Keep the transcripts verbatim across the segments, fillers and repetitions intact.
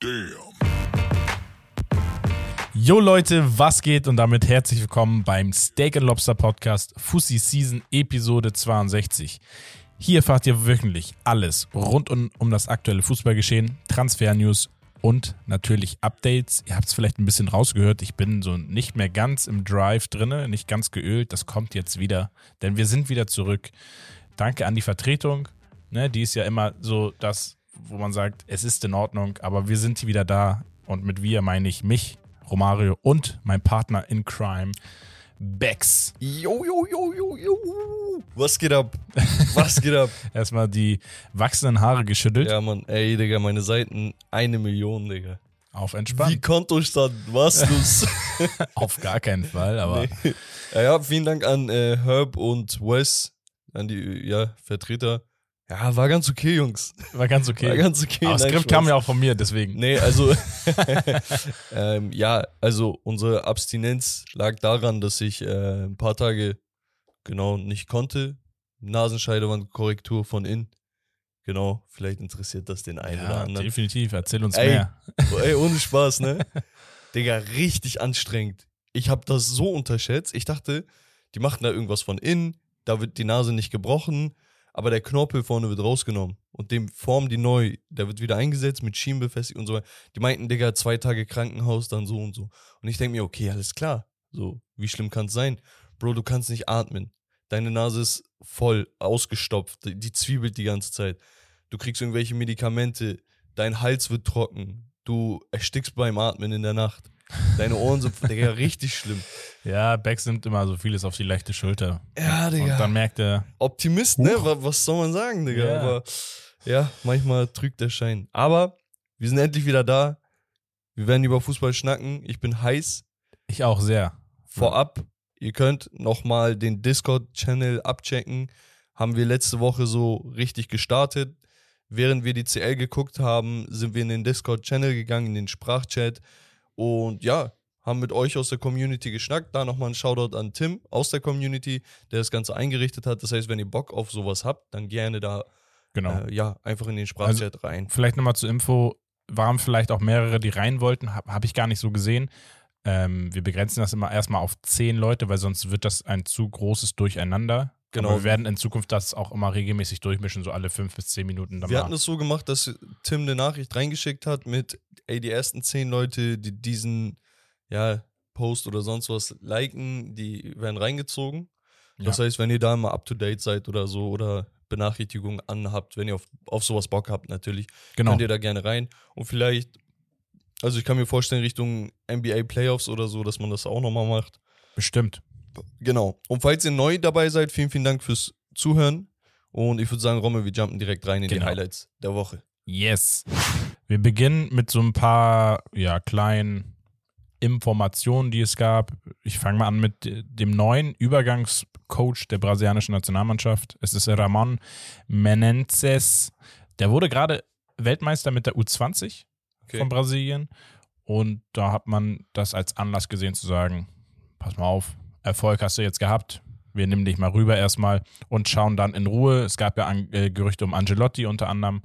Damn. Jo Leute, was geht und damit herzlich willkommen beim Steak and Lobster Podcast Fussi Season Episode zweiundsechzig. Hier erfahrt ihr wöchentlich alles rund um, um das aktuelle Fußballgeschehen, Transfer-News und natürlich Updates. Ihr habt es vielleicht ein bisschen rausgehört, ich bin so nicht mehr ganz im Drive drinne, nicht ganz geölt. Das kommt jetzt wieder, denn wir sind wieder zurück. Danke an die Vertretung, ne, die ist ja immer so das, wo man sagt, es ist in Ordnung, aber wir sind wieder da und mit wir meine ich mich, Romario und mein Partner in Crime, Bex. Jo, jo, jo, jo, jo. Was geht ab? Was geht ab? Erstmal die wachsenden Haare geschüttelt. Ja, Mann, ey, Digga, meine Seiten, eine Million, Digga. Auf entspannt. Wie Kontostand, was los? Auf gar keinen Fall, aber... Nee. Ja, ja, vielen Dank an äh, Herb und Wes, an die ja, Vertreter. Ja, war ganz okay, Jungs. War ganz okay. War ganz okay. Aber das Nein, Skript Spaß. kam ja auch von mir, deswegen. Nee, also, ähm, ja, also unsere Abstinenz lag daran, dass ich äh, ein paar Tage genau nicht konnte. Nasenscheidewandkorrektur von innen. Genau, vielleicht interessiert das den einen oder Ja, anderen. definitiv. Erzähl uns Ey, mehr. Ey, ohne Spaß, ne? Digga, richtig anstrengend. Ich habe das so unterschätzt. Ich dachte, die machen da irgendwas von innen, da wird die Nase nicht gebrochen, aber der Knorpel vorne wird rausgenommen und dem formen die neu. Der wird wieder eingesetzt mit Schienenbefestigung und so weiter. Die meinten, Digga, zwei Tage Krankenhaus, dann so und so. Und ich denke mir, okay, alles klar. So, wie schlimm kann es sein? Bro, du kannst nicht atmen. Deine Nase ist voll, ausgestopft, die, die zwiebelt die ganze Zeit. Du kriegst irgendwelche Medikamente, dein Hals wird trocken, du erstickst beim Atmen in der Nacht. Deine Ohren sind, Digga, richtig schlimm. Ja, Bex nimmt immer so vieles auf die leichte Schulter. Ja, Digga. Und dann merkt er... Optimist, ne? Was, was soll man sagen, Digga? Ja. Aber ja, manchmal trügt der Schein. Aber wir sind endlich wieder da. Wir werden über Fußball schnacken. Ich bin heiß. Ich auch sehr. Vorab, ihr könnt nochmal den Discord-Channel abchecken. Haben wir letzte Woche so richtig gestartet. Während wir die C L geguckt haben, sind wir in den Discord-Channel gegangen, in den Sprachchat. Und ja, haben mit euch aus der Community geschnackt. Da nochmal ein Shoutout an Tim aus der Community, der das Ganze eingerichtet hat. Das heißt, wenn ihr Bock auf sowas habt, dann gerne da Genau. äh, ja, einfach in den Sprachchat Also, rein. Vielleicht nochmal zur Info, waren vielleicht auch mehrere, die rein wollten, habe hab ich gar nicht so gesehen. Ähm, wir begrenzen das immer erstmal auf zehn Leute, weil sonst wird das ein zu großes Durcheinander. Genau. Aber wir werden in Zukunft das auch immer regelmäßig durchmischen, so alle fünf bis zehn Minuten. Dann Wir mal. hatten es so gemacht, dass Tim eine Nachricht reingeschickt hat mit, ey, die ersten zehn Leute, die diesen ja, Post oder sonst was liken, die werden reingezogen. Das Ja. heißt, wenn ihr da mal up-to-date seid oder so oder Benachrichtigungen anhabt, wenn ihr auf, auf sowas Bock habt natürlich, Genau. könnt ihr da gerne rein. Und vielleicht, also ich kann mir vorstellen, Richtung N B A Playoffs oder so, dass man das auch nochmal macht. Bestimmt. Genau. Und falls ihr neu dabei seid, vielen, vielen Dank fürs Zuhören. Und ich würde sagen, Rommel, wir jumpen direkt rein in Genau. die Highlights der Woche. Yes. Wir beginnen mit so ein paar ja, kleinen Informationen, die es gab. Ich fange mal an mit dem neuen Übergangscoach der brasilianischen Nationalmannschaft. Es ist Ramon Menezes. Der wurde gerade Weltmeister mit der U zwanzig Okay. von Brasilien. Und da hat man das als Anlass gesehen zu sagen, pass mal auf, Erfolg hast du jetzt gehabt. Wir nehmen dich mal rüber erstmal und schauen dann in Ruhe. Es gab ja an, äh, Gerüchte um Ancelotti unter anderem.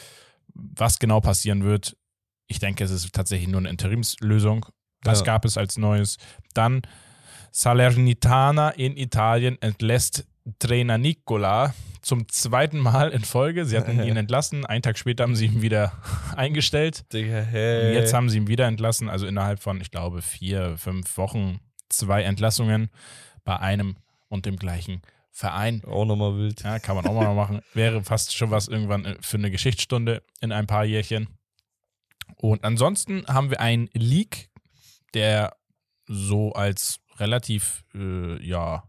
Was genau passieren wird, ich denke, es ist tatsächlich nur eine Interimslösung. Das Ja. gab es als Neues. Dann Salernitana in Italien entlässt Trainer Nicola zum zweiten Mal in Folge. Sie hatten ihn entlassen. Einen Tag später haben sie ihn wieder eingestellt. Digga, Und hey. jetzt haben sie ihn wieder entlassen. Also innerhalb von, ich glaube, vier, fünf Wochen zwei Entlassungen bei einem und dem gleichen Verein. Auch nochmal wild. Ja, kann man auch mal noch machen. Wäre fast schon was irgendwann für eine Geschichtsstunde in ein paar Jährchen. Und ansonsten haben wir einen Leak, der so als relativ, äh, ja,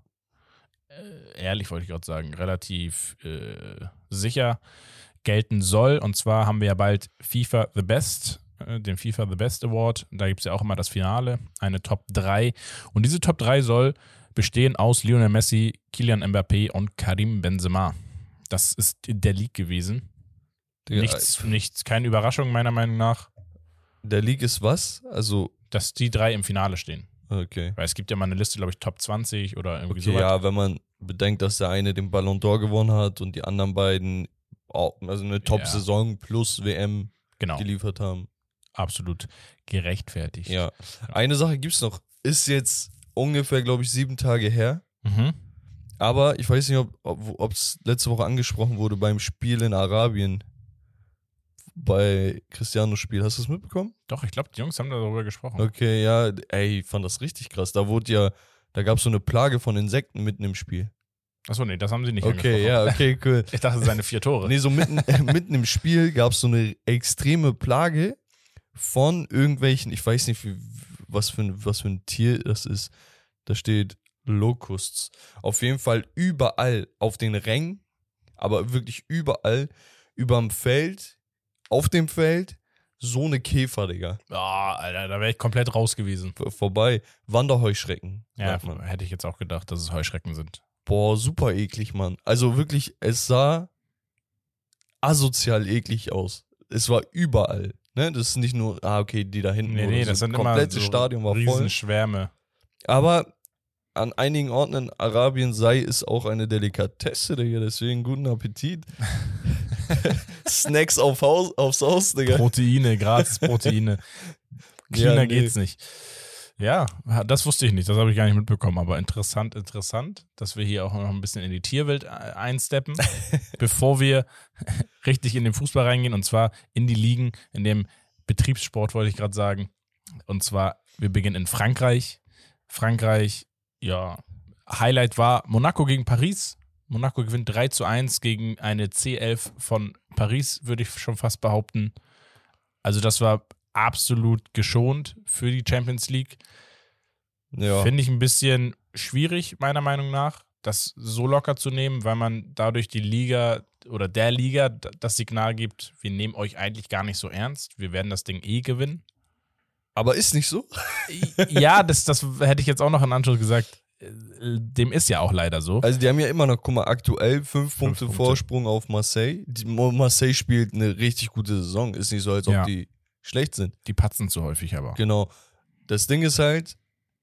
äh, ehrlich wollte ich gerade sagen, relativ äh, sicher gelten soll. Und zwar haben wir ja bald FIFA The Best, äh, den FIFA The Best Award. Da gibt es ja auch immer das Finale, eine Top drei. Und diese Top drei soll bestehen aus Lionel Messi, Kylian Mbappé und Karim Benzema. Das ist der Leak gewesen. Digga, Nichts, nichts, keine Überraschung meiner Meinung nach, Der League ist was? Also, dass die drei im Finale stehen. okay. Weil es gibt ja mal eine Liste, glaube ich, Top zwanzig oder irgendwie Okay, sowas. ja, wenn man bedenkt, dass der eine den Ballon d'Or gewonnen hat und die anderen beiden auch, also eine Top-Saison plus W M Genau. geliefert haben. absolut gerechtfertigt. Ja. Eine Sache gibt's noch. Ist jetzt ungefähr, glaube ich, sieben Tage her. Mhm. Aber ich weiß nicht, ob es letzte Woche angesprochen wurde beim Spiel in Arabien. Bei Cristianos Spiel. Hast du es mitbekommen? Doch, ich glaube, die Jungs haben darüber gesprochen. Okay, ja, ey, ich fand das richtig krass. Da wurde ja, da gab es so eine Plage von Insekten mitten im Spiel. Achso, nee, das haben sie nicht Okay, ja, okay, cool. Ich dachte, seine vier Tore. Nee, so mitten, mitten im Spiel gab es so eine extreme Plage von irgendwelchen, ich weiß nicht, wie, was, für ein, was für ein Tier das ist. Da steht Locusts. Auf jeden Fall überall auf den Rängen, aber wirklich überall, überm Feld, auf dem Feld, so eine Käfer, Digga. Oh, Alter, da wäre ich komplett raus gewesen. V- vorbei. Wanderheuschrecken. Ja, sagt man. hätte ich jetzt auch gedacht, dass es Heuschrecken sind. Boah, super eklig, Mann. Also wirklich, es sah asozial eklig aus. Es war überall. Ne? Das ist nicht nur, ah, okay, die da hinten. Nee, oder nee, so. das sind komplette immer so Stadion war voll. Riesenschwärme. Aber an einigen Orten in Arabien sei es auch eine Delikatesse, Digga. Deswegen guten Appetit. Snacks auf Haus, aufs Haus, Digga. Proteine, gratis Proteine. Cleaner Ja, nee. geht's nicht. Ja, das wusste ich nicht, das habe ich gar nicht mitbekommen, aber interessant, interessant, dass wir hier auch noch ein bisschen in die Tierwelt einsteppen, bevor wir richtig in den Fußball reingehen, und zwar in die Ligen, in dem Betriebssport, wollte ich gerade sagen. Und zwar, wir beginnen in Frankreich. Frankreich, ja, Highlight war Monaco gegen Paris. Monaco gewinnt drei zu eins gegen eine C elf von Paris, würde ich schon fast behaupten. Also das war absolut geschont für die Champions League. Ja. Finde ich ein bisschen schwierig, meiner Meinung nach, das so locker zu nehmen, weil man dadurch die Liga oder der Liga das Signal gibt, wir nehmen euch eigentlich gar nicht so ernst, wir werden das Ding eh gewinnen. Aber ist nicht so? Ja, das, das hätte ich jetzt auch noch in Anschluss gesagt. Dem ist ja auch leider so. Also die haben ja immer noch, guck mal, aktuell fünf, Fünf Punkte, Punkte Vorsprung auf Marseille. Die, Marseille spielt eine richtig gute Saison. Ist nicht so, als ob Ja. die schlecht sind. Die patzen zu häufig aber. Genau. Das Ding ist halt,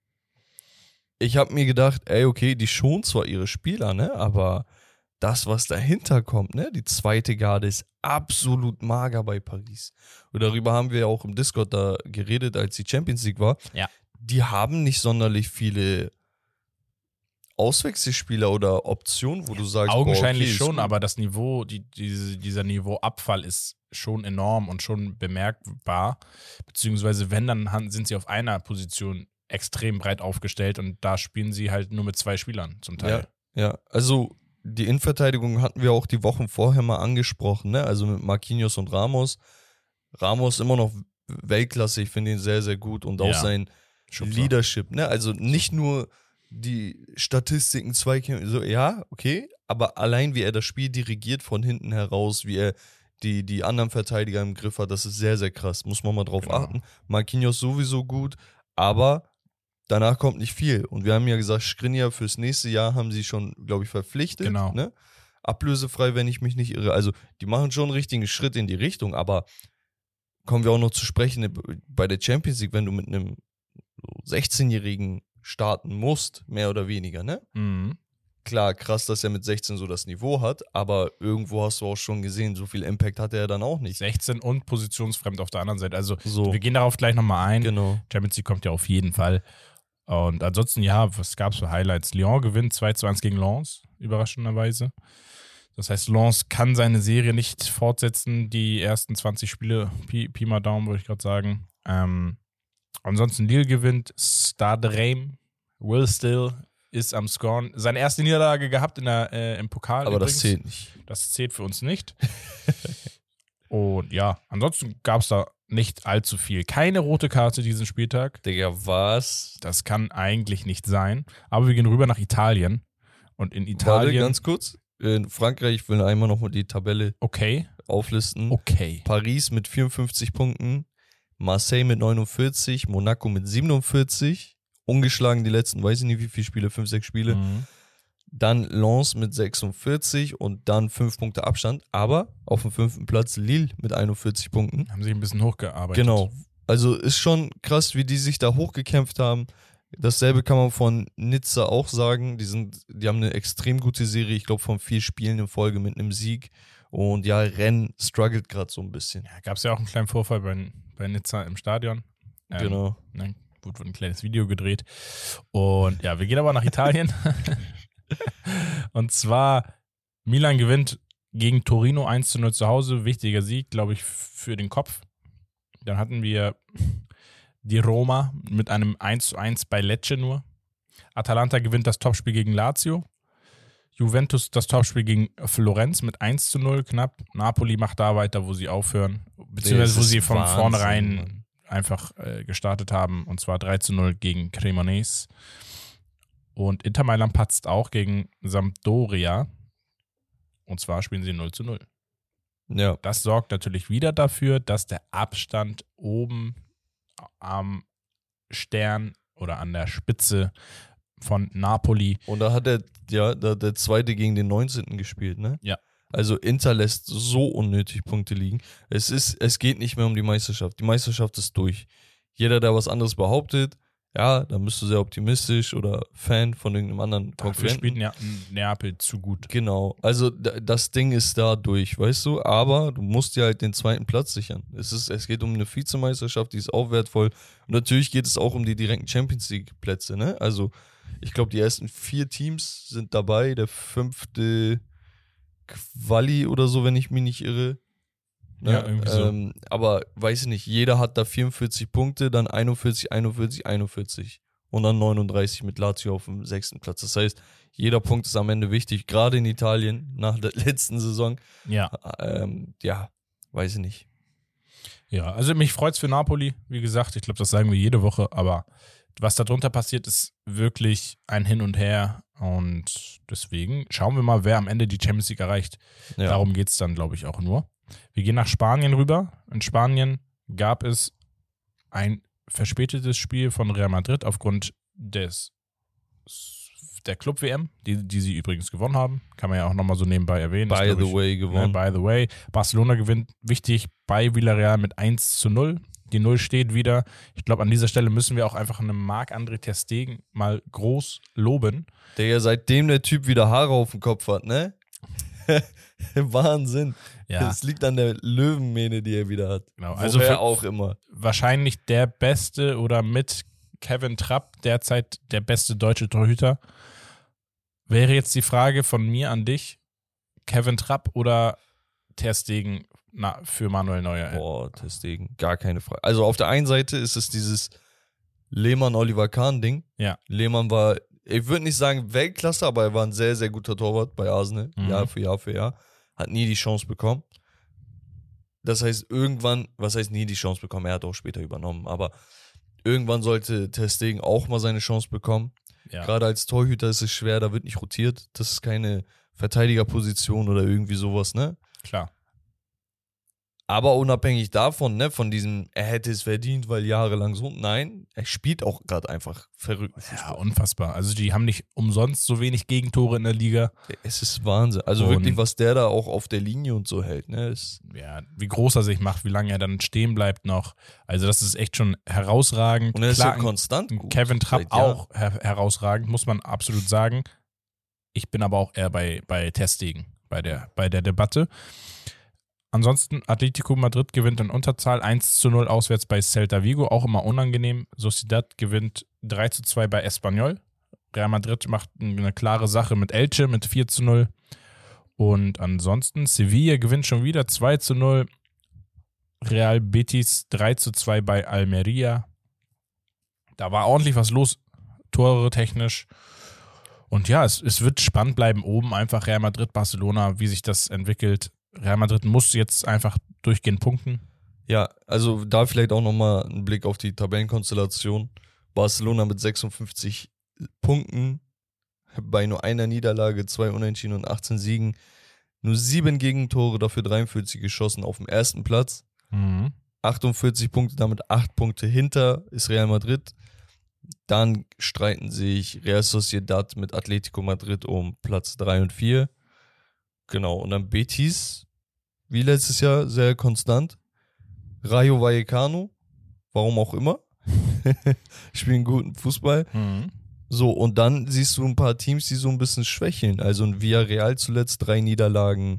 ich habe mir gedacht, ey, okay, die schonen zwar ihre Spieler, ne, aber das, was dahinter kommt, ne, die zweite Garde ist absolut mager bei Paris. Und darüber haben wir ja auch im Discord da geredet, als die Champions League war. Ja. Die haben nicht sonderlich viele Auswechselspieler oder Optionen, wo du sagst, Augenscheinlich boah, okay, ist schon, gut. aber das Niveau, die, diese, dieser Niveauabfall ist schon enorm und schon bemerkbar. Beziehungsweise wenn, dann han- sind sie auf einer Position extrem breit aufgestellt und da spielen sie halt nur mit zwei Spielern zum Teil. Ja, ja, also die Innenverteidigung hatten wir auch die Wochen vorher mal angesprochen, ne? Also mit Marquinhos und Ramos. Ramos immer noch Weltklasse, ich finde ihn sehr, sehr gut und auch Ja. sein Schubser. Leadership, ne? Also nicht nur die Statistiken, Zweikämpfe, so, ja, okay, aber allein wie er das Spiel dirigiert von hinten heraus, wie er die, die anderen Verteidiger im Griff hat, das ist sehr, sehr krass, muss man mal drauf Genau. achten. Marquinhos sowieso gut, aber danach kommt nicht viel. Und wir haben ja gesagt, Skriniar fürs nächste Jahr haben sie schon, glaube ich, verpflichtet. Genau. Ne? Ablösefrei, wenn ich mich nicht irre. Also die machen schon einen richtigen Schritt in die Richtung, aber kommen wir auch noch zu sprechen bei der Champions League, wenn du mit einem sechzehnjährigen starten musst, mehr oder weniger, ne? Mhm. Klar, krass, dass er mit sechzehn so das Niveau hat, aber irgendwo hast du auch schon gesehen, so viel Impact hatte er dann auch nicht. sechzehn und positionsfremd auf der anderen Seite. Also So, wir gehen darauf gleich nochmal ein. genau. Champions League kommt ja auf jeden Fall. Und ansonsten, ja, was gab es für Highlights? Lyon gewinnt zwei zu eins gegen Lens, überraschenderweise. Das heißt, Lens kann seine Serie nicht fortsetzen, die ersten zwanzig Spiele, Pi, Pi mal Daumen, würde ich gerade sagen. Ähm, ansonsten Lille gewinnt, Stade Reims, Will Still ist am Scoren. Seine erste Niederlage gehabt in der, äh, im Pokal. Aber das übrigens. zählt nicht. Das zählt für uns nicht. Und ja, ansonsten gab es da nicht allzu viel. Keine rote Karte diesen Spieltag. Digga, was? Das kann eigentlich nicht sein. Aber wir gehen rüber nach Italien. Und in Warte, Italien. ganz kurz. In Frankreich, ich will einmal noch mal die Tabelle Okay, auflisten. okay. Paris mit vierundfünfzig Punkten, Marseille mit neunundvierzig, Monaco mit siebenundvierzig, ungeschlagen die letzten, weiß ich nicht wie viele Spiele, fünf, sechs Spiele. Mhm. Dann Lens mit sechsundvierzig und dann fünf Punkte Abstand. Aber auf dem fünften Platz Lille mit einundvierzig Punkten. Haben sich ein bisschen hochgearbeitet. Genau. Also ist schon krass, wie die sich da hochgekämpft haben. Dasselbe kann man von Nizza auch sagen. Die, sind, die haben eine extrem gute Serie, ich glaube von vier Spielen in Folge mit einem Sieg. Und ja, Rennes struggelt gerade so ein bisschen. Ja, gab es ja auch einen kleinen Vorfall bei, bei Nizza im Stadion. Ähm, Genau. Dann wurde ein kleines Video gedreht. Und ja, wir gehen aber nach Italien. Und zwar, Milan gewinnt gegen Torino eins zu null zu Hause. Wichtiger Sieg, glaube ich, für den Kopf. Dann hatten wir die Roma mit einem eins zu eins bei Lecce nur. Atalanta gewinnt das Topspiel gegen Lazio. Juventus das Topspiel gegen Florenz mit eins zu null knapp. Napoli macht da weiter, wo sie aufhören. Beziehungsweise wo sie von Wahnsinn, vornherein Mann. einfach äh, gestartet haben. Und zwar drei zu null gegen Cremonese. Und Inter Mailand patzt auch gegen Sampdoria. Und zwar spielen sie null zu null. Ja. Das sorgt natürlich wieder dafür, dass der Abstand oben am Stern oder an der Spitze von Napoli. Und da hat der, ja, da hat der Zweite gegen den neunzehnten gespielt, ne? Ja. Also Inter lässt so unnötig Punkte liegen. Es ist, es geht nicht mehr um die Meisterschaft. Die Meisterschaft ist durch. Jeder, der was anderes behauptet, ja, dann bist du sehr optimistisch oder Fan von irgendeinem anderen Dafür Konkurrenten. spielt Ne- Neapel zu gut. Genau, also d- das Ding ist da durch, weißt du, aber du musst dir halt den zweiten Platz sichern. Es ist, es geht um eine Vizemeisterschaft, die ist auch wertvoll. Und natürlich geht es auch um die direkten Champions League Plätze, ne? Also ich glaube, die ersten vier Teams sind dabei, der fünfte Quali oder so, wenn ich mich nicht irre. Ne? Ja, irgendwie so. Ähm, aber weiß ich nicht, jeder hat da vierundvierzig Punkte, dann einundvierzig, einundvierzig, einundvierzig und dann neununddreißig mit Lazio auf dem sechsten Platz. Das heißt, jeder Punkt ist am Ende wichtig, gerade in Italien nach der letzten Saison. Ja, Ähm, ja, weiß ich nicht. ja. Also mich freut es für Napoli. Wie gesagt, ich glaube, das sagen wir jede Woche. Aber was da drunter passiert, ist wirklich ein Hin und Her. Und deswegen schauen wir mal, wer am Ende die Champions League erreicht. Ja. Darum geht es dann, glaube ich, auch nur. Wir gehen nach Spanien rüber. In Spanien gab es ein verspätetes Spiel von Real Madrid aufgrund des der Club-W M, die, die sie übrigens gewonnen haben. Kann man ja auch nochmal so nebenbei erwähnen. By Das, glaub the ich, way ne, gewonnen. by the way. Barcelona gewinnt wichtig bei Villarreal mit eins zu null. Die Null steht wieder. Ich glaube, an dieser Stelle müssen wir auch einfach einen Marc-André ter Stegen mal groß loben. Der ja seitdem der Typ wieder Haare auf dem Kopf hat, ne? Wahnsinn. Ja, Das liegt an der Löwenmähne, die er wieder hat. genau. Also Woher für, auch immer. wahrscheinlich der beste oder mit Kevin Trapp derzeit der beste deutsche Torhüter. Wäre jetzt die Frage von mir an dich, Kevin Trapp oder ter Stegen na, für Manuel Neuer? Boah, deswegen, gar keine Frage. Also auf der einen Seite ist es dieses Lehmann-Oliver Kahn-Ding. Ja. Lehmann war, ich würde nicht sagen Weltklasse, aber er war ein sehr, sehr guter Torwart bei Arsenal, Mhm. Jahr für Jahr für Jahr. Hat nie die Chance bekommen. Das heißt, irgendwann, was heißt nie die Chance bekommen, er hat auch später übernommen, aber irgendwann sollte ter Stegen auch mal seine Chance bekommen. Ja. Gerade als Torhüter ist es schwer, da wird nicht rotiert. Das ist keine Verteidigerposition oder irgendwie sowas, ne? Klar. Aber unabhängig davon, ne, von diesem, er hätte es verdient, weil jahrelang so, nein, er spielt auch gerade einfach verrückt. Ja, unfassbar. Also die haben nicht umsonst so wenig Gegentore in der Liga. Es ist Wahnsinn. Also Und- wirklich, was der da auch auf der Linie und so hält, ne, ist, Ja, wie groß er sich macht, wie lange er dann stehen bleibt noch. Also das ist echt schon herausragend. und er ist Klar, ja konstant ein gut. Kevin Trapp seit Jahren. auch her herausragend, muss man absolut sagen. Ich bin aber auch eher bei, bei ter Stegen, bei der, bei der Debatte. Ansonsten, Atletico Madrid gewinnt in Unterzahl eins zu null auswärts bei Celta Vigo, auch immer unangenehm. Sociedad gewinnt drei zu zwei bei Espanyol. Real Madrid macht eine klare Sache mit Elche mit vier zu null. Und ansonsten, Sevilla gewinnt schon wieder zwei zu null. Real Betis drei zu zwei bei Almeria. Da war ordentlich was los, Tore technisch. Und ja, es, es wird spannend bleiben oben, einfach Real Madrid, Barcelona, wie sich das entwickelt. Real Madrid muss jetzt einfach durchgehend punkten. Ja, also da vielleicht auch nochmal ein Blick auf die Tabellenkonstellation. Barcelona mit sechsundfünfzig Punkten, bei nur einer Niederlage, zwei Unentschieden und achtzehn Siegen. Nur sieben Gegentore, dafür dreiundvierzig geschossen auf dem ersten Platz. Mhm. achtundvierzig Punkte, damit acht Punkte hinter ist Real Madrid. Dann streiten sich Real Sociedad mit Atletico Madrid um Platz drei und vier. Genau, und dann Betis, wie letztes Jahr, sehr konstant. Rayo Vallecano, warum auch immer, spielen guten Fußball. Mhm. So, und dann siehst du ein paar Teams, die so ein bisschen schwächeln. Also ein Villarreal zuletzt drei Niederlagen,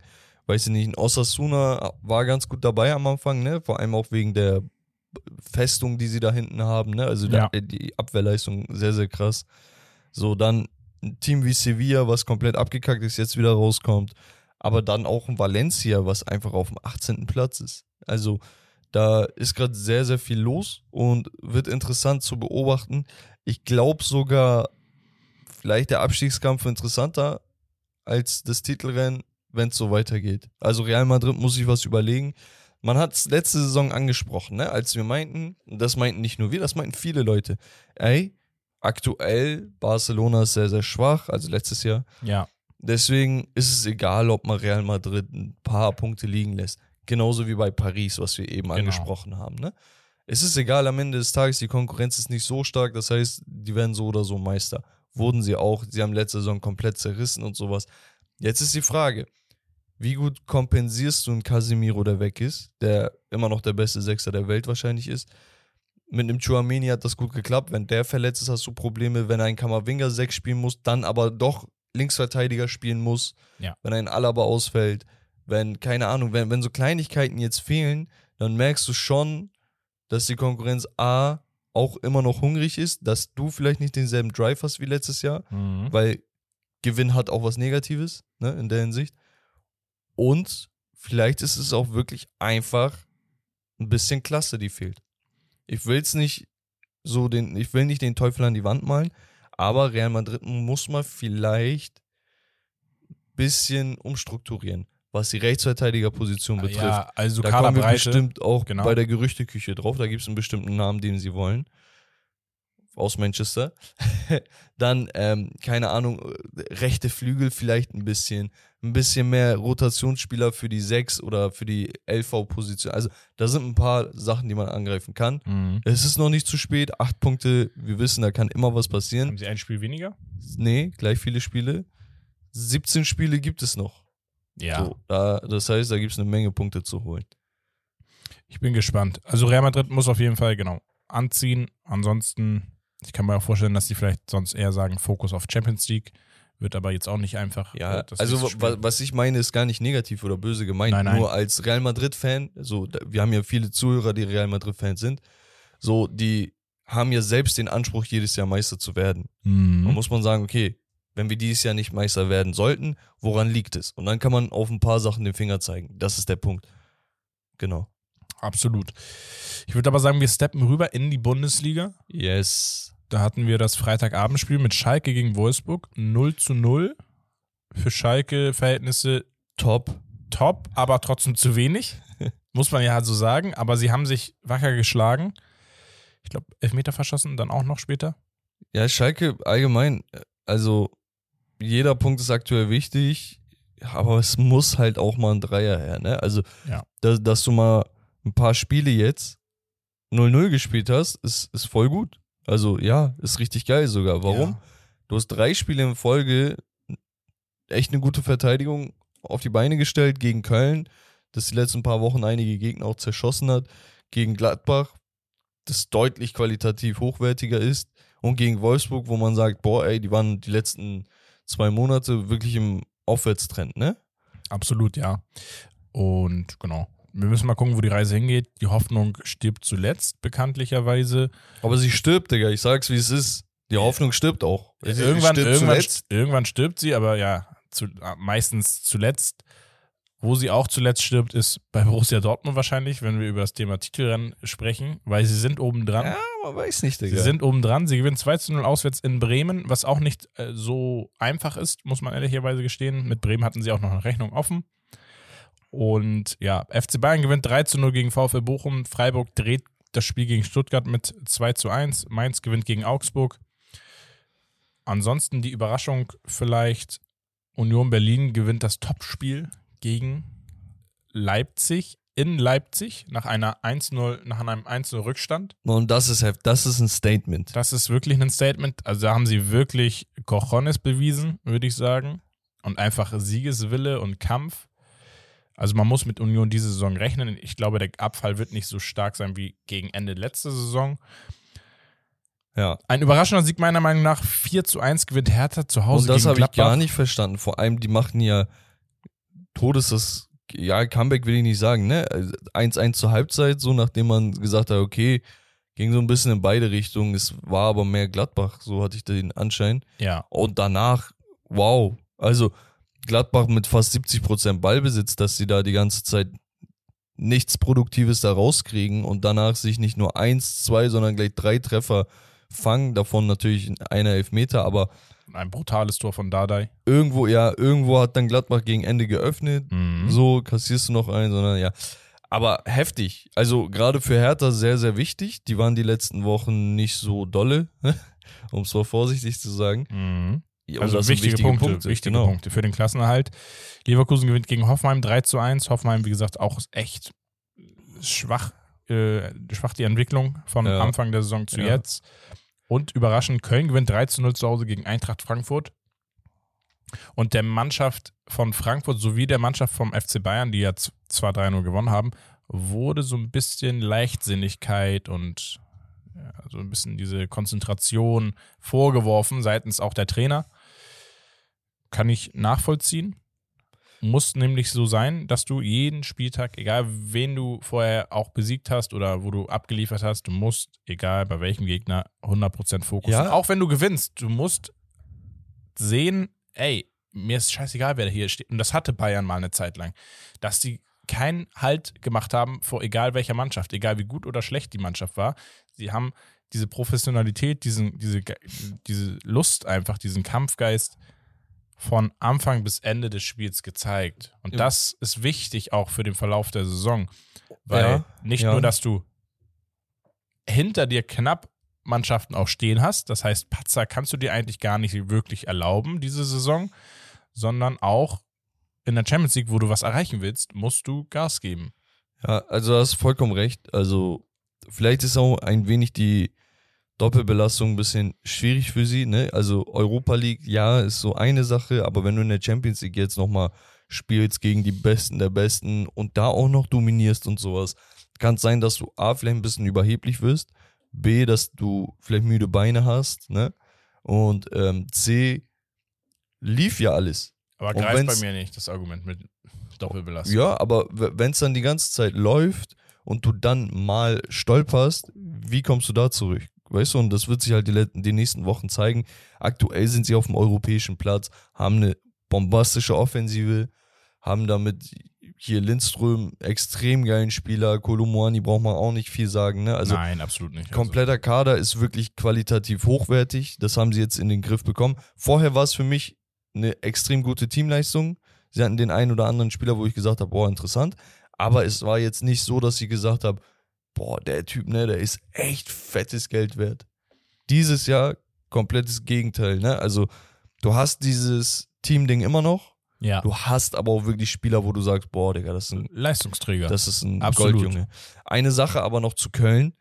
weiß ich nicht, ein Osasuna war ganz gut dabei am Anfang, ne? Vor allem auch wegen der Festung, die sie da hinten haben, ne? Also Ja. da, die Abwehrleistung sehr, sehr krass. So, dann ein Team wie Sevilla, was komplett abgekackt ist, jetzt wieder rauskommt. Aber dann auch ein Valencia, was einfach auf dem achtzehnten Platz ist. Also da ist gerade sehr, sehr viel los und wird interessant zu beobachten. Ich glaube sogar, vielleicht der Abstiegskampf interessanter als das Titelrennen, wenn es so weitergeht. Also Real Madrid muss sich was überlegen. Man hat es letzte Saison angesprochen, ne? Als wir meinten, und das meinten nicht nur wir, das meinten viele Leute, ey, aktuell Barcelona ist sehr, sehr schwach, also letztes Jahr. Ja. Deswegen ist es egal, ob man Real Madrid ein paar Punkte liegen lässt. Genauso wie bei Paris, was wir eben Genau. angesprochen haben, ne? Es ist egal, am Ende des Tages, die Konkurrenz ist nicht so stark, das heißt, die werden so oder so Meister. Wurden sie auch, sie haben letzte Saison komplett zerrissen und sowas. Jetzt ist die Frage, wie gut kompensierst du einen Casemiro, der weg ist, der immer noch der beste Sechser der Welt wahrscheinlich ist. Mit einem Tchouaméni hat das gut geklappt, wenn der verletzt ist, hast du Probleme, wenn ein Camavinga sechs spielen muss, dann aber doch Linksverteidiger spielen muss, Ja. wenn ein Alaba ausfällt, wenn, keine Ahnung, wenn, wenn so Kleinigkeiten jetzt fehlen, dann merkst du schon, dass die Konkurrenz A auch immer noch hungrig ist, dass du vielleicht nicht denselben Drive hast wie letztes Jahr, Mhm. weil Gewinn hat auch was Negatives, ne, in der Hinsicht. Und vielleicht ist es auch wirklich einfach ein bisschen Klasse, die fehlt. Ich will es nicht so den, ich will nicht den Teufel an die Wand malen, aber Real Madrid muss mal vielleicht ein bisschen umstrukturieren, was die Rechtsverteidigerposition betrifft. Ja, also Da kommen wir Kaderbreite. bestimmt auch genau. bei der Gerüchteküche drauf. Da gibt es einen bestimmten Namen, den sie wollen. Aus Manchester. Dann, ähm, keine Ahnung, rechte Flügel vielleicht ein bisschen. Ein bisschen mehr Rotationsspieler für die sechs oder für die L V-Position. Also da sind ein paar Sachen, die man angreifen kann. Mhm. Es ist noch nicht zu spät. Acht Punkte, wir wissen, da kann immer was passieren. Haben sie ein Spiel weniger? Nee, gleich viele Spiele. siebzehn Spiele gibt es noch. Ja. So, da, das heißt, da gibt es eine Menge Punkte zu holen. Ich bin gespannt. Also Real Madrid muss auf jeden Fall, genau, anziehen. Ansonsten, ich kann mir auch vorstellen, dass die vielleicht sonst eher sagen, Fokus auf Champions League. Wird aber jetzt auch nicht einfach. Ja, das also nächste wa- Spiel. was ich meine, ist gar nicht negativ oder böse gemeint. Nein, nein. Nur als Real Madrid-Fan, so, da- wir haben ja viele Zuhörer, die Real Madrid-Fans sind, so, die haben ja selbst den Anspruch, jedes Jahr Meister zu werden. Mhm. Da muss man sagen, okay, wenn wir dieses Jahr nicht Meister werden sollten, woran liegt es? Und dann kann man auf ein paar Sachen den Finger zeigen. Das ist der Punkt. Genau. Absolut. Ich würde aber sagen, wir steppen rüber in die Bundesliga. Yes. Da hatten wir das Freitagabendspiel mit Schalke gegen Wolfsburg. null zu null. Für Schalke-Verhältnisse Top. top, aber trotzdem zu wenig. Muss man ja halt so sagen. Aber sie haben sich wacker geschlagen. Ich glaube, Elfmeter verschossen, dann auch noch später. Ja, Schalke allgemein, also jeder Punkt ist aktuell wichtig, aber es muss halt auch mal ein Dreier her, ne? Also, Ja. dass, dass du mal ein paar Spiele jetzt null null gespielt hast, ist, ist voll gut. Also, ja, ist richtig geil sogar. Warum? Ja. Du hast drei Spiele in Folge echt eine gute Verteidigung auf die Beine gestellt gegen Köln, das die letzten paar Wochen einige Gegner auch zerschossen hat, gegen Gladbach, das deutlich qualitativ hochwertiger ist, und gegen Wolfsburg, wo man sagt, boah, ey, die waren die letzten zwei Monate wirklich im Aufwärtstrend, ne? Absolut, ja. Und genau. Wir müssen mal gucken, wo die Reise hingeht. Die Hoffnung stirbt zuletzt, bekanntlicherweise. Aber sie stirbt, Digga, ich sag's, wie es ist. Die Hoffnung stirbt auch. Sie Irgendwann, stirbt irgendwann, zuletzt. irgendwann stirbt sie, aber ja, zu, meistens zuletzt. Wo sie auch zuletzt stirbt, ist bei Borussia Dortmund wahrscheinlich, wenn wir über das Thema Titelrennen sprechen, weil sie sind oben dran. Ja, man weiß nicht, Digga. Sie sind oben dran. Sie gewinnen zwei zu null auswärts in Bremen, was auch nicht äh, so einfach ist, muss man ehrlicherweise gestehen. Mit Bremen hatten sie auch noch eine Rechnung offen. Und ja, F C Bayern gewinnt drei zu null gegen VfL Bochum. Freiburg dreht das Spiel gegen Stuttgart mit zwei zu eins. Mainz gewinnt gegen Augsburg. Ansonsten die Überraschung vielleicht, Union Berlin gewinnt das Topspiel gegen Leipzig in Leipzig nach einer eins null, nach einem eins null Rückstand. Und das ist, heft- das ist ein Statement. Das ist wirklich ein Statement. Also da haben sie wirklich Cojones bewiesen, würde ich sagen. Und einfach Siegeswille und Kampf. Also man muss mit Union diese Saison rechnen. Ich glaube, der Abfall wird nicht so stark sein wie gegen Ende letzte Saison. Ja. Ein überraschender Sieg meiner Meinung nach. vier zu eins gewinnt Hertha zu Hause Und das gegen habe ich Gladbach. gar nicht verstanden. Vor allem, die machen ja Todes das ja, Comeback will ich nicht sagen, ne? eins eins zur Halbzeit, so nachdem man gesagt hat, okay, ging so ein bisschen in beide Richtungen, es war aber mehr Gladbach, so hatte ich den Anschein. Ja. Und danach, wow, also Gladbach mit fast siebzig Prozent Ballbesitz, dass sie da die ganze Zeit nichts Produktives da rauskriegen und danach sich nicht nur eins, zwei, sondern gleich drei Treffer fangen, davon natürlich einer Elfmeter, aber ein brutales Tor von Dardai. Irgendwo, ja, irgendwo hat dann Gladbach gegen Ende geöffnet, Mhm. so kassierst du noch einen, sondern ja. Aber heftig, also gerade für Hertha sehr, sehr wichtig, die waren die letzten Wochen nicht so dolle, um es mal vorsichtig zu sagen. Mhm. Ja, Also das sind wichtige, Punkte, Punkte, wichtige genau. Punkte für den Klassenerhalt. Leverkusen gewinnt gegen Hoffenheim drei zu eins. Hoffenheim, wie gesagt, auch echt schwach, äh, schwach die Entwicklung von Ja. Anfang der Saison zu Ja. jetzt. Und überraschend, Köln gewinnt drei zu null zu Hause gegen Eintracht Frankfurt. Und der Mannschaft von Frankfurt sowie der Mannschaft vom F C Bayern, die ja zwar drei null gewonnen haben, wurde so ein bisschen Leichtsinnigkeit und ja, so ein bisschen diese Konzentration vorgeworfen seitens auch der Trainer. Kann ich nachvollziehen. Muss nämlich so sein, dass du jeden Spieltag, egal wen du vorher auch besiegt hast oder wo du abgeliefert hast, du musst, egal bei welchem Gegner, hundert Prozent Fokus. Ja. Auch wenn du gewinnst, du musst sehen, ey, mir ist scheißegal, wer da hier steht. Und das hatte Bayern mal eine Zeit lang, dass die keinen Halt gemacht haben vor egal welcher Mannschaft, egal wie gut oder schlecht die Mannschaft war. Sie haben diese Professionalität, diesen, diese, diese Lust einfach, diesen Kampfgeist von Anfang bis Ende des Spiels gezeigt. Und Ja. das ist wichtig auch für den Verlauf der Saison. Weil Ja, nicht ja. nur, dass du hinter dir knapp Mannschaften auch stehen hast, das heißt, Patzer kannst du dir eigentlich gar nicht wirklich erlauben, diese Saison, sondern auch in der Champions League, wo du was erreichen willst, musst du Gas geben. Ja, also du hast vollkommen recht. Also vielleicht ist auch ein wenig die Doppelbelastung ein bisschen schwierig für sie, ne? Also Europa League, ja, ist so eine Sache, aber wenn du in der Champions League jetzt nochmal spielst gegen die Besten der Besten und da auch noch dominierst und sowas, kann es sein, dass du A, vielleicht ein bisschen überheblich wirst, B, dass du vielleicht müde Beine hast, ne? Und ähm, C, lief ja alles. Aber Und greift bei wenn's- mir nicht, das Argument mit Doppelbelastung. Ja, aber wenn es dann die ganze Zeit läuft und du dann mal stolperst, wie kommst du da zurück? Weißt du, und das wird sich halt die, let- die nächsten Wochen zeigen. Aktuell sind sie auf dem europäischen Platz, haben eine bombastische Offensive, haben damit hier Lindström, extrem geilen Spieler, Kolomuani braucht man auch nicht viel sagen, ne? Also Nein, absolut nicht. kompletter Kader ist wirklich qualitativ hochwertig. Das haben sie jetzt in den Griff bekommen. Vorher war es für mich eine extrem gute Teamleistung. Sie hatten den einen oder anderen Spieler, wo ich gesagt habe, boah, interessant. Aber es war jetzt nicht so, dass ich gesagt habe, boah, der Typ, ne, der ist echt fettes Geld wert. Dieses Jahr komplettes Gegenteil, ne? Also du hast dieses Team-Ding immer noch. Ja, Du hast aber auch wirklich Spieler, wo du sagst, boah, Digga, das ist ein Leistungsträger. das ist ein Absolut. Goldjunge. Eine Sache aber noch zu Köln.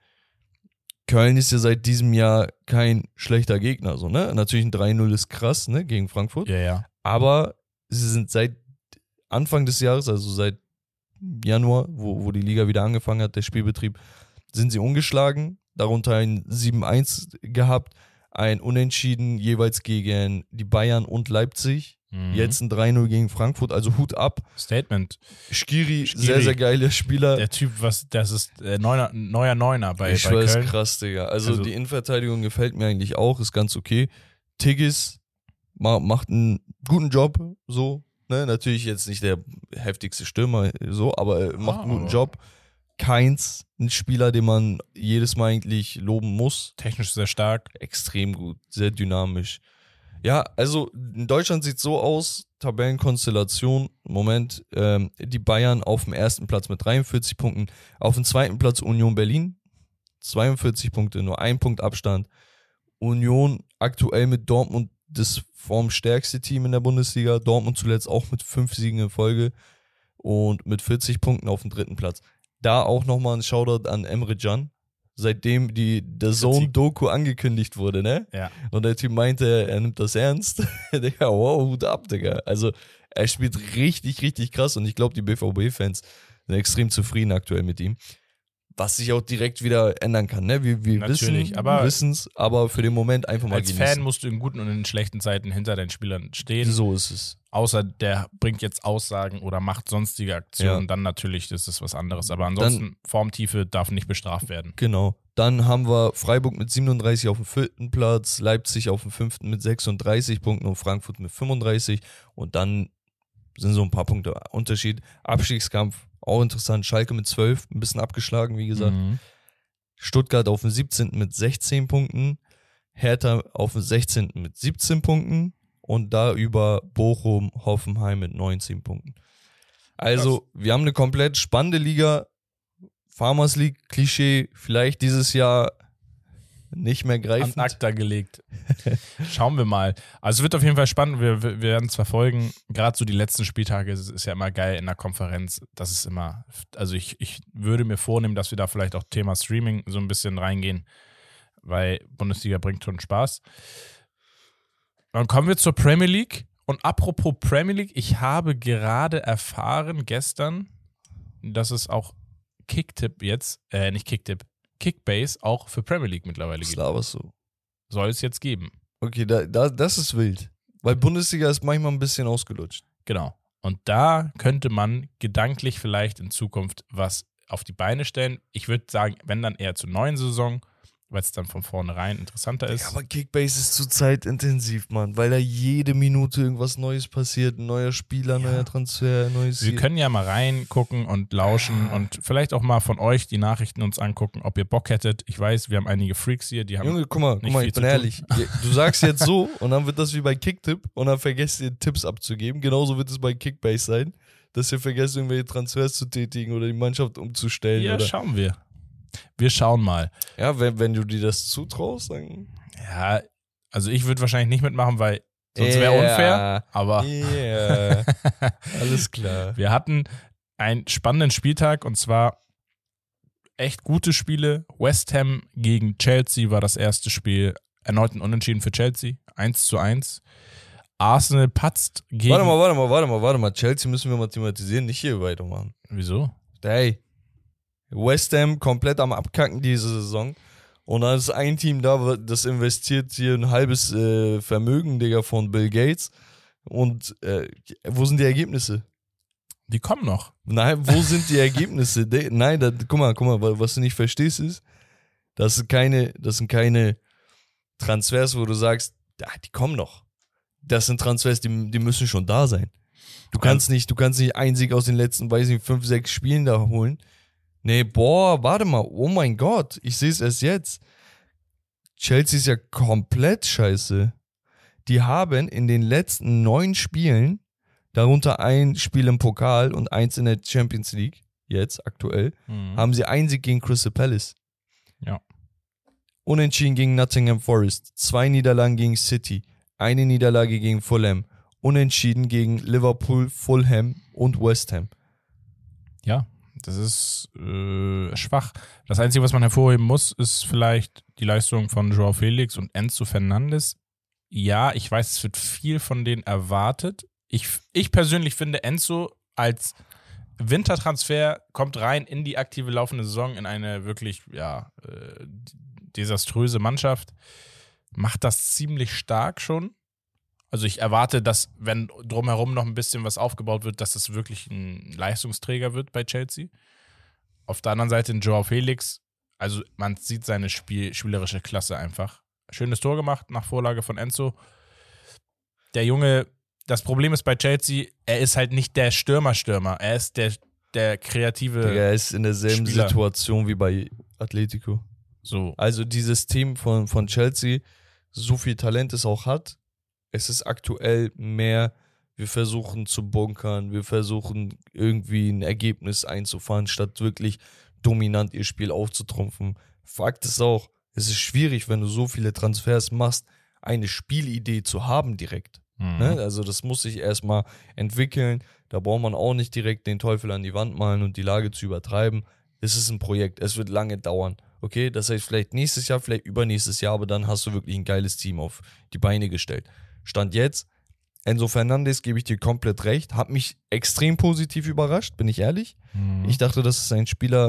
Köln ist ja seit diesem Jahr kein schlechter Gegner, so, ne? Natürlich ein drei null ist krass, ne, gegen Frankfurt. ja, ja. Aber sie sind seit Anfang des Jahres, also seit Januar, wo, wo die Liga wieder angefangen hat, der Spielbetrieb, sind sie ungeschlagen. Darunter ein sieben eins gehabt, ein Unentschieden jeweils gegen die Bayern und Leipzig. Mhm. Jetzt ein drei null gegen Frankfurt, also Hut ab. Statement. Skiri, Skiri. sehr, sehr geiler Spieler. Der Typ, was, das ist äh, neuner, neuer Neuner bei, ich bei weiß, Köln. krass, Digga. Also, Also- die Innenverteidigung gefällt mir eigentlich auch, ist ganz okay. Tigges ma macht einen guten Job, so. Ne? Natürlich jetzt nicht der heftigste Stürmer, so, aber er macht einen guten aber- Job. Keins, ein Spieler, den man jedes Mal eigentlich loben muss. Technisch sehr stark. Extrem gut, sehr dynamisch. Ja, also in Deutschland sieht es so aus, Tabellenkonstellation, Moment, ähm, die Bayern auf dem ersten Platz mit dreiundvierzig Punkten, auf dem zweiten Platz Union Berlin, zweiundvierzig Punkte, nur ein Punkt Abstand. Union aktuell mit Dortmund das formstärkste Team in der Bundesliga, Dortmund zuletzt auch mit fünf Siegen in Folge und mit vierzig Punkten auf dem dritten Platz. Da auch nochmal ein Shoutout an Emre Can, seitdem die The Zone-Doku angekündigt wurde, ne? Ja. Und der Typ meinte, er nimmt das ernst. Digga, wow, Hut ab, Digga. Also, er spielt richtig, richtig krass und ich glaube, die B V B-Fans sind extrem zufrieden aktuell mit ihm. was sich auch direkt wieder ändern kann. Ne? Wir, wir Natürlich, wissen aber es, aber für den Moment einfach mal als genießen. Fan musst du in guten und in schlechten Zeiten hinter deinen Spielern stehen. So ist es. Außer der bringt jetzt Aussagen oder macht sonstige Aktionen, Ja. dann natürlich ist das was anderes. Aber ansonsten, Dann- Formtiefe darf nicht bestraft werden. Genau. Dann haben wir Freiburg mit siebenunddreißig auf dem vierten Platz, Leipzig auf dem fünften mit sechsunddreißig Punkten und Frankfurt mit fünfunddreißig. Und dann sind so ein paar Punkte Unterschied. Abstiegskampf, auch interessant. Schalke mit zwölf, ein bisschen abgeschlagen, wie gesagt. Mhm. Stuttgart auf dem siebzehnten mit sechzehn Punkten. Hertha auf dem sechzehnten mit siebzehn Punkten. Und da über Bochum, Hoffenheim mit neunzehn Punkten. Also, wir haben eine komplett spannende Liga. Farmers League, Klischee, vielleicht dieses Jahr nicht mehr An greifend. Akta gelegt. Schauen wir mal. Also es wird auf jeden Fall spannend. Wir, wir werden es verfolgen. Gerade so die letzten Spieltage ist, ist ja immer geil in der Konferenz. Das ist immer, also ich, ich würde mir vornehmen, dass wir da vielleicht auch Thema Streaming so ein bisschen reingehen, weil Bundesliga bringt schon Spaß. Dann kommen wir zur Premier League. Und apropos Premier League, ich habe gerade erfahren gestern, dass es auch Kicktipp jetzt, äh, nicht Kicktipp, Kickbase auch für Premier League mittlerweile Was gibt. laberst du? Soll es jetzt geben. Okay, da, da, das ist wild. Weil Bundesliga ist manchmal ein bisschen ausgelutscht. Genau. Und da könnte man gedanklich vielleicht in Zukunft was auf die Beine stellen. Ich würde sagen, wenn dann eher zur neuen Saison, weil es dann von vornherein interessanter ist. Ja, aber Kickbase ist zu zeitintensiv, Mann, weil da jede Minute irgendwas Neues passiert, ein neuer Spieler, Ja. neuer Transfer, neues Wir hier. können ja mal reingucken und lauschen und vielleicht auch mal von euch die Nachrichten uns angucken, ob ihr Bock hättet. Ich weiß, wir haben einige Freaks hier, die haben Junge, guck mal, guck nicht mal, viel ich zu bin tun. ehrlich. Du sagst jetzt so und dann wird das wie bei Kicktipp und dann vergesst ihr Tipps abzugeben. Genauso wird es bei Kickbase sein, dass ihr vergesst, irgendwelche Transfers zu tätigen oder die Mannschaft umzustellen. Ja, oder schauen wir. Wir schauen mal. ja, wenn, wenn du dir das zutraust, dann. Ja, also ich würde wahrscheinlich nicht mitmachen, weil sonst wäre Ja. unfair. Aber Ja, alles klar. wir hatten einen spannenden Spieltag und zwar echt gute Spiele. West Ham gegen Chelsea war das erste Spiel. Erneut ein Unentschieden für Chelsea. eins zu eins. Arsenal patzt gegen... Warte mal, warte mal, warte mal, warte mal. Chelsea müssen wir mal thematisieren, nicht hier weitermachen. Wieso? Hey, West Ham komplett am Abkacken diese Saison. Und dann ist ein Team da, das investiert hier ein halbes äh, Vermögen, Digga, von Bill Gates. Und äh, wo sind die Ergebnisse? Die kommen noch. Nein, wo sind die Ergebnisse? De- Nein, da, guck mal, guck mal, was du nicht verstehst ist, das sind keine, das sind keine Transfers, wo du sagst, ja, die kommen noch. Das sind Transfers, die, die müssen schon da sein. Du kannst nicht, du kannst nicht einen Sieg aus den letzten, weiß nicht, fünf, sechs Spielen da holen. Nee, boah, warte mal, oh mein Gott, ich sehe es erst jetzt. Chelsea ist ja komplett scheiße. Die haben in den letzten neun Spielen, darunter ein Spiel im Pokal und eins in der Champions League, jetzt aktuell, Mhm. haben sie einen Sieg gegen Crystal Palace. Ja. Unentschieden gegen Nottingham Forest, zwei Niederlagen gegen City, eine Niederlage gegen Fulham, unentschieden gegen Liverpool, Fulham und West Ham. Ja, das ist äh, schwach. Das Einzige, was man hervorheben muss, ist vielleicht die Leistung von Joao Felix und Enzo Fernandes. Ja, ich weiß, es wird viel von denen erwartet. Ich, ich persönlich finde, Enzo als Wintertransfer kommt rein in die aktive laufende Saison in eine wirklich ja, äh, desaströse Mannschaft. Macht das ziemlich stark schon. Also ich erwarte, dass, wenn drumherum noch ein bisschen was aufgebaut wird, dass das wirklich ein Leistungsträger wird bei Chelsea. Auf der anderen Seite in Joao Felix, also man sieht seine Spiel, spielerische Klasse einfach. Schönes Tor gemacht nach Vorlage von Enzo. Der Junge, das Problem ist bei Chelsea, er ist halt nicht der Stürmer-Stürmer. Er ist der, der kreative. Digga, er ist in derselben Spieler. Situation wie bei Atletico. So. Also dieses Team von, von Chelsea, so viel Talent es auch hat, es ist aktuell mehr, wir versuchen zu bunkern, wir versuchen irgendwie ein Ergebnis einzufahren, statt wirklich dominant ihr Spiel aufzutrumpfen. Fakt ist auch, es ist schwierig, wenn du so viele Transfers machst, eine Spielidee zu haben direkt. Mhm. Ne? Also das muss sich erstmal entwickeln, da braucht man auch nicht direkt den Teufel an die Wand malen und die Lage zu übertreiben. Es ist ein Projekt, es wird lange dauern. Okay, das heißt vielleicht nächstes Jahr, vielleicht übernächstes Jahr, aber dann hast du wirklich ein geiles Team auf die Beine gestellt. Stand jetzt, Enzo Fernandes, gebe ich dir komplett recht, hat mich extrem positiv überrascht, bin ich ehrlich. Mhm. Ich dachte, das ist ein Spieler,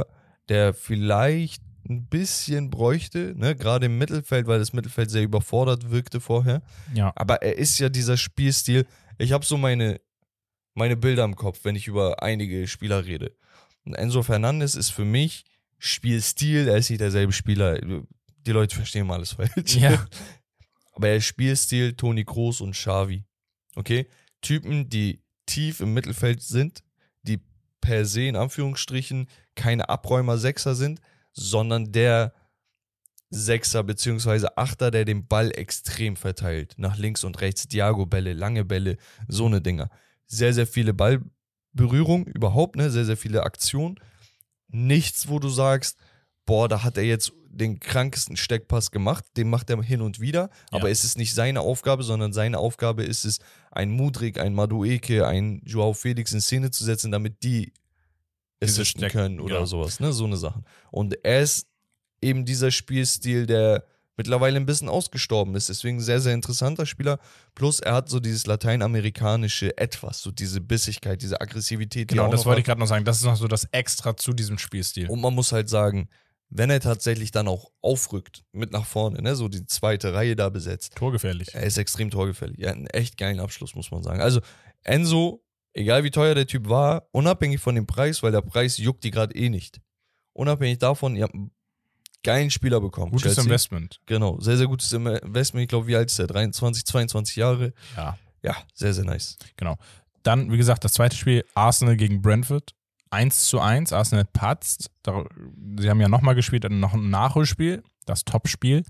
der vielleicht ein bisschen bräuchte, ne? Gerade im Mittelfeld, weil das Mittelfeld sehr überfordert wirkte vorher. Ja. Aber er ist ja dieser Spielstil. Ich habe so meine, meine Bilder im Kopf, wenn ich über einige Spieler rede. Und Enzo Fernandes ist für mich Spielstil, er ist nicht derselbe Spieler. Die Leute verstehen mal alles falsch. Ja. Aber er ist Spielstil Toni Kroos und Xavi. Okay? Typen, die tief im Mittelfeld sind, die per se in Anführungsstrichen keine Abräumer-Sechser sind, sondern der Sechser bzw. Achter, der den Ball extrem verteilt. Nach links und rechts, Diago-Bälle, lange Bälle, so eine Dinger. Sehr, sehr viele Ballberührungen überhaupt, ne? Sehr, sehr viele Aktionen. Nichts, wo du sagst, boah, da hat er jetzt den krankesten Steckpass gemacht, den macht er hin und wieder, aber Ja. es ist nicht seine Aufgabe, sondern seine Aufgabe ist es, ein Mudryk, ein Madueke, ein Joao Felix in Szene zu setzen, damit die Diese assisten Steck- können oder genau. sowas, ne, so eine Sache. Und er ist eben dieser Spielstil, der mittlerweile ein bisschen ausgestorben ist, deswegen ein sehr, sehr interessanter Spieler, plus er hat so dieses lateinamerikanische Etwas, so diese Bissigkeit, diese Aggressivität. die er Genau, auch das noch wollte hat. ich gerade noch sagen. Das ist noch so das Extra zu diesem Spielstil. Und man muss halt sagen, wenn er tatsächlich dann auch aufrückt, mit nach vorne, ne, so die zweite Reihe da besetzt, Torgefährlich. er ist extrem torgefährlich. Er hat einen echt geilen Abschluss, muss man sagen. Also Enzo, egal wie teuer der Typ war, unabhängig von dem Preis, weil der Preis juckt die gerade eh nicht. Unabhängig davon, ihr habt einen geilen Spieler bekommen. Gutes Chelsea. Investment. Genau, sehr, sehr gutes Investment. Ich glaube, wie alt ist er? dreiundzwanzig, zweiundzwanzig Jahre. Ja, Ja, sehr, sehr nice. genau. Dann, wie gesagt, das zweite Spiel, Arsenal gegen Brentford. eins zu eins, Arsenal patzt. Da- Sie haben ja nochmal gespielt, dann noch ein Nachholspiel, das Topspiel.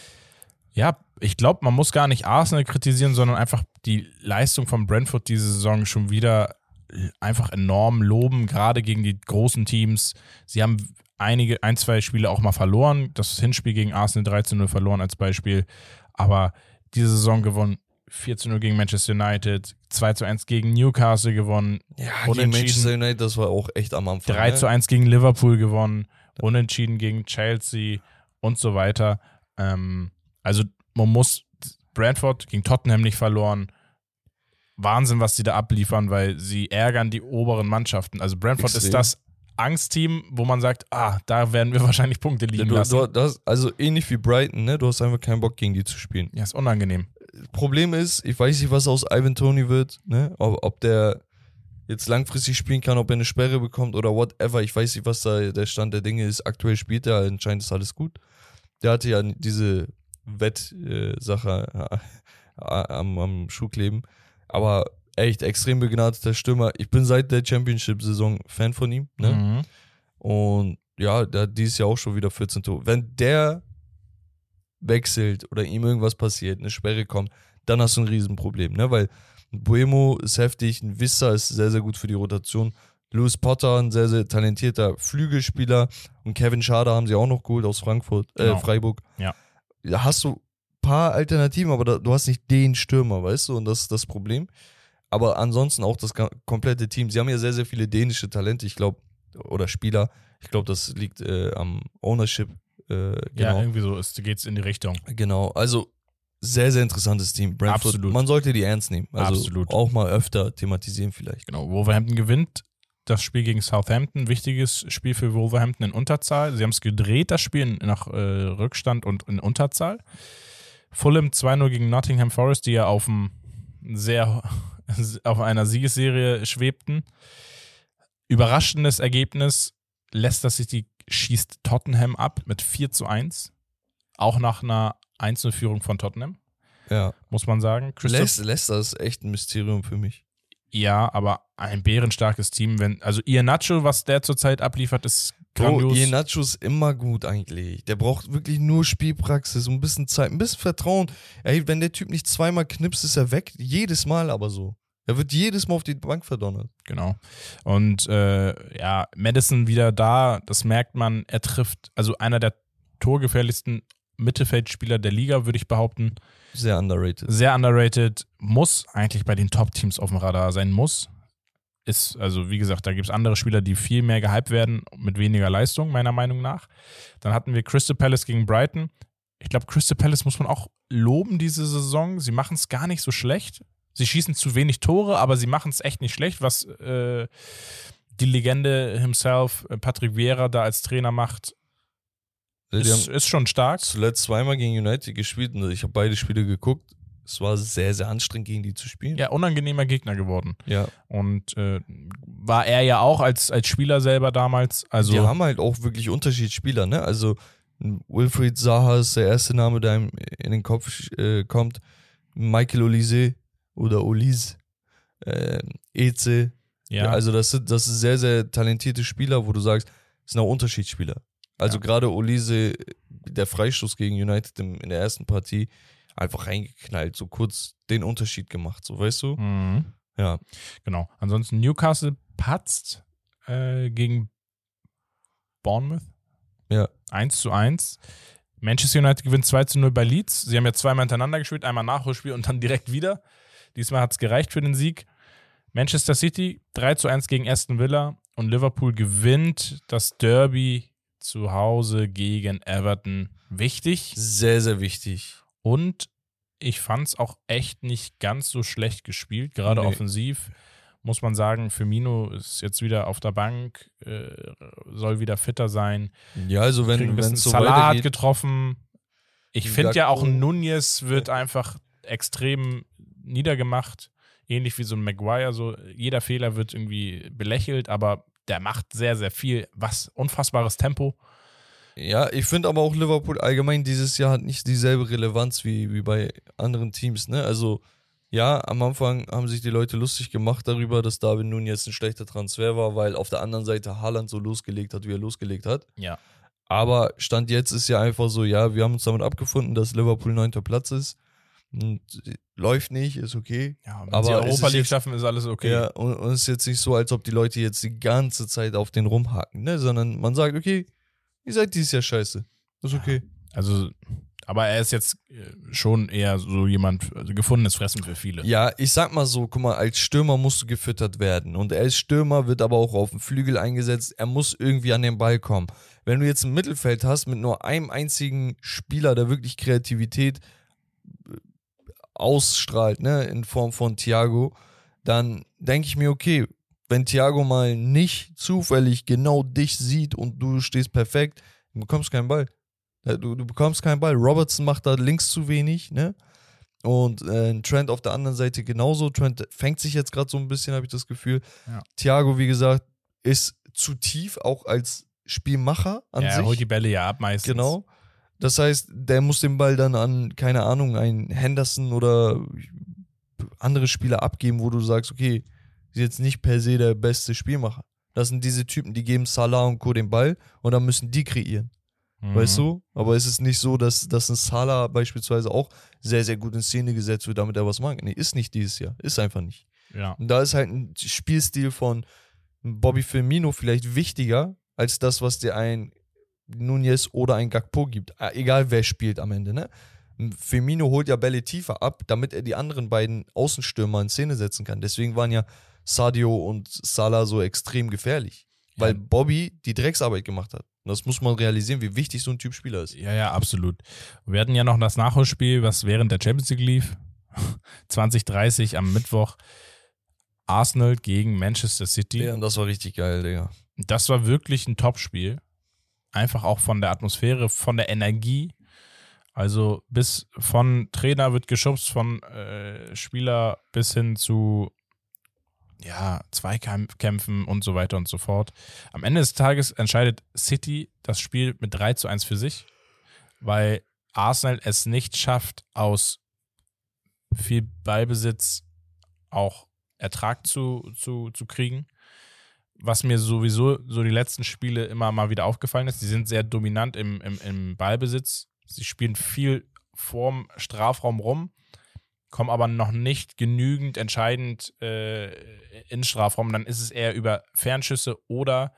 Ja, ich glaube, man muss gar nicht Arsenal kritisieren, sondern einfach die Leistung von Brentford diese Saison schon wieder einfach enorm loben, gerade gegen die großen Teams. Sie haben einige, ein, zwei Spiele auch mal verloren. Das Hinspiel gegen Arsenal drei zu null verloren als Beispiel. Aber diese Saison gewonnen. vier zu null gegen Manchester United, zwei zu eins gegen Newcastle gewonnen, Ja, gegen Unentschieden. Manchester United, das war auch echt am Anfang. drei ne? zu eins gegen Liverpool gewonnen, unentschieden gegen Chelsea und so weiter. Ähm, also man muss Brentford gegen Tottenham nicht verloren. Wahnsinn, was die da abliefern, weil sie ärgern die oberen Mannschaften. Also Brentford Extrem. ist das Angstteam, wo man sagt, ah, da werden wir wahrscheinlich Punkte Ja, liegen du, lassen. du, das, also ähnlich wie Brighton, ne? Du hast einfach keinen Bock, gegen die zu spielen. Ja, ist unangenehm. Problem ist, ich weiß nicht, was aus Ivan Toney wird, ne? Ob, ob der jetzt langfristig spielen kann, ob er eine Sperre bekommt oder whatever. Ich weiß nicht, was da der Stand der Dinge ist. Aktuell spielt er, anscheinend ist alles gut. Der hatte ja diese Wettsache äh, am, am Schuh kleben. Aber echt extrem begnadeter Stürmer. Ich bin seit der Championship-Saison Fan von ihm, ne? Mhm. Und ja, der hat dieses Jahr auch schon wieder vierzehn Tore. Wenn der wechselt oder ihm irgendwas passiert, eine Sperre kommt, dann hast du ein Riesenproblem, ne? Weil ein Buemo ist heftig, ein Wissa ist sehr, sehr gut für die Rotation. Lewis Potter, ein sehr, sehr talentierter Flügelspieler. Und Kevin Schade haben sie auch noch geholt aus Frankfurt, äh, Genau. Freiburg. Ja. Da hast du ein paar Alternativen, aber da, du hast nicht den Stürmer, weißt du? Und das ist das Problem. Aber ansonsten auch das ga- komplette Team. Sie haben ja sehr, sehr viele dänische Talente, ich glaube, oder Spieler. Ich glaube, das liegt äh, am Ownership. Äh, Ja, genau. irgendwie so geht es in die Richtung. Genau, also sehr, sehr interessantes Team. Brentford, Absolut. man sollte die ernst nehmen. Also Absolut. auch mal öfter thematisieren vielleicht. Genau, Wolverhampton gewinnt das Spiel gegen Southampton. Wichtiges Spiel für Wolverhampton in Unterzahl. Sie haben es gedreht, das Spiel nach äh, Rückstand und in Unterzahl. Fulham zwei null gegen Nottingham Forest, die ja auf einem sehr auf einer Siegesserie schwebten. Überraschendes Ergebnis. Leicester City schießt Tottenham ab mit vier zu eins. Auch nach einer eins zu null Führung von Tottenham, Ja. muss man sagen. Christoph- Leicester, Leicester ist echt ein Mysterium für mich. Ja, aber ein bärenstarkes Team. Wenn, also Iheanacho, was der zurzeit abliefert, ist Bro, grandios. Iheanacho ist immer gut eigentlich. Der braucht wirklich nur Spielpraxis und ein bisschen Zeit, ein bisschen Vertrauen. Ey, wenn der Typ nicht zweimal knipst, ist er weg. Jedes Mal aber so. Er wird jedes Mal auf die Bank verdonnert. Genau. Und äh, ja, Madison wieder da, das merkt man, er trifft, also einer der torgefährlichsten Mittelfeldspieler der Liga, würde ich behaupten. Sehr underrated. Sehr underrated, muss eigentlich bei den Top-Teams auf dem Radar sein, muss. Ist, also wie gesagt, da gibt es andere Spieler, die viel mehr gehypt werden, mit weniger Leistung, meiner Meinung nach. Dann hatten wir Crystal Palace gegen Brighton. Ich glaube, Crystal Palace muss man auch loben diese Saison. Sie machen es gar nicht so schlecht. Sie schießen zu wenig Tore, aber sie machen es echt nicht schlecht, was äh, die Legende himself, Patrick Vieira, da als Trainer macht, Die ist, haben ist schon stark. zuletzt zweimal gegen United gespielt und ich habe beide Spiele geguckt. Es war sehr, sehr anstrengend, gegen die zu spielen. Ja, unangenehmer Gegner geworden. Ja. Und äh, war er ja auch als, als Spieler selber damals. Also Die haben halt auch wirklich Unterschiedsspieler, ne? Also Wilfried Zaha ist der erste Name, der einem in den Kopf äh, kommt. Michael Olise oder Olise, äh, Eze. ja, Also das sind, das sind sehr, sehr talentierte Spieler, wo du sagst, das sind auch Unterschiedsspieler. Also Ja. gerade Olise, der Freistoß gegen United in, in der ersten Partie, einfach reingeknallt, so kurz den Unterschied gemacht, so weißt du? mhm. Ja. Genau. Ansonsten Newcastle patzt äh, gegen Bournemouth. Ja. eins zu eins. Manchester United gewinnt zwei zu null bei Leeds. Sie haben ja zweimal hintereinander gespielt, einmal Nachholspiel und dann direkt wieder. Diesmal hat es gereicht für den Sieg. Manchester City drei zu eins gegen Aston Villa und Liverpool gewinnt das Derby zu Hause gegen Everton. Wichtig. Sehr, sehr wichtig. Und ich fand es auch echt nicht ganz so schlecht gespielt, gerade Nee. offensiv. Muss man sagen, Firmino ist jetzt wieder auf der Bank, äh, soll wieder fitter sein. Ja, also Kriegen wenn ein bisschen es so Salah hat weitergeht, getroffen. Ich finde ja auch, Gakpo. ein Nunez wird einfach extrem niedergemacht. Ähnlich wie so ein Maguire. So, jeder Fehler wird irgendwie belächelt, aber der macht sehr, sehr viel. Was unfassbares Tempo. ja, ich finde aber auch Liverpool allgemein dieses Jahr hat nicht dieselbe Relevanz wie, wie bei anderen Teams, ne? Also, ja, am Anfang haben sich die Leute lustig gemacht darüber, dass Darwin Núñez ein schlechter Transfer war, weil auf der anderen Seite Haaland so losgelegt hat, wie er losgelegt hat. Ja. Aber Stand jetzt ist ja einfach so, ja, wir haben uns damit abgefunden, dass Liverpool neunter Platz ist. Und läuft nicht, ist okay. ja wenn Aber sie es Europa ist League jetzt- schaffen, ist alles okay. Ja, und, und es ist jetzt nicht so, als ob die Leute jetzt die ganze Zeit auf den rumhaken, ne? Sondern man sagt, okay, ihr seid dieses Jahr scheiße. Ist okay. Also, aber er ist jetzt äh, schon eher so jemand, also gefundenes Fressen für viele. Ja, ich sag mal so, guck mal, als Stürmer musst du gefüttert werden. Und er ist Stürmer, wird aber auch auf dem Flügel eingesetzt. Er muss irgendwie an den Ball kommen. Wenn du jetzt ein Mittelfeld hast mit nur einem einzigen Spieler, der wirklich Kreativität äh, ausstrahlt, ne, in Form von Thiago, dann denke ich mir, okay, wenn Thiago mal nicht zufällig genau dich sieht und du stehst perfekt, du bekommst keinen Ball. Du, du bekommst keinen Ball. Robertson macht da links zu wenig, ne? Und äh, ein Trent auf der anderen Seite genauso. Trent fängt sich jetzt gerade so ein bisschen, habe ich das Gefühl. Ja. Thiago, wie gesagt, ist zu tief, auch als Spielmacher an Ja, er sich. holt die Bälle ja ab meistens. Genau. Das heißt, der muss den Ball dann an, keine Ahnung, einen Henderson oder andere Spieler abgeben, wo du sagst, okay, ist jetzt nicht per se der beste Spielmacher. Das sind diese Typen, die geben Salah und Co. den Ball und dann müssen die kreieren. Mhm. Weißt du? Aber es ist nicht so, dass, dass ein Salah beispielsweise auch sehr, sehr gut in Szene gesetzt wird, damit er was macht. Nee, ist nicht dieses Jahr. Ist einfach nicht. Ja. Und da ist halt ein Spielstil von Bobby Firmino vielleicht wichtiger, als das, was dir ein Núñez oder ein Gakpo gibt. Egal wer spielt am Ende, ne? Firmino holt ja Bälle tiefer ab, damit er die anderen beiden Außenstürmer in Szene setzen kann. Deswegen waren ja Sadio und Salah so extrem gefährlich. Ja. Weil Bobby die Drecksarbeit gemacht hat. Und das muss man realisieren, wie wichtig so ein Typ Spieler ist. Ja, ja, absolut. Wir hatten ja noch das Nachholspiel, was während der Champions League lief. zwanzig dreißig am Mittwoch. Arsenal gegen Manchester City. Ja, und das war richtig geil, Digga. Das war wirklich ein Topspiel. Einfach auch von der Atmosphäre, von der Energie. Also bis von Trainer wird geschubst, von äh, Spieler bis hin zu ja, Zweikämpfen und so weiter und so fort. Am Ende des Tages entscheidet City das Spiel mit drei zu eins für sich, weil Arsenal es nicht schafft, aus viel Ballbesitz auch Ertrag zu, zu, zu kriegen. Was mir sowieso so die letzten Spiele immer mal wieder aufgefallen ist, sie sind sehr dominant im, im, im Ballbesitz. Sie spielen viel vorm Strafraum rum, kommen aber noch nicht genügend entscheidend äh, in den Strafraum. Dann ist es eher über Fernschüsse oder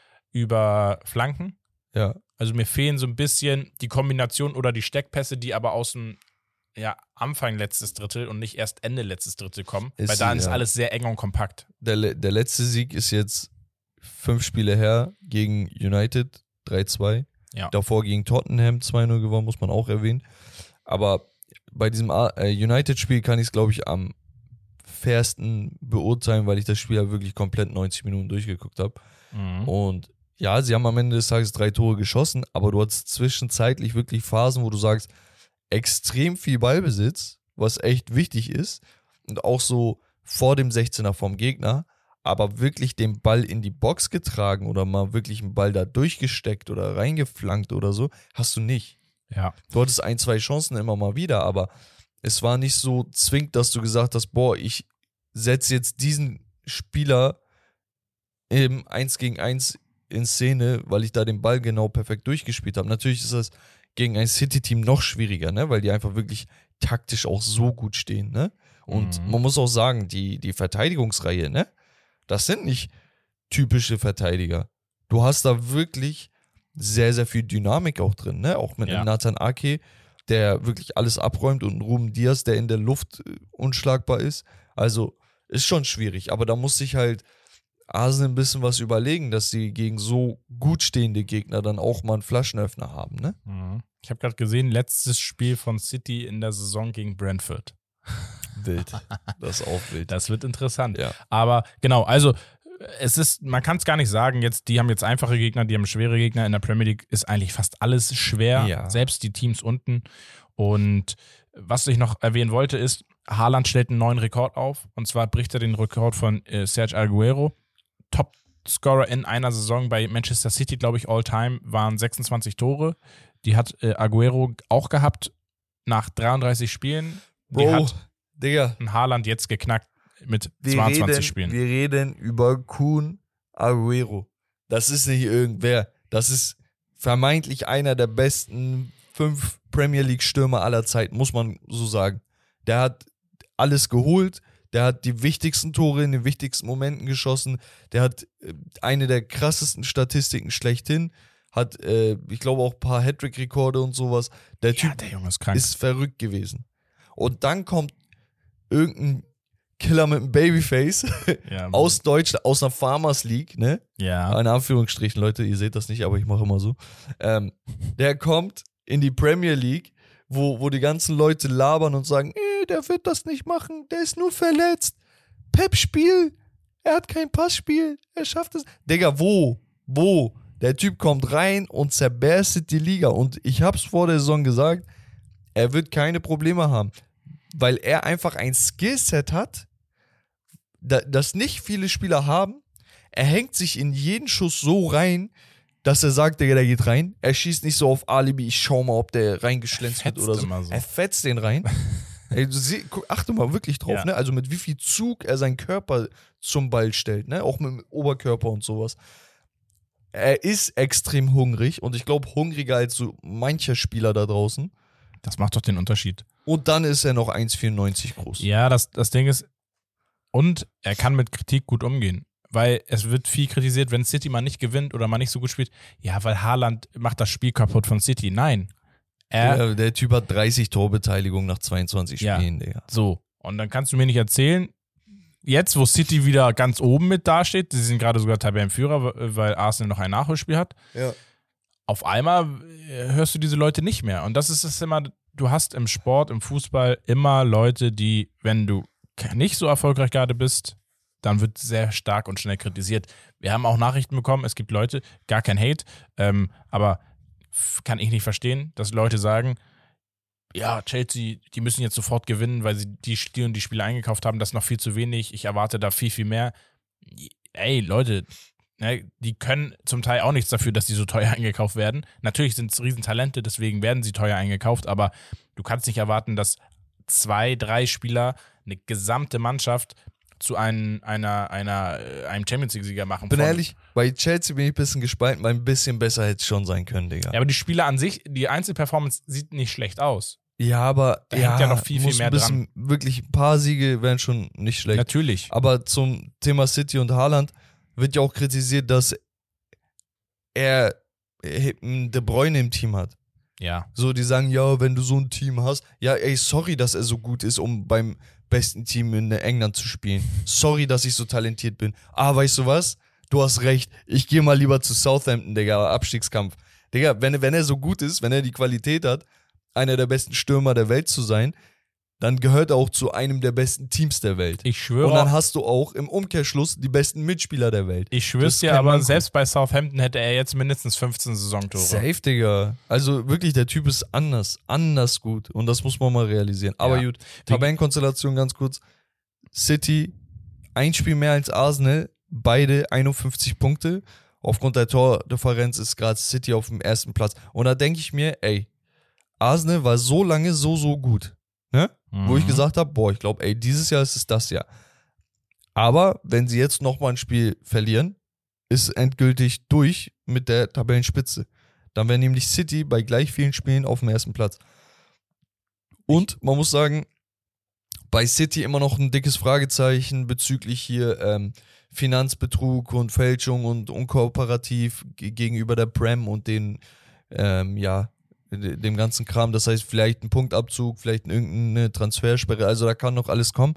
über Flanken. Ja. Also mir fehlen so ein bisschen die Kombination oder die Steckpässe, die aber aus dem ja, Anfang letztes Drittel und nicht erst Ende letztes Drittel kommen. Ist weil da sie, ist ja. alles sehr eng und kompakt. Der, le- der letzte Sieg ist jetzt fünf Spiele her gegen United, drei zwei. Ja. Davor gegen Tottenham zwei null gewonnen, muss man auch erwähnen. Aber bei diesem A- äh, United-Spiel kann ich es, glaube ich, am fairsten beurteilen, weil ich das Spiel ja wirklich komplett neunzig Minuten durchgeguckt habe. Mhm. Und ja, sie haben am Ende des Tages drei Tore geschossen, aber du hattest zwischenzeitlich wirklich Phasen, wo du sagst, extrem viel Ballbesitz, was echt wichtig ist. Und auch so vor dem sechzehner vom Gegner, aber wirklich den Ball in die Box getragen oder mal wirklich einen Ball da durchgesteckt oder reingeflankt oder so, hast du nicht. Ja. Du hattest ein, zwei Chancen immer mal wieder, aber es war nicht so zwingend, dass du gesagt hast, boah, ich setze jetzt diesen Spieler im eins gegen eins in Szene, weil ich da den Ball genau perfekt durchgespielt habe. Natürlich ist das gegen ein City-Team noch schwieriger, ne? Weil die einfach wirklich taktisch auch so gut stehen, ne? Und Mhm. man muss auch sagen, die, die Verteidigungsreihe, ne? Das sind nicht typische Verteidiger. Du hast da wirklich sehr, sehr viel Dynamik auch drin, ne? Auch mit Ja. einem Nathan Ake, der wirklich alles abräumt, und einem Ruben Diaz, der in der Luft äh, unschlagbar ist. Also ist schon schwierig, aber da muss sich halt Arsenal ein bisschen was überlegen, dass sie gegen so gut stehende Gegner dann auch mal einen Flaschenöffner haben, ne? Mhm. Ich habe gerade gesehen, letztes Spiel von City in der Saison gegen Brentford. Wild. Das ist auch wild. Das wird interessant. Ja. Aber genau, also es ist, man kann es gar nicht sagen, jetzt, die haben jetzt einfache Gegner, die haben schwere Gegner. In der Premier League ist eigentlich fast alles schwer, Ja. selbst die Teams unten. Und was ich noch erwähnen wollte, ist, Haaland stellt einen neuen Rekord auf. Und zwar bricht er den Rekord von äh, Serge Aguero. Topscorer in einer Saison bei Manchester City, glaube ich, all-time, waren sechsundzwanzig Tore. Die hat äh, Aguero auch gehabt nach dreiunddreißig Spielen. Die Bro, hat Digga, ein Haaland jetzt geknackt mit wir zweiundzwanzig reden, Spielen. wir reden über Kun Aguero. Das ist nicht irgendwer. Das ist vermeintlich einer der besten fünf Premier League Stürmer aller Zeiten, muss man so sagen. Der hat alles geholt. Der hat die wichtigsten Tore in den wichtigsten Momenten geschossen. Der hat äh, eine der krassesten Statistiken schlechthin. Hat, äh, ich glaube, auch ein paar Hattrick-Rekorde und sowas. Der Ja, Typ der Junge ist krank. ist verrückt gewesen. Und dann kommt irgendein Killer mit einem Babyface ja, aus Deutschland, aus einer Farmers League, ne? ja. In Anführungsstrichen, Leute, ihr seht das nicht, aber ich mache immer so. Ähm, der kommt in die Premier League, wo, wo die ganzen Leute labern und sagen, eh, der wird das nicht machen, der ist nur verletzt. Pep-Spiel, er hat kein Passspiel, er schafft es. Digga, wo? Wo? Der Typ kommt rein und zerberstet die Liga. Und ich hab's vor der Saison gesagt, er wird keine Probleme haben, weil er einfach ein Skillset hat, da, das nicht viele Spieler haben. Er hängt sich in jeden Schuss so rein, dass er sagt, Digga, der geht rein. Er schießt nicht so auf Alibi, ich schau mal, ob der reingeschlänzt wird Fetzt oder so. immer so. Er fetzt den rein. Ey, du sie, guck, achte mal wirklich drauf, Ja. ne? Also mit wie viel Zug er seinen Körper zum Ball stellt, ne? Auch mit dem Oberkörper und sowas. Er ist extrem hungrig und ich glaube hungriger als so mancher Spieler da draußen. Das macht doch den Unterschied. Und dann ist er noch eins Komma vierundneunzig groß. Ja, das, das Ding ist, und er kann mit Kritik gut umgehen. Weil es wird viel kritisiert, wenn City mal nicht gewinnt oder mal nicht so gut spielt. Ja, weil Haaland macht das Spiel kaputt von City. Nein. Er, Der, der Typ hat dreißig Torbeteiligungen nach zweiundzwanzig Ja. Spielen, Digga. So, und dann kannst du mir nicht erzählen, jetzt, wo City wieder ganz oben mit dasteht, sie sind gerade sogar Tabellenführer, weil Arsenal noch ein Nachholspiel hat, Ja. auf einmal hörst du diese Leute nicht mehr. Und das ist es immer, du hast im Sport, im Fußball immer Leute, die, wenn du nicht so erfolgreich gerade bist, dann wird sehr stark und schnell kritisiert. Wir haben auch Nachrichten bekommen, es gibt Leute, gar kein Hate, ähm, aber f- kann ich nicht verstehen, dass Leute sagen, ja, Chelsea, die müssen jetzt sofort gewinnen, weil sie die, die und die Spiele eingekauft haben, das ist noch viel zu wenig, ich erwarte da viel, viel mehr. Ey, Leute, ne, die können zum Teil auch nichts dafür, dass die so teuer eingekauft werden. Natürlich sind es Riesentalente, deswegen werden sie teuer eingekauft, aber du kannst nicht erwarten, dass zwei, drei Spieler eine gesamte Mannschaft zu einem, einer, einer, äh, einem Champions League-Sieger machen. Bin Von- ehrlich, bei Chelsea bin ich ein bisschen gespalten, weil ein bisschen besser hätte es schon sein können, Digga. Ja, aber die Spieler an sich, die Einzelperformance sieht nicht schlecht aus. Ja, aber Da ja, hängt ja noch viel, viel muss mehr ein bisschen, Wirklich, ein paar Siege wären schon nicht schlecht. Natürlich. Aber zum Thema City und Haaland wird ja auch kritisiert, dass er äh, De Bruyne im Team hat. Ja. So, die sagen, ja, wenn du so ein Team hast, ja, ey, sorry, dass er so gut ist, um beim besten Team in England zu spielen. Sorry, dass ich so talentiert bin. Ah, weißt du was? Du hast recht. Ich gehe mal lieber zu Southampton, Digga, Abstiegskampf. Digga, wenn, wenn er so gut ist, wenn er die Qualität hat, einer der besten Stürmer der Welt zu sein, dann gehört er auch zu einem der besten Teams der Welt. Ich schwöre. Und dann hast du auch im Umkehrschluss die besten Mitspieler der Welt. Ich schwör's dir, aber Manko. Selbst bei Southampton hätte er jetzt mindestens fünfzehn Saisontore. Safe, Digga. Also wirklich, der Typ ist anders, anders gut. Und das muss man mal realisieren. Aber ja. gut, Tabellenkonstellation ganz kurz. City, ein Spiel mehr als Arsenal, beide einundfünfzig Punkte. Aufgrund der Tordifferenz ist gerade City auf dem ersten Platz. Und da denke ich mir, ey, Arsenal war so lange so, so gut. Ne? Mhm. Wo ich gesagt habe, boah, ich glaube, ey, dieses Jahr ist es das Jahr. Aber wenn sie jetzt nochmal ein Spiel verlieren, ist endgültig durch mit der Tabellenspitze. Dann wäre nämlich City bei gleich vielen Spielen auf dem ersten Platz. Und man muss sagen, bei City immer noch ein dickes Fragezeichen bezüglich hier ähm, Finanzbetrug und Fälschung und unkooperativ g- gegenüber der Prem und den, ähm, ja, dem ganzen Kram, das heißt vielleicht ein Punktabzug, vielleicht irgendeine Transfersperre, also da kann noch alles kommen.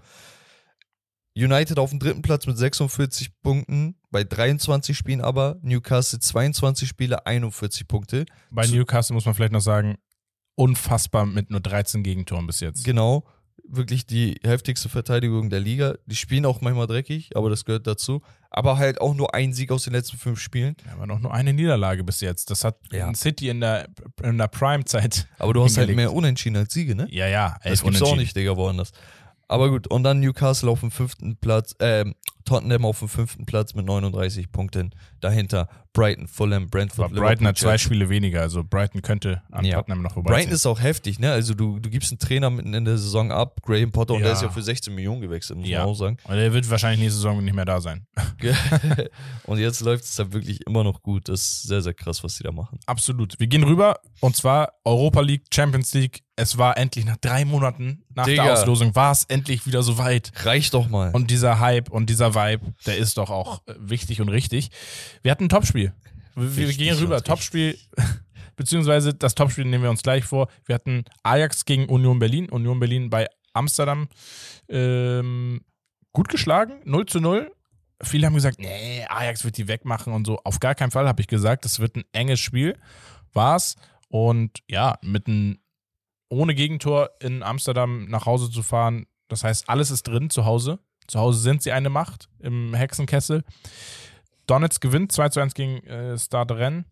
United auf dem dritten Platz mit sechsundvierzig Punkten, bei dreiundzwanzig Spielen aber, Newcastle zweiundzwanzig Spiele, einundvierzig Punkte. Bei Newcastle muss man vielleicht noch sagen, unfassbar mit nur dreizehn Gegentoren bis jetzt. Genau, wirklich die heftigste Verteidigung der Liga. Die spielen auch manchmal dreckig, aber das gehört dazu. Aber halt auch nur ein Sieg aus den letzten fünf Spielen. Ja, aber noch nur eine Niederlage bis jetzt. Das hat ja. City in der, in der Prime-Zeit. Aber du hast hingelegt. Halt mehr Unentschieden als Siege, ne? Ja, ja. Das gibt's auch nicht, Digga, woanders. Aber gut, und dann Newcastle auf dem fünften Platz, äh, Tottenham auf dem fünften Platz mit neununddreißig Punkten. Dahinter Brighton, Fulham, Brentford, aber Brighton hat zwei Spiele weniger, also Brighton könnte an ja. Tottenham noch vorbeiziehen. Brighton ist auch heftig, ne? Also du, du gibst einen Trainer mitten in der Saison ab, Graham Potter, und ja. der ist ja für sechzehn Millionen gewechselt, muss ja. man auch sagen. Und der wird wahrscheinlich nächste Saison nicht mehr da sein. Und jetzt läuft es da wirklich immer noch gut. Das ist sehr, sehr krass, was die da machen. Absolut. Wir gehen rüber, und zwar Europa League, Champions League. Es war endlich nach drei Monaten nach Digga. der Auslosung, war es endlich wieder so weit. Reicht doch mal. Und dieser Hype und dieser Vibe, der ist doch auch wichtig und richtig. Wir hatten ein Topspiel. Wir, wir gehen rüber. Topspiel, beziehungsweise das Topspiel nehmen wir uns gleich vor. Wir hatten Ajax gegen Union Berlin. Union Berlin bei Amsterdam ähm, gut geschlagen, null zu null. Viele haben gesagt, nee, Ajax wird die wegmachen und so. Auf gar keinen Fall habe ich gesagt, das wird ein enges Spiel. War's. Und ja, mit einem ohne Gegentor in Amsterdam nach Hause zu fahren, das heißt, alles ist drin zu Hause. Zu Hause sind sie eine Macht im Hexenkessel. Donetsk gewinnt zwei zu eins gegen äh, Stade Rennes.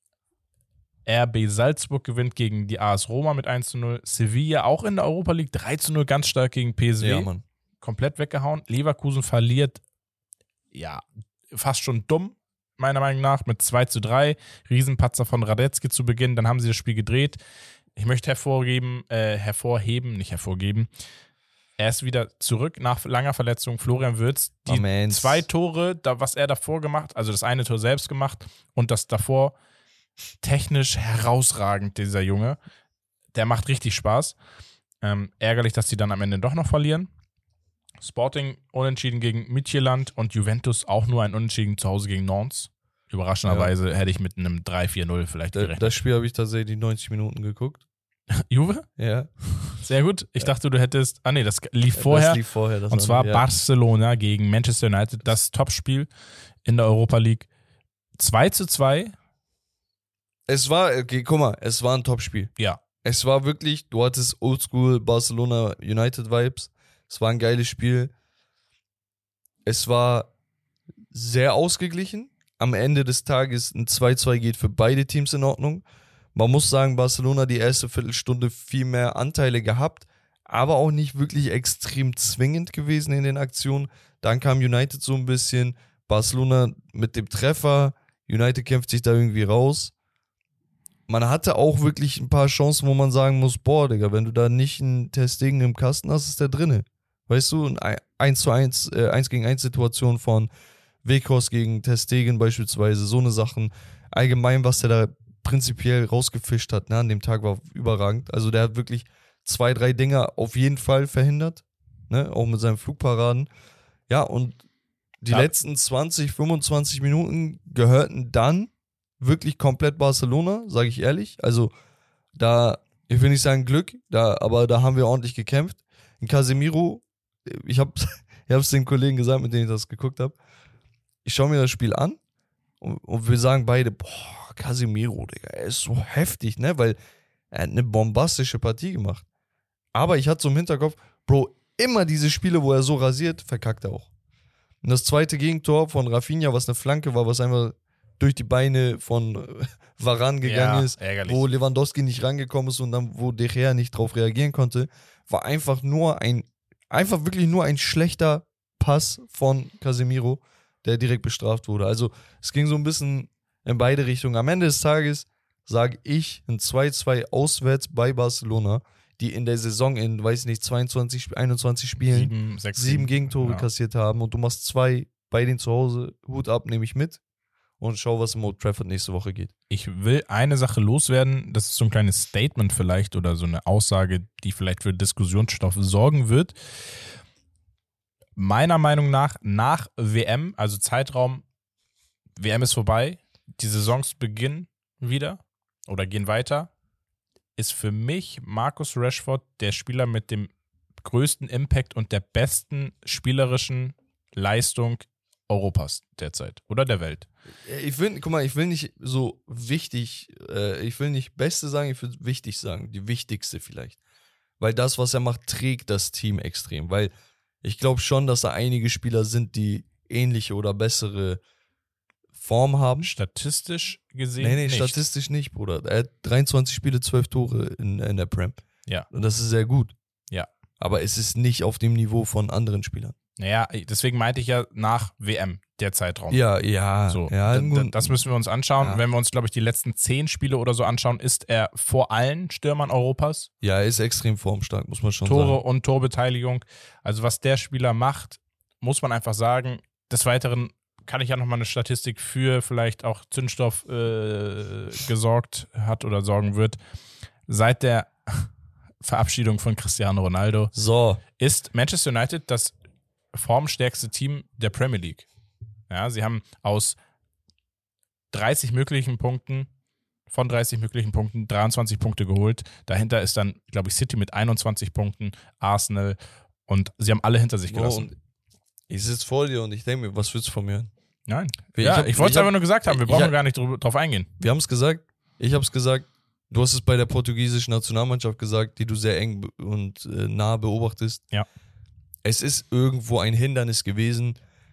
R B Salzburg gewinnt gegen die A S Roma mit eins zu null. Sevilla auch in der Europa League drei zu null ganz stark gegen P S V. Ja, Mann. Komplett weggehauen. Leverkusen verliert, ja, fast schon dumm, meiner Meinung nach, mit zwei zu drei. Riesenpatzer von Radetzky zu Beginn. Dann haben sie das Spiel gedreht. Ich möchte hervorgeben, äh, hervorheben, nicht hervorgeben. Er ist wieder zurück nach langer Verletzung. Florian Wirtz, die oh, zwei Tore, da, was er davor gemacht, also das eine Tor selbst gemacht und das davor, technisch herausragend, dieser Junge. Der macht richtig Spaß. Ähm, ärgerlich, dass die dann am Ende doch noch verlieren. Sporting unentschieden gegen Midtjylland und Juventus auch nur ein Unentschieden zu Hause gegen Nantes. Überraschenderweise ja. hätte ich mit einem drei vier null vielleicht gerechnet. Das Spiel habe ich tatsächlich neunzig Minuten geguckt. Juve? Ja. Sehr gut. Ich dachte, du hättest. Ah, nee, das lief vorher. Das lief vorher. Das und zwar ja. Barcelona gegen Manchester United, das Topspiel in der Europa League. zwei zu zwei. Es war, okay, guck mal, es war ein Topspiel. Ja. Es war wirklich, du hattest Oldschool Barcelona United Vibes. Es war ein geiles Spiel. Es war sehr ausgeglichen. Am Ende des Tages ein zwei zwei geht für beide Teams in Ordnung. Man muss sagen, Barcelona die erste Viertelstunde viel mehr Anteile gehabt, aber auch nicht wirklich extrem zwingend gewesen in den Aktionen. Dann kam United so ein bisschen, Barcelona mit dem Treffer, United kämpft sich da irgendwie raus. Man hatte auch wirklich ein paar Chancen, wo man sagen muss, boah, Digga, wenn du da nicht einen Ter Stegen im Kasten hast, ist der drinne. Weißt du, eine eins zu eins, äh, eins gegen eins Situation von Weghorst gegen Ter Stegen beispielsweise, so eine Sachen. Allgemein, was der da prinzipiell rausgefischt hat, ne, an dem Tag war überragend. Also der hat wirklich zwei, drei Dinger auf jeden Fall verhindert, ne, auch mit seinen Flugparaden. Ja, und die ja. letzten zwanzig, fünfundzwanzig Minuten gehörten dann wirklich komplett Barcelona, sage ich ehrlich. Also da, ich will nicht sagen Glück, da, aber da haben wir ordentlich gekämpft. In Casemiro, ich habe ich hab's den Kollegen gesagt, mit denen ich das geguckt habe, ich schaue mir das Spiel an und, und wir sagen beide, boah, Casemiro, Digga, er ist so heftig, ne, weil er hat eine bombastische Partie gemacht. Aber ich hatte so im Hinterkopf, Bro, immer diese Spiele, wo er so rasiert, verkackt er auch. Und das zweite Gegentor von Rafinha, was eine Flanke war, was einfach durch die Beine von Varane gegangen Ja, ist, ärgerlich. wo Lewandowski nicht rangekommen ist und dann, wo De Gea nicht drauf reagieren konnte, war einfach nur ein, einfach wirklich nur ein schlechter Pass von Casemiro, der direkt bestraft wurde. Also es ging so ein bisschen in beide Richtungen. Am Ende des Tages sage ich ein zwei zwei auswärts bei Barcelona, die in der Saison in, weiß ich nicht, zweiundzwanzig, einundzwanzig Spielen Sieben, sechs, sieben Gegentore ja. kassiert haben und du machst zwei bei denen zu Hause. Hut ab, nehme ich mit und schau, was im Old Trafford nächste Woche geht. Ich will eine Sache loswerden, das ist so ein kleines Statement vielleicht oder so eine Aussage, die vielleicht für Diskussionsstoff sorgen wird. Meiner Meinung nach, nach W M, also Zeitraum, W M ist vorbei, die Saisons beginnen wieder oder gehen weiter, ist für mich Marcus Rashford der Spieler mit dem größten Impact und der besten spielerischen Leistung Europas derzeit oder der Welt. Ich will, guck mal, ich will nicht so wichtig, äh, ich will nicht Beste sagen, ich will wichtig sagen, die wichtigste vielleicht. Weil das, was er macht, trägt das Team extrem. Weil ich glaube schon, dass da einige Spieler sind, die ähnliche oder bessere Form haben. Statistisch gesehen Nee, nee, nicht. statistisch nicht, Bruder. Er hat dreiundzwanzig Spiele, zwölf Tore in, in der Prem. Ja. Und das ist sehr gut. Ja. Aber es ist nicht auf dem Niveau von anderen Spielern. Naja, deswegen meinte ich ja nach W M, der Zeitraum. Ja, ja. So, ja da, da, das müssen wir uns anschauen. Ja. Wenn wir uns, glaube ich, die letzten zehn Spiele oder so anschauen, ist er vor allen Stürmern Europas. Ja, er ist extrem formstark, muss man schon Tore sagen. und Torbeteiligung. Also was der Spieler macht, muss man einfach sagen. Des Weiteren kann ich ja nochmal eine Statistik für vielleicht auch Zündstoff äh, gesorgt hat oder sorgen wird. Seit der Verabschiedung von Cristiano Ronaldo So. ist Manchester United das formstärkste Team der Premier League. Ja, sie haben aus dreißig möglichen Punkten, von dreißig möglichen Punkten, dreiundzwanzig Punkte geholt. Dahinter ist dann, glaube ich, City mit einundzwanzig Punkten, Arsenal und sie haben alle hinter sich gelassen. Und ich sitze vor dir und ich denke mir, was willst du von mir hören? Nein. Ich Ja, hab- ich wollte es ich hab- einfach nur gesagt haben, wir brauchen Ja. gar nicht drüber- drauf eingehen. Wir haben es gesagt, ich habe es gesagt, du hast es bei der portugiesischen Nationalmannschaft gesagt, die du sehr eng be- und äh, nah beobachtest. Ja. Es ist irgendwo ein Hindernis gewesen.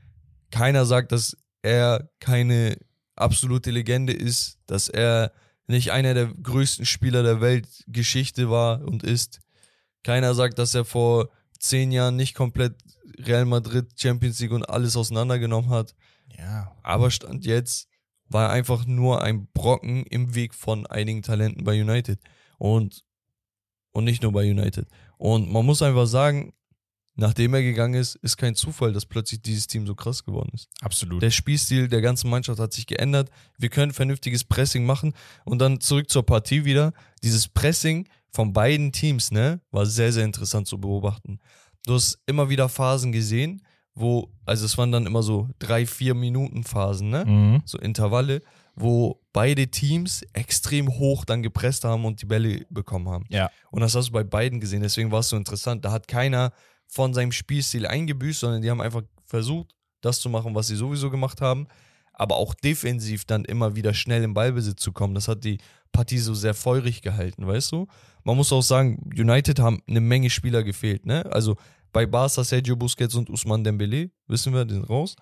Keiner sagt, dass er keine absolute Legende ist, dass er nicht einer der größten Spieler der Weltgeschichte war und ist. Keiner sagt, dass er vor zehn Jahren nicht komplett Real Madrid, Champions League und alles auseinandergenommen hat. Ja. Aber Stand jetzt war er einfach nur ein Brocken im Weg von einigen Talenten bei United. Und, und nicht nur bei United. Und man muss einfach sagen, nachdem er gegangen ist, ist kein Zufall, dass plötzlich dieses Team so krass geworden ist. Absolut. Der Spielstil der ganzen Mannschaft hat sich geändert. Wir können vernünftiges Pressing machen. Und dann zurück zur Partie wieder. Dieses Pressing von beiden Teams, ne, war sehr, sehr interessant zu beobachten. Du hast immer wieder Phasen gesehen, wo, also es waren dann immer so drei, vier Minuten Phasen, ne? Mhm. So Intervalle, wo beide Teams extrem hoch dann gepresst haben und die Bälle bekommen haben. Ja. Und das hast du bei beiden gesehen, deswegen war es so interessant. Da hat keiner von seinem Spielstil eingebüßt, sondern die haben einfach versucht, das zu machen, was sie sowieso gemacht haben, aber auch defensiv dann immer wieder schnell im Ballbesitz zu kommen. Das hat die Partie so sehr feurig gehalten, weißt du? Man muss auch sagen, United haben eine Menge Spieler gefehlt, ne? Also bei Barca Sergio Busquets und Ousmane Dembélé, wissen wir, die sind raus.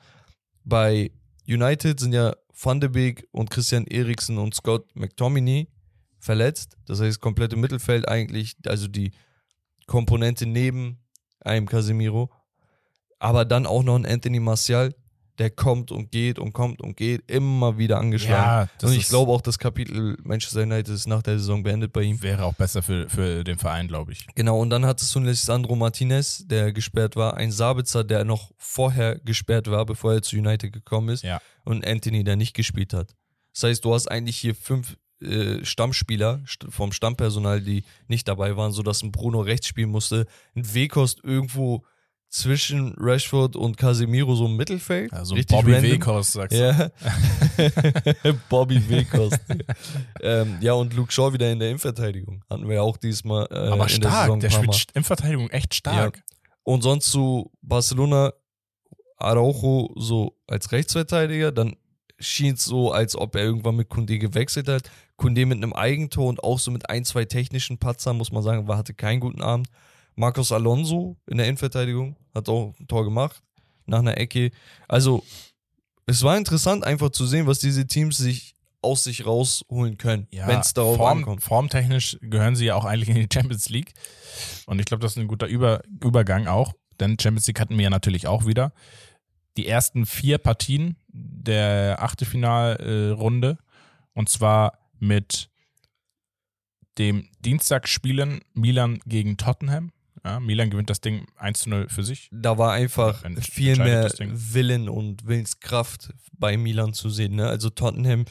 Bei United sind ja Van de Beek und Christian Eriksen und Scott McTominay verletzt. Das heißt, komplette Mittelfeld eigentlich, also die Komponente neben einem Casemiro. Aber dann auch noch ein Anthony Martial, der kommt und geht und kommt und geht, immer wieder angeschlagen. Ja, das und ich ist- glaube auch, das Kapitel Manchester United ist nach der Saison beendet bei ihm. Wäre auch besser für, für den Verein, glaube ich. Genau, und dann hattest du einen Lisandro Martinez, der gesperrt war, ein Sabitzer, der noch vorher gesperrt war, bevor er zu United gekommen ist, Ja. und Anthony, der nicht gespielt hat. Das heißt, du hast eigentlich hier fünf äh, Stammspieler st- vom Stammpersonal, die nicht dabei waren, sodass ein Bruno rechts spielen musste, ein Weghorst irgendwo zwischen Rashford und Casemiro so im Mittelfeld. Also Richtig Bobby random. Weghorst, sagst du. Ja. Bobby Weghorst. ähm, ja, und Luke Shaw wieder in der Innenverteidigung. Hatten wir ja auch diesmal äh, Aber in der Saison stark, ein der paar spielt Mal. st- in Verteidigung echt stark. Und sonst zu Barcelona, Araujo so als Rechtsverteidiger, dann schien es so, als ob er irgendwann mit Koundé gewechselt hat. Koundé mit einem Eigentor und auch so mit ein, zwei technischen Patzern, muss man sagen, war, hatte keinen guten Abend. Marcos Alonso in der Innenverteidigung hat auch ein Tor gemacht, nach einer Ecke. Also, es war interessant einfach zu sehen, was diese Teams sich aus sich rausholen können, Ja, wenn es darauf Form, ankommt. formtechnisch gehören sie ja auch eigentlich in die Champions League. Und ich glaube, das ist ein guter Über, Übergang auch, denn Champions League hatten wir ja natürlich auch wieder. Die ersten vier Partien der Achtelfinalrunde, und zwar mit dem Dienstagsspielen Milan gegen Tottenham. Ja, Milan gewinnt das Ding eins zu null für sich. Da war einfach Ent- viel entscheidet mehr das Ding. Willen und Willenskraft bei Milan zu sehen. Ne? Also Tottenham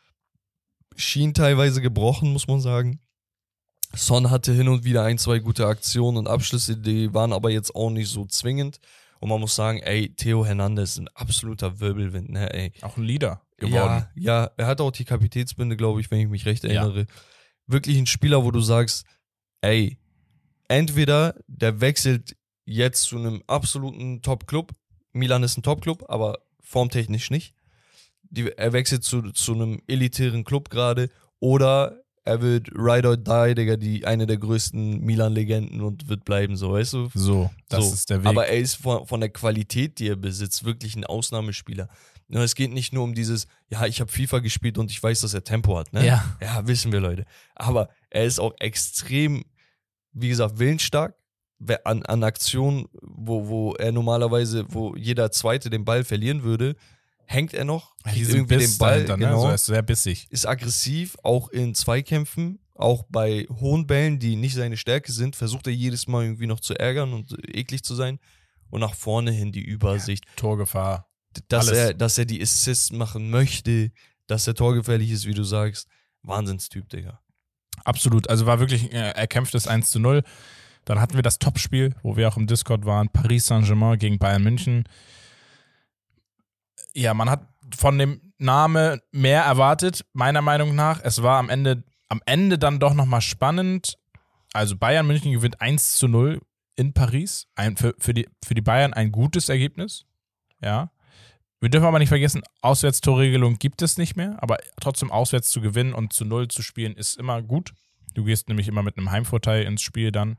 schien teilweise gebrochen, muss man sagen. Son hatte hin und wieder ein, zwei gute Aktionen und Abschlüsse, die waren aber jetzt auch nicht so zwingend. Und man muss sagen, ey, Theo Hernandez ist ein absoluter Wirbelwind, ne, ey. Auch ein Leader geworden. Ja, ja, er hat auch die Kapitätsbinde, glaube ich, wenn ich mich recht erinnere. Ja. Wirklich ein Spieler, wo du sagst, ey, entweder der wechselt jetzt zu einem absoluten Top-Club, Milan ist ein Top-Club, aber formtechnisch nicht. Die, er wechselt zu, zu einem elitären Club gerade, oder er wird Ride or Die, Digga, die, eine der größten Milan-Legenden und wird bleiben, so, weißt du? So, das so. ist der Weg. Aber er ist von, von der Qualität, die er besitzt, wirklich ein Ausnahmespieler. Und es geht nicht nur um dieses, ja, ich habe FIFA gespielt und ich weiß, dass er Tempo hat, ne? Ja. Ja, wissen wir, Leute. Aber er ist auch extrem, wie gesagt, willensstark an, an Aktionen, wo, wo er normalerweise, wo jeder Zweite den Ball verlieren würde, hängt er noch, kriegt Diesen irgendwie Biss den Ball, dahinter, ne? genau, So, er ist sehr bissig. ist aggressiv, auch in Zweikämpfen, auch bei hohen Bällen, die nicht seine Stärke sind, versucht er jedes Mal irgendwie noch zu ärgern und eklig zu sein. Und nach vorne hin die Übersicht. Torgefahr. Dass alles. er, dass er die Assists machen möchte, dass er torgefährlich ist, wie du sagst. Wahnsinnstyp, Digga. Absolut, also war wirklich äh, erkämpftes eins zu null. Dann hatten wir das Topspiel, wo wir auch im Discord waren, Paris Saint-Germain gegen Bayern München. Ja, man hat von dem Namen mehr erwartet, meiner Meinung nach. Es war am Ende, am Ende dann doch nochmal spannend. Also Bayern München gewinnt eins zu null in Paris. Ein, für, für, die, für die Bayern ein gutes Ergebnis. Ja. Wir dürfen aber nicht vergessen, Auswärtstorregelung gibt es nicht mehr, aber trotzdem auswärts zu gewinnen und zu null zu spielen ist immer gut. Du gehst nämlich immer mit einem Heimvorteil ins Spiel dann.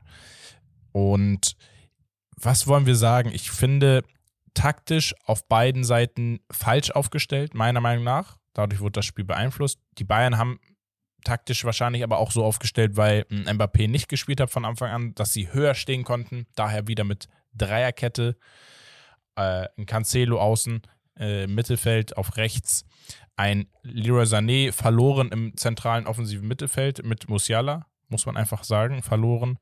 Und was wollen wir sagen? Ich finde taktisch auf beiden Seiten falsch aufgestellt, meiner Meinung nach. Dadurch wurde das Spiel beeinflusst. Die Bayern haben taktisch wahrscheinlich aber auch so aufgestellt, weil ein Mbappé nicht gespielt hat von Anfang an, dass sie höher stehen konnten. Daher wieder mit Dreierkette, äh, ein Cancelo außen, äh, Mittelfeld auf rechts, ein Leroy Sané verloren im zentralen offensiven Mittelfeld mit Musiala, muss man einfach sagen, verloren.